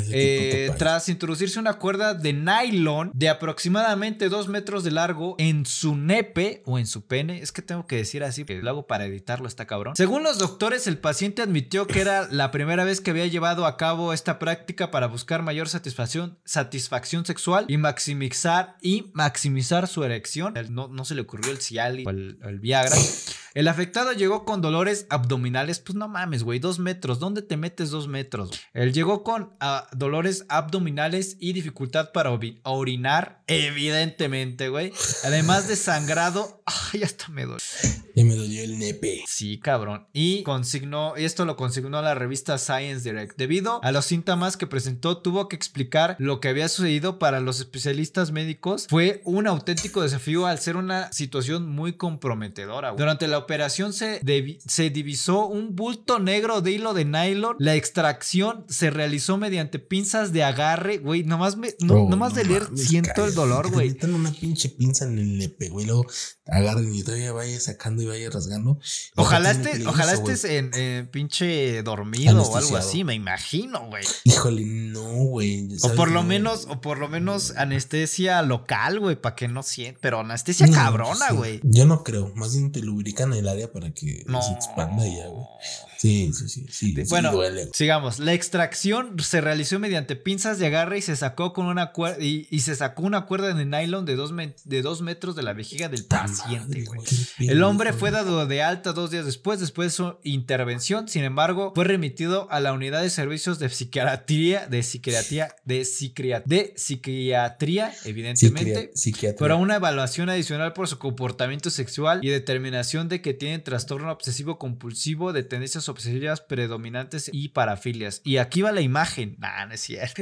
Eh, tras introducirse una cuerda de nylon de aproximadamente dos metros de largo en su nepe o en su pene. Es que tengo que decir así, que lo hago para editarlo, está cabrón. Según los doctores, el paciente admitió que era la primera vez que había llevado a cabo esta práctica para buscar mayor satisfacción, satisfacción sexual y maximizar y maximizar su erección. No, no se le ocurrió el Cialis o el, el Viagra. El afectado llegó con dolores abdominales. Pues no mames, güey, dos metros. ¿Dónde te metes dos metros? Él llegó con uh, dolores abdominales y dificultad para orinar, evidentemente, güey. Además de sangrado. Ay, hasta me duele. Y me dolió el nepe. Sí, cabrón. Y consignó, esto lo consignó la revista Science Direct. Debido a los síntomas que presentó, tuvo que explicar lo que había sucedido. Para los especialistas médicos fue un auténtico desafío al ser una situación muy comprometedora, güey. Durante la operación se, se divisó un bulto negro de hilo de nylon. La extracción se realizó mediante pinzas de agarre, güey. Nomás, me, no, oh, nomás no de leer mames, siento cállate, el dolor, güey. Te metan una pinche pinza en el nepe, güey. Luego agarren y todavía vaya sacando y vaya rasgando. Ojalá estés ojalá estés en eh, pinche dormido o algo así, me imagino, güey. Híjole, no, güey. O por lo no, menos, o por lo menos anestesia local, güey, para que no sienta. Pero anestesia no, cabrona, güey. Sí. Yo no creo. Más bien te lubrican el área para que no. se expanda y ya, güey. Sí, sí, sí, sí. Bueno, sí duele. Sigamos. La extracción se realizó mediante pinzas de agarre y se sacó con una cuerda y, y se sacó una cuerda de nylon de dos, me, de dos metros de la vejiga del paciente. Madre, el hombre fue dado de alta dos días después, después de su intervención. Sin embargo, fue remitido a la unidad de servicios de psiquiatría, de psiquiatría, de psiquiatría, de psiquiatría, evidentemente, Psiquiatría. para una evaluación adicional por su comportamiento sexual y determinación de que tiene trastorno obsesivo compulsivo de tendencias obsesivas predominantes y parafilias. Y aquí va la imagen. Nah, no es cierto.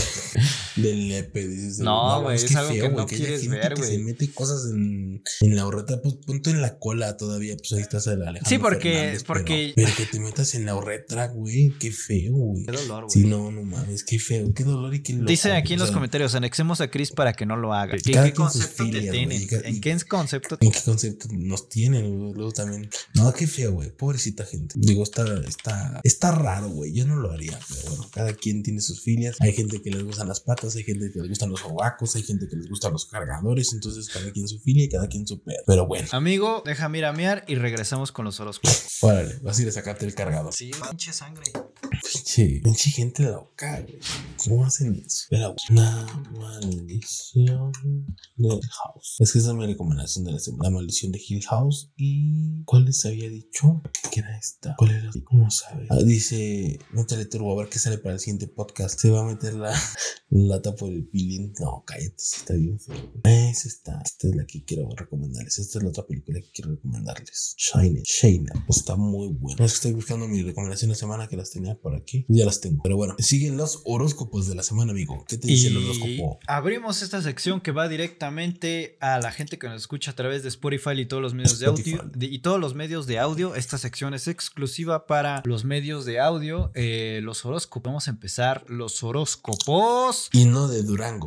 Del nepe, dices. No, güey, no, es, es algo feo, que no que quieres ver, güey. Se mete cosas en, en la uretra, pues ponte en la cola todavía, pues ahí estás el Alejandro Sí, porque, Fernández, porque... Pero, pero que te metas en la uretra, güey, qué feo, güey. Qué dolor, güey. Sí, no, no mames, qué feo, qué dolor y qué loco. Dicen aquí en los sea, comentarios, anexemos a Chris para que no lo haga. ¿Qué, qué concepto filias, te tienen? Wey, ¿En qué concepto? ¿En qué concepto nos tienen, güey? Luego también. No, qué feo, güey, pobrecita gente. Digo, está, está, está raro, güey, yo no lo haría, pero bueno, cada quien tiene sus filias. Hay gente que les gustan las patas, hay gente que les gustan los sobacos, hay gente que les gustan los cargadores, entonces cada quien su filia y cada quien su pedo. Pero bueno. Amigo, déjame ir a mear y regresamos con los horóscopos. Órale, vas a ir a sacarte el cargador. Sí, pinche sangre. Pinche, pinche gente loca, güey. ¿Cómo hacen eso? Pero una maldición de Hill House. Es que esa es mi recomendación de la semana. La maldición de Hill House. ¿Y cuál les había dicho? ¿Qué era esta? ¿Cuál era? ¿Cómo sabes? Ah, dice, métele turbo a ver qué sale para el siguiente podcast. Se va a meter la lata por el pilín. No, cállate, está bien feo. Es esta. Esta es la que quiero recomendarles. Esta es la otra película que quiero recomendarles. Shine, Shine. Está muy buena. Es que estoy buscando mi recomendación de la semana que las tenía por aquí. Ya las tengo. Pero bueno, siguen los horóscopos de la semana, amigo. ¿Qué te dice el horóscopo? Abrimos esta sección que va directamente a la gente que nos escucha a través de Spotify y todos los medios Spotify. de audio. De, y todos los medios de audio. Esta sección es exclusiva para los medios de audio. Eh, los horóscopos. Vamos a empezar los horóscopos. Y no de Durango.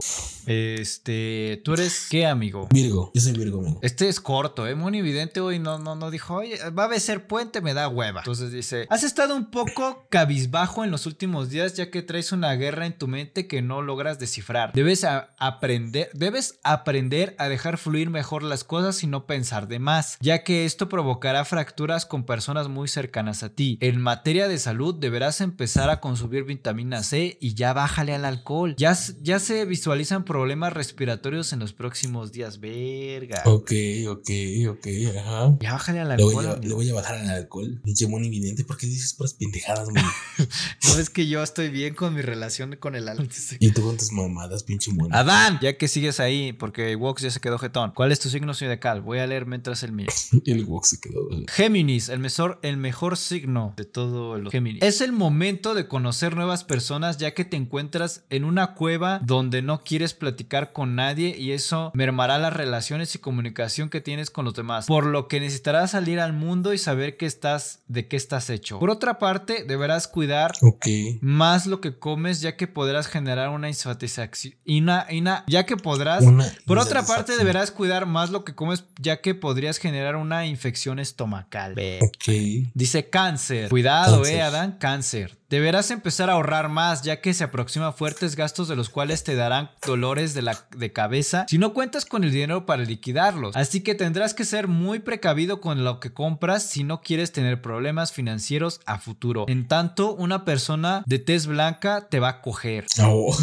Este, ¿tú eres qué, amigo? Virgo. Yo soy Virgo, amigo. Este es corto, ¿eh? Muy evidente hoy. No, no, no dijo, oye, va a ser puente, me da hueva. Entonces dice, has estado un poco cabizbajo en los últimos días ya que traes una guerra en tu mente que no logras descifrar. Debes a aprender, debes aprender a dejar fluir mejor las cosas y no pensar de más, ya que esto provocará fracturas con personas muy cercanas a ti. En materia de salud, deberás empezar a consumir vitamina C y ya bájale al alcohol. Ya, ya se visualizan problemas respiratorios en los próximos días. Verga. Ok, ok, ok, ajá. Ya bájale al le alcohol. Voy a, le voy a bajar al alcohol. Pinche mono evidente, ¿por qué dices puras pendejadas, güey? No es que yo estoy bien con mi relación con el Alan. Y tú con tus mamadas, pinche mono. Adán, ya que sigues ahí, porque Wox ya se quedó jetón. ¿Cuál es tu signo zodiacal? Voy a leer mientras el mío. El Wox se quedó. Géminis, el mejor, el mejor signo de todo los Géminis. Es el momento de conocer nuevas personas, ya que te encuentras en una cueva donde no quieres platicar con nadie y eso mermará las relaciones y comunicación que tienes con los demás, por lo que necesitarás salir al mundo y saber qué estás, de qué estás hecho. Por otra parte, deberás cuidar okay. más lo que comes, ya que podrás generar una insatisfacción, una, una, ya que podrás, una por otra parte, deberás cuidar más lo que comes, ya que podrías generar una infección estomacal. Okay. Dice cáncer. Cuidado, Cáncer. eh, Adán, cáncer. Deberás empezar a ahorrar más, ya que se aproximan fuertes gastos de los cuales te darán dolores de, la, de cabeza si no cuentas con el dinero para liquidarlos. Así que tendrás que ser muy precavido con lo que compras si no quieres tener problemas financieros a futuro. En tanto, una persona de tez blanca te va a coger. Oh.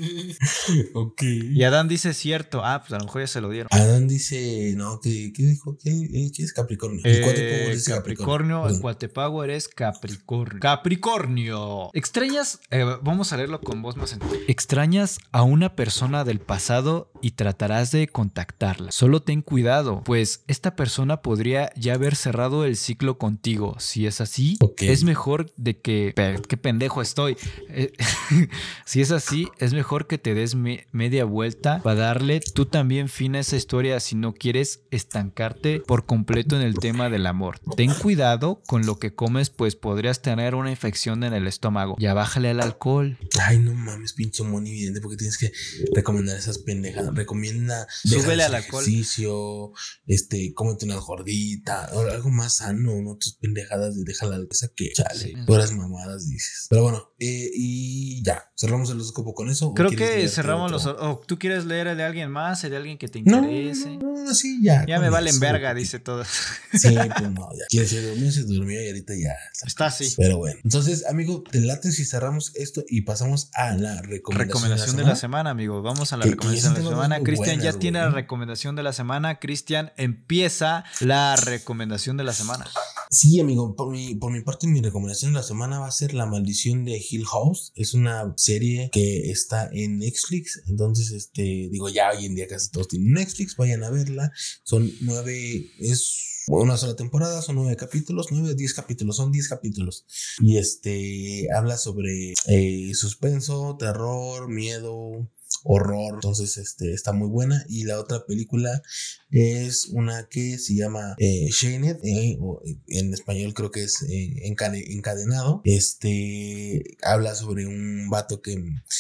Ok. Y Adán dice cierto. Ah, pues a lo mejor ya se lo dieron. Adán dice, no, ¿qué, qué dijo? ¿Qué, eh, ¿qué es Capricornio? Eh, El Cuatepago dice Capricornio, Capricornio. el Cuatepago eres Capricornio. Capricornio. Extrañas, eh, vamos a leerlo con voz más en... Extrañas a una persona del pasado y tratarás de contactarla. Solo ten cuidado, pues esta persona podría ya haber cerrado el ciclo contigo. Si es así, okay. es mejor de que... Pero, qué pendejo estoy. Eh, si es así, es mejor que te des me, media vuelta para darle tú también fin a esa historia si no quieres estancarte por completo en el tema del amor. Ten cuidado con lo que comes, pues podrías tener una infección en el estómago. Ya bájale al alcohol. Ay, no mames, pinche mono evidente, porque tienes que recomendar esas pendejadas. Recomienda súbele al alcohol. Ejercicio, este, cómete una gordita, o algo más sano, no tus pendejadas de déjala al esa que chale, sí. Puras mamadas dices. Pero bueno, eh, y ya, cerramos el horóscopo con eso. Creo que cerramos los. O tú quieres leer el de alguien más, el de alguien que te interese. No, no, no sí, ya. Ya me valen verga, porque... dice todo. Sí, pues no, ya. Quien se durmió, se durmió y ahorita ya. Está así. Pero bueno, entonces, amigo, te late si cerramos esto y pasamos a la recomendación, recomendación de, la de la semana, amigo. Vamos a la que, recomendación de la semana. Cristian ya tiene la recomendación de la semana. Cristian, empieza la recomendación de la semana. Sí, amigo, por mi, por mi parte, mi recomendación de la semana va a ser La Maldición de Hill House. Es una serie que está en Netflix. Entonces, este, digo, ya hoy en día casi todos tienen Netflix. Vayan a verla. Son nueve, es una sola temporada, son nueve capítulos, nueve o diez capítulos, son diez capítulos. Y este, habla sobre eh, suspenso, terror, miedo, horror. Entonces este está muy buena. Y la otra película es una que se llama eh, Shained, eh, o en español creo que es eh, encade- encadenado. Este habla sobre un vato que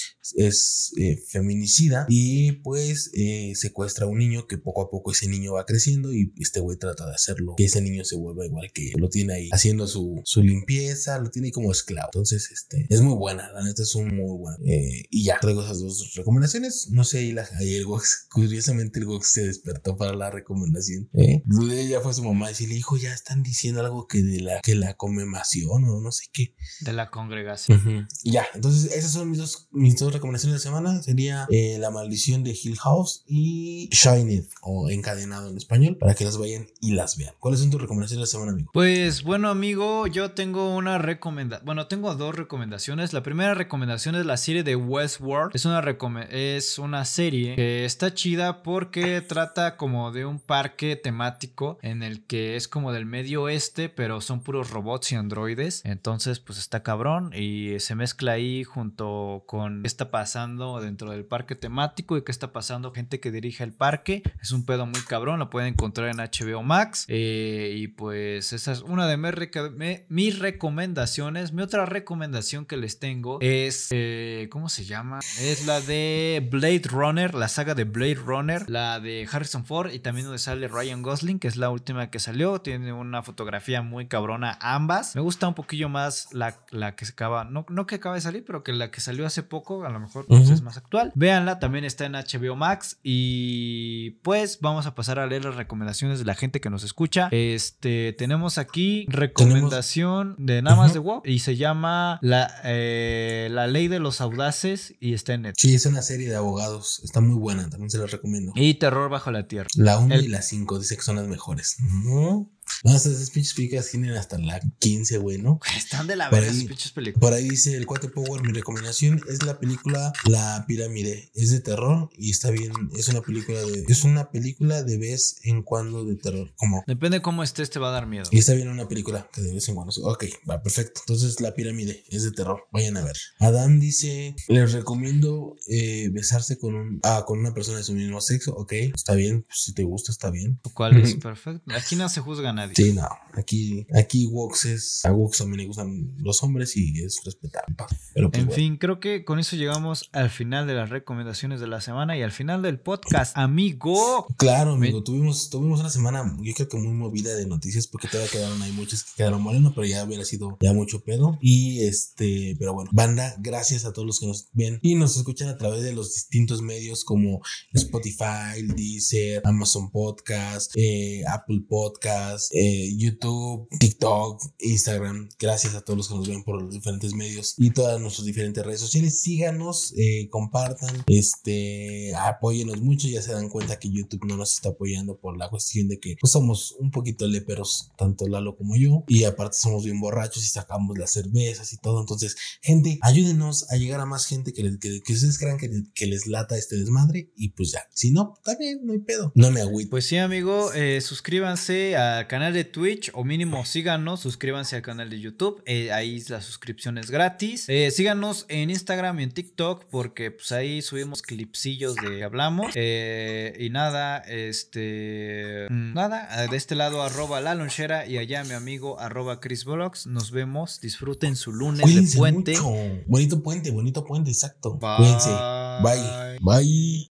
es eh, feminicida y pues eh, secuestra a un niño, que poco a poco ese niño va creciendo y este güey trata de hacerlo que ese niño se vuelva igual que él. Lo tiene ahí haciendo su, su limpieza, lo tiene ahí como esclavo. Entonces este es muy buena, la neta es un muy buena. Eh, y ya traigo esas dos recomendaciones. No sé, ahí, la, ahí el Gox, curiosamente el Gox se despertó para la recomendación. ¿Eh? Ya fue su mamá a decirle, hijo, ya están diciendo algo que de la que la conmemación o no sé qué. De la congregación. Uh-huh. Ya, entonces esas son mis dos, mis dos recomendaciones de la semana. Sería eh, La Maldición de Hill House y Shained, o Encadenado en español, para que las vayan y las vean. ¿Cuáles son tus recomendaciones de la semana, amigo? Pues bueno, amigo, yo tengo una recomendación. Bueno, tengo dos recomendaciones. La primera recomendación es la serie de Westworld. Es una, recom- es una serie que está chida porque trata como de un parque temático en el que es como del medio oeste, pero son puros robots y androides. Entonces, pues está cabrón y se mezcla ahí junto con qué está pasando dentro del parque temático y qué está pasando gente que dirige el parque. Es un pedo muy cabrón, lo pueden encontrar en H B O Max. Eh, y pues esa es una de mis, reca- me, mis recomendaciones. Mi otra recomendación que les tengo es, eh, ¿cómo se llama? Es la de Blade Runner, la saga de Blade Runner, la de Harrison Ford y también donde sale Ryan Gosling, que es la última que salió. Tiene una fotografía muy cabrona ambas. Me gusta un poquillo más la, la que se acaba, no, no que acaba de salir, pero que la que salió hace poco, a lo mejor pues, uh-huh. es más actual. Véanla, también está en H B O Max. Y pues vamos a pasar a leer las recomendaciones de la gente que nos escucha. Este, tenemos aquí recomendación ¿Tenemos? de nada más uh-huh. de WoW y se llama la, eh, la Ley de los Audaces y está en Netflix. Sí, es una serie de abogados, está muy buena, también se la recomiendo. Y Terror bajo la tierra. La uno El... y la cinco dice que son las mejores. Uh-huh. No, esas pinches películas tienen hasta la quince, güey, ¿no? Están de la Por verga ahí- esas pinches películas. Por ahí dice el Cuate Power, mi recomendación es la película La Pirámide. Es de terror y está bien. Es una película de. Es una película de vez en cuando de terror. Como. Depende de cómo estés, te va a dar miedo. Y está bien una película que de vez en cuando. Ok, va, perfecto. Entonces La Pirámide es de terror. Vayan a ver. Adam dice: les recomiendo eh, besarse con un ah, con una persona de su mismo sexo. Ok, está bien. Pues, si te gusta, está bien. Lo cual es perfecto. Aquí no se juzga a nadie. Sí, no. Aquí, aquí Wox es. A Wox también le gustan los hombres y es respetable. Pero pues, En bueno. fin, creo que con eso llegamos al final de las recomendaciones de la semana y al final del podcast, amigo. Claro, amigo, tuvimos, tuvimos una semana, yo creo que muy movida de noticias, porque todavía quedaron, hay muchas que quedaron moreno, pero ya hubiera sido ya mucho pedo. Y este, pero bueno, banda, gracias a todos los que nos ven y nos escuchan a través de los distintos medios como Spotify, Deezer, Amazon Podcast, eh, Apple Podcast, eh, YouTube, TikTok, Instagram. Gracias a todos los que nos ven por los diferentes medios y todas nuestras diferentes redes sociales. Síganos, eh, compartan, este, apóyenos mucho. Ya se dan cuenta que YouTube no nos está apoyando por la cuestión de que pues, somos un poquito léperos, tanto Lalo como yo, y aparte somos bien borrachos y sacamos las cervezas y todo. Entonces, gente, ayúdenos a llegar a más gente que, les, que, que ustedes crean que, que les lata este desmadre y pues ya, si no, también no hay pedo, no me agüito. Pues sí, amigo, eh, suscríbanse al canal de Twitch o mínimo síganos, suscríbanse al canal de YouTube, eh, ahí la suscripción es gratis. Eh, síganos en Instagram y en TikTok porque pues ahí subimos clipsillos de que hablamos. Eh, y nada, este... Nada, de este lado arroba la lonchera y allá mi amigo arroba Chris Vlogs. Nos vemos, disfruten su lunes Cuídense de puente. mucho. Bonito puente, bonito puente, exacto. Bye. Cuídense. Bye. Bye.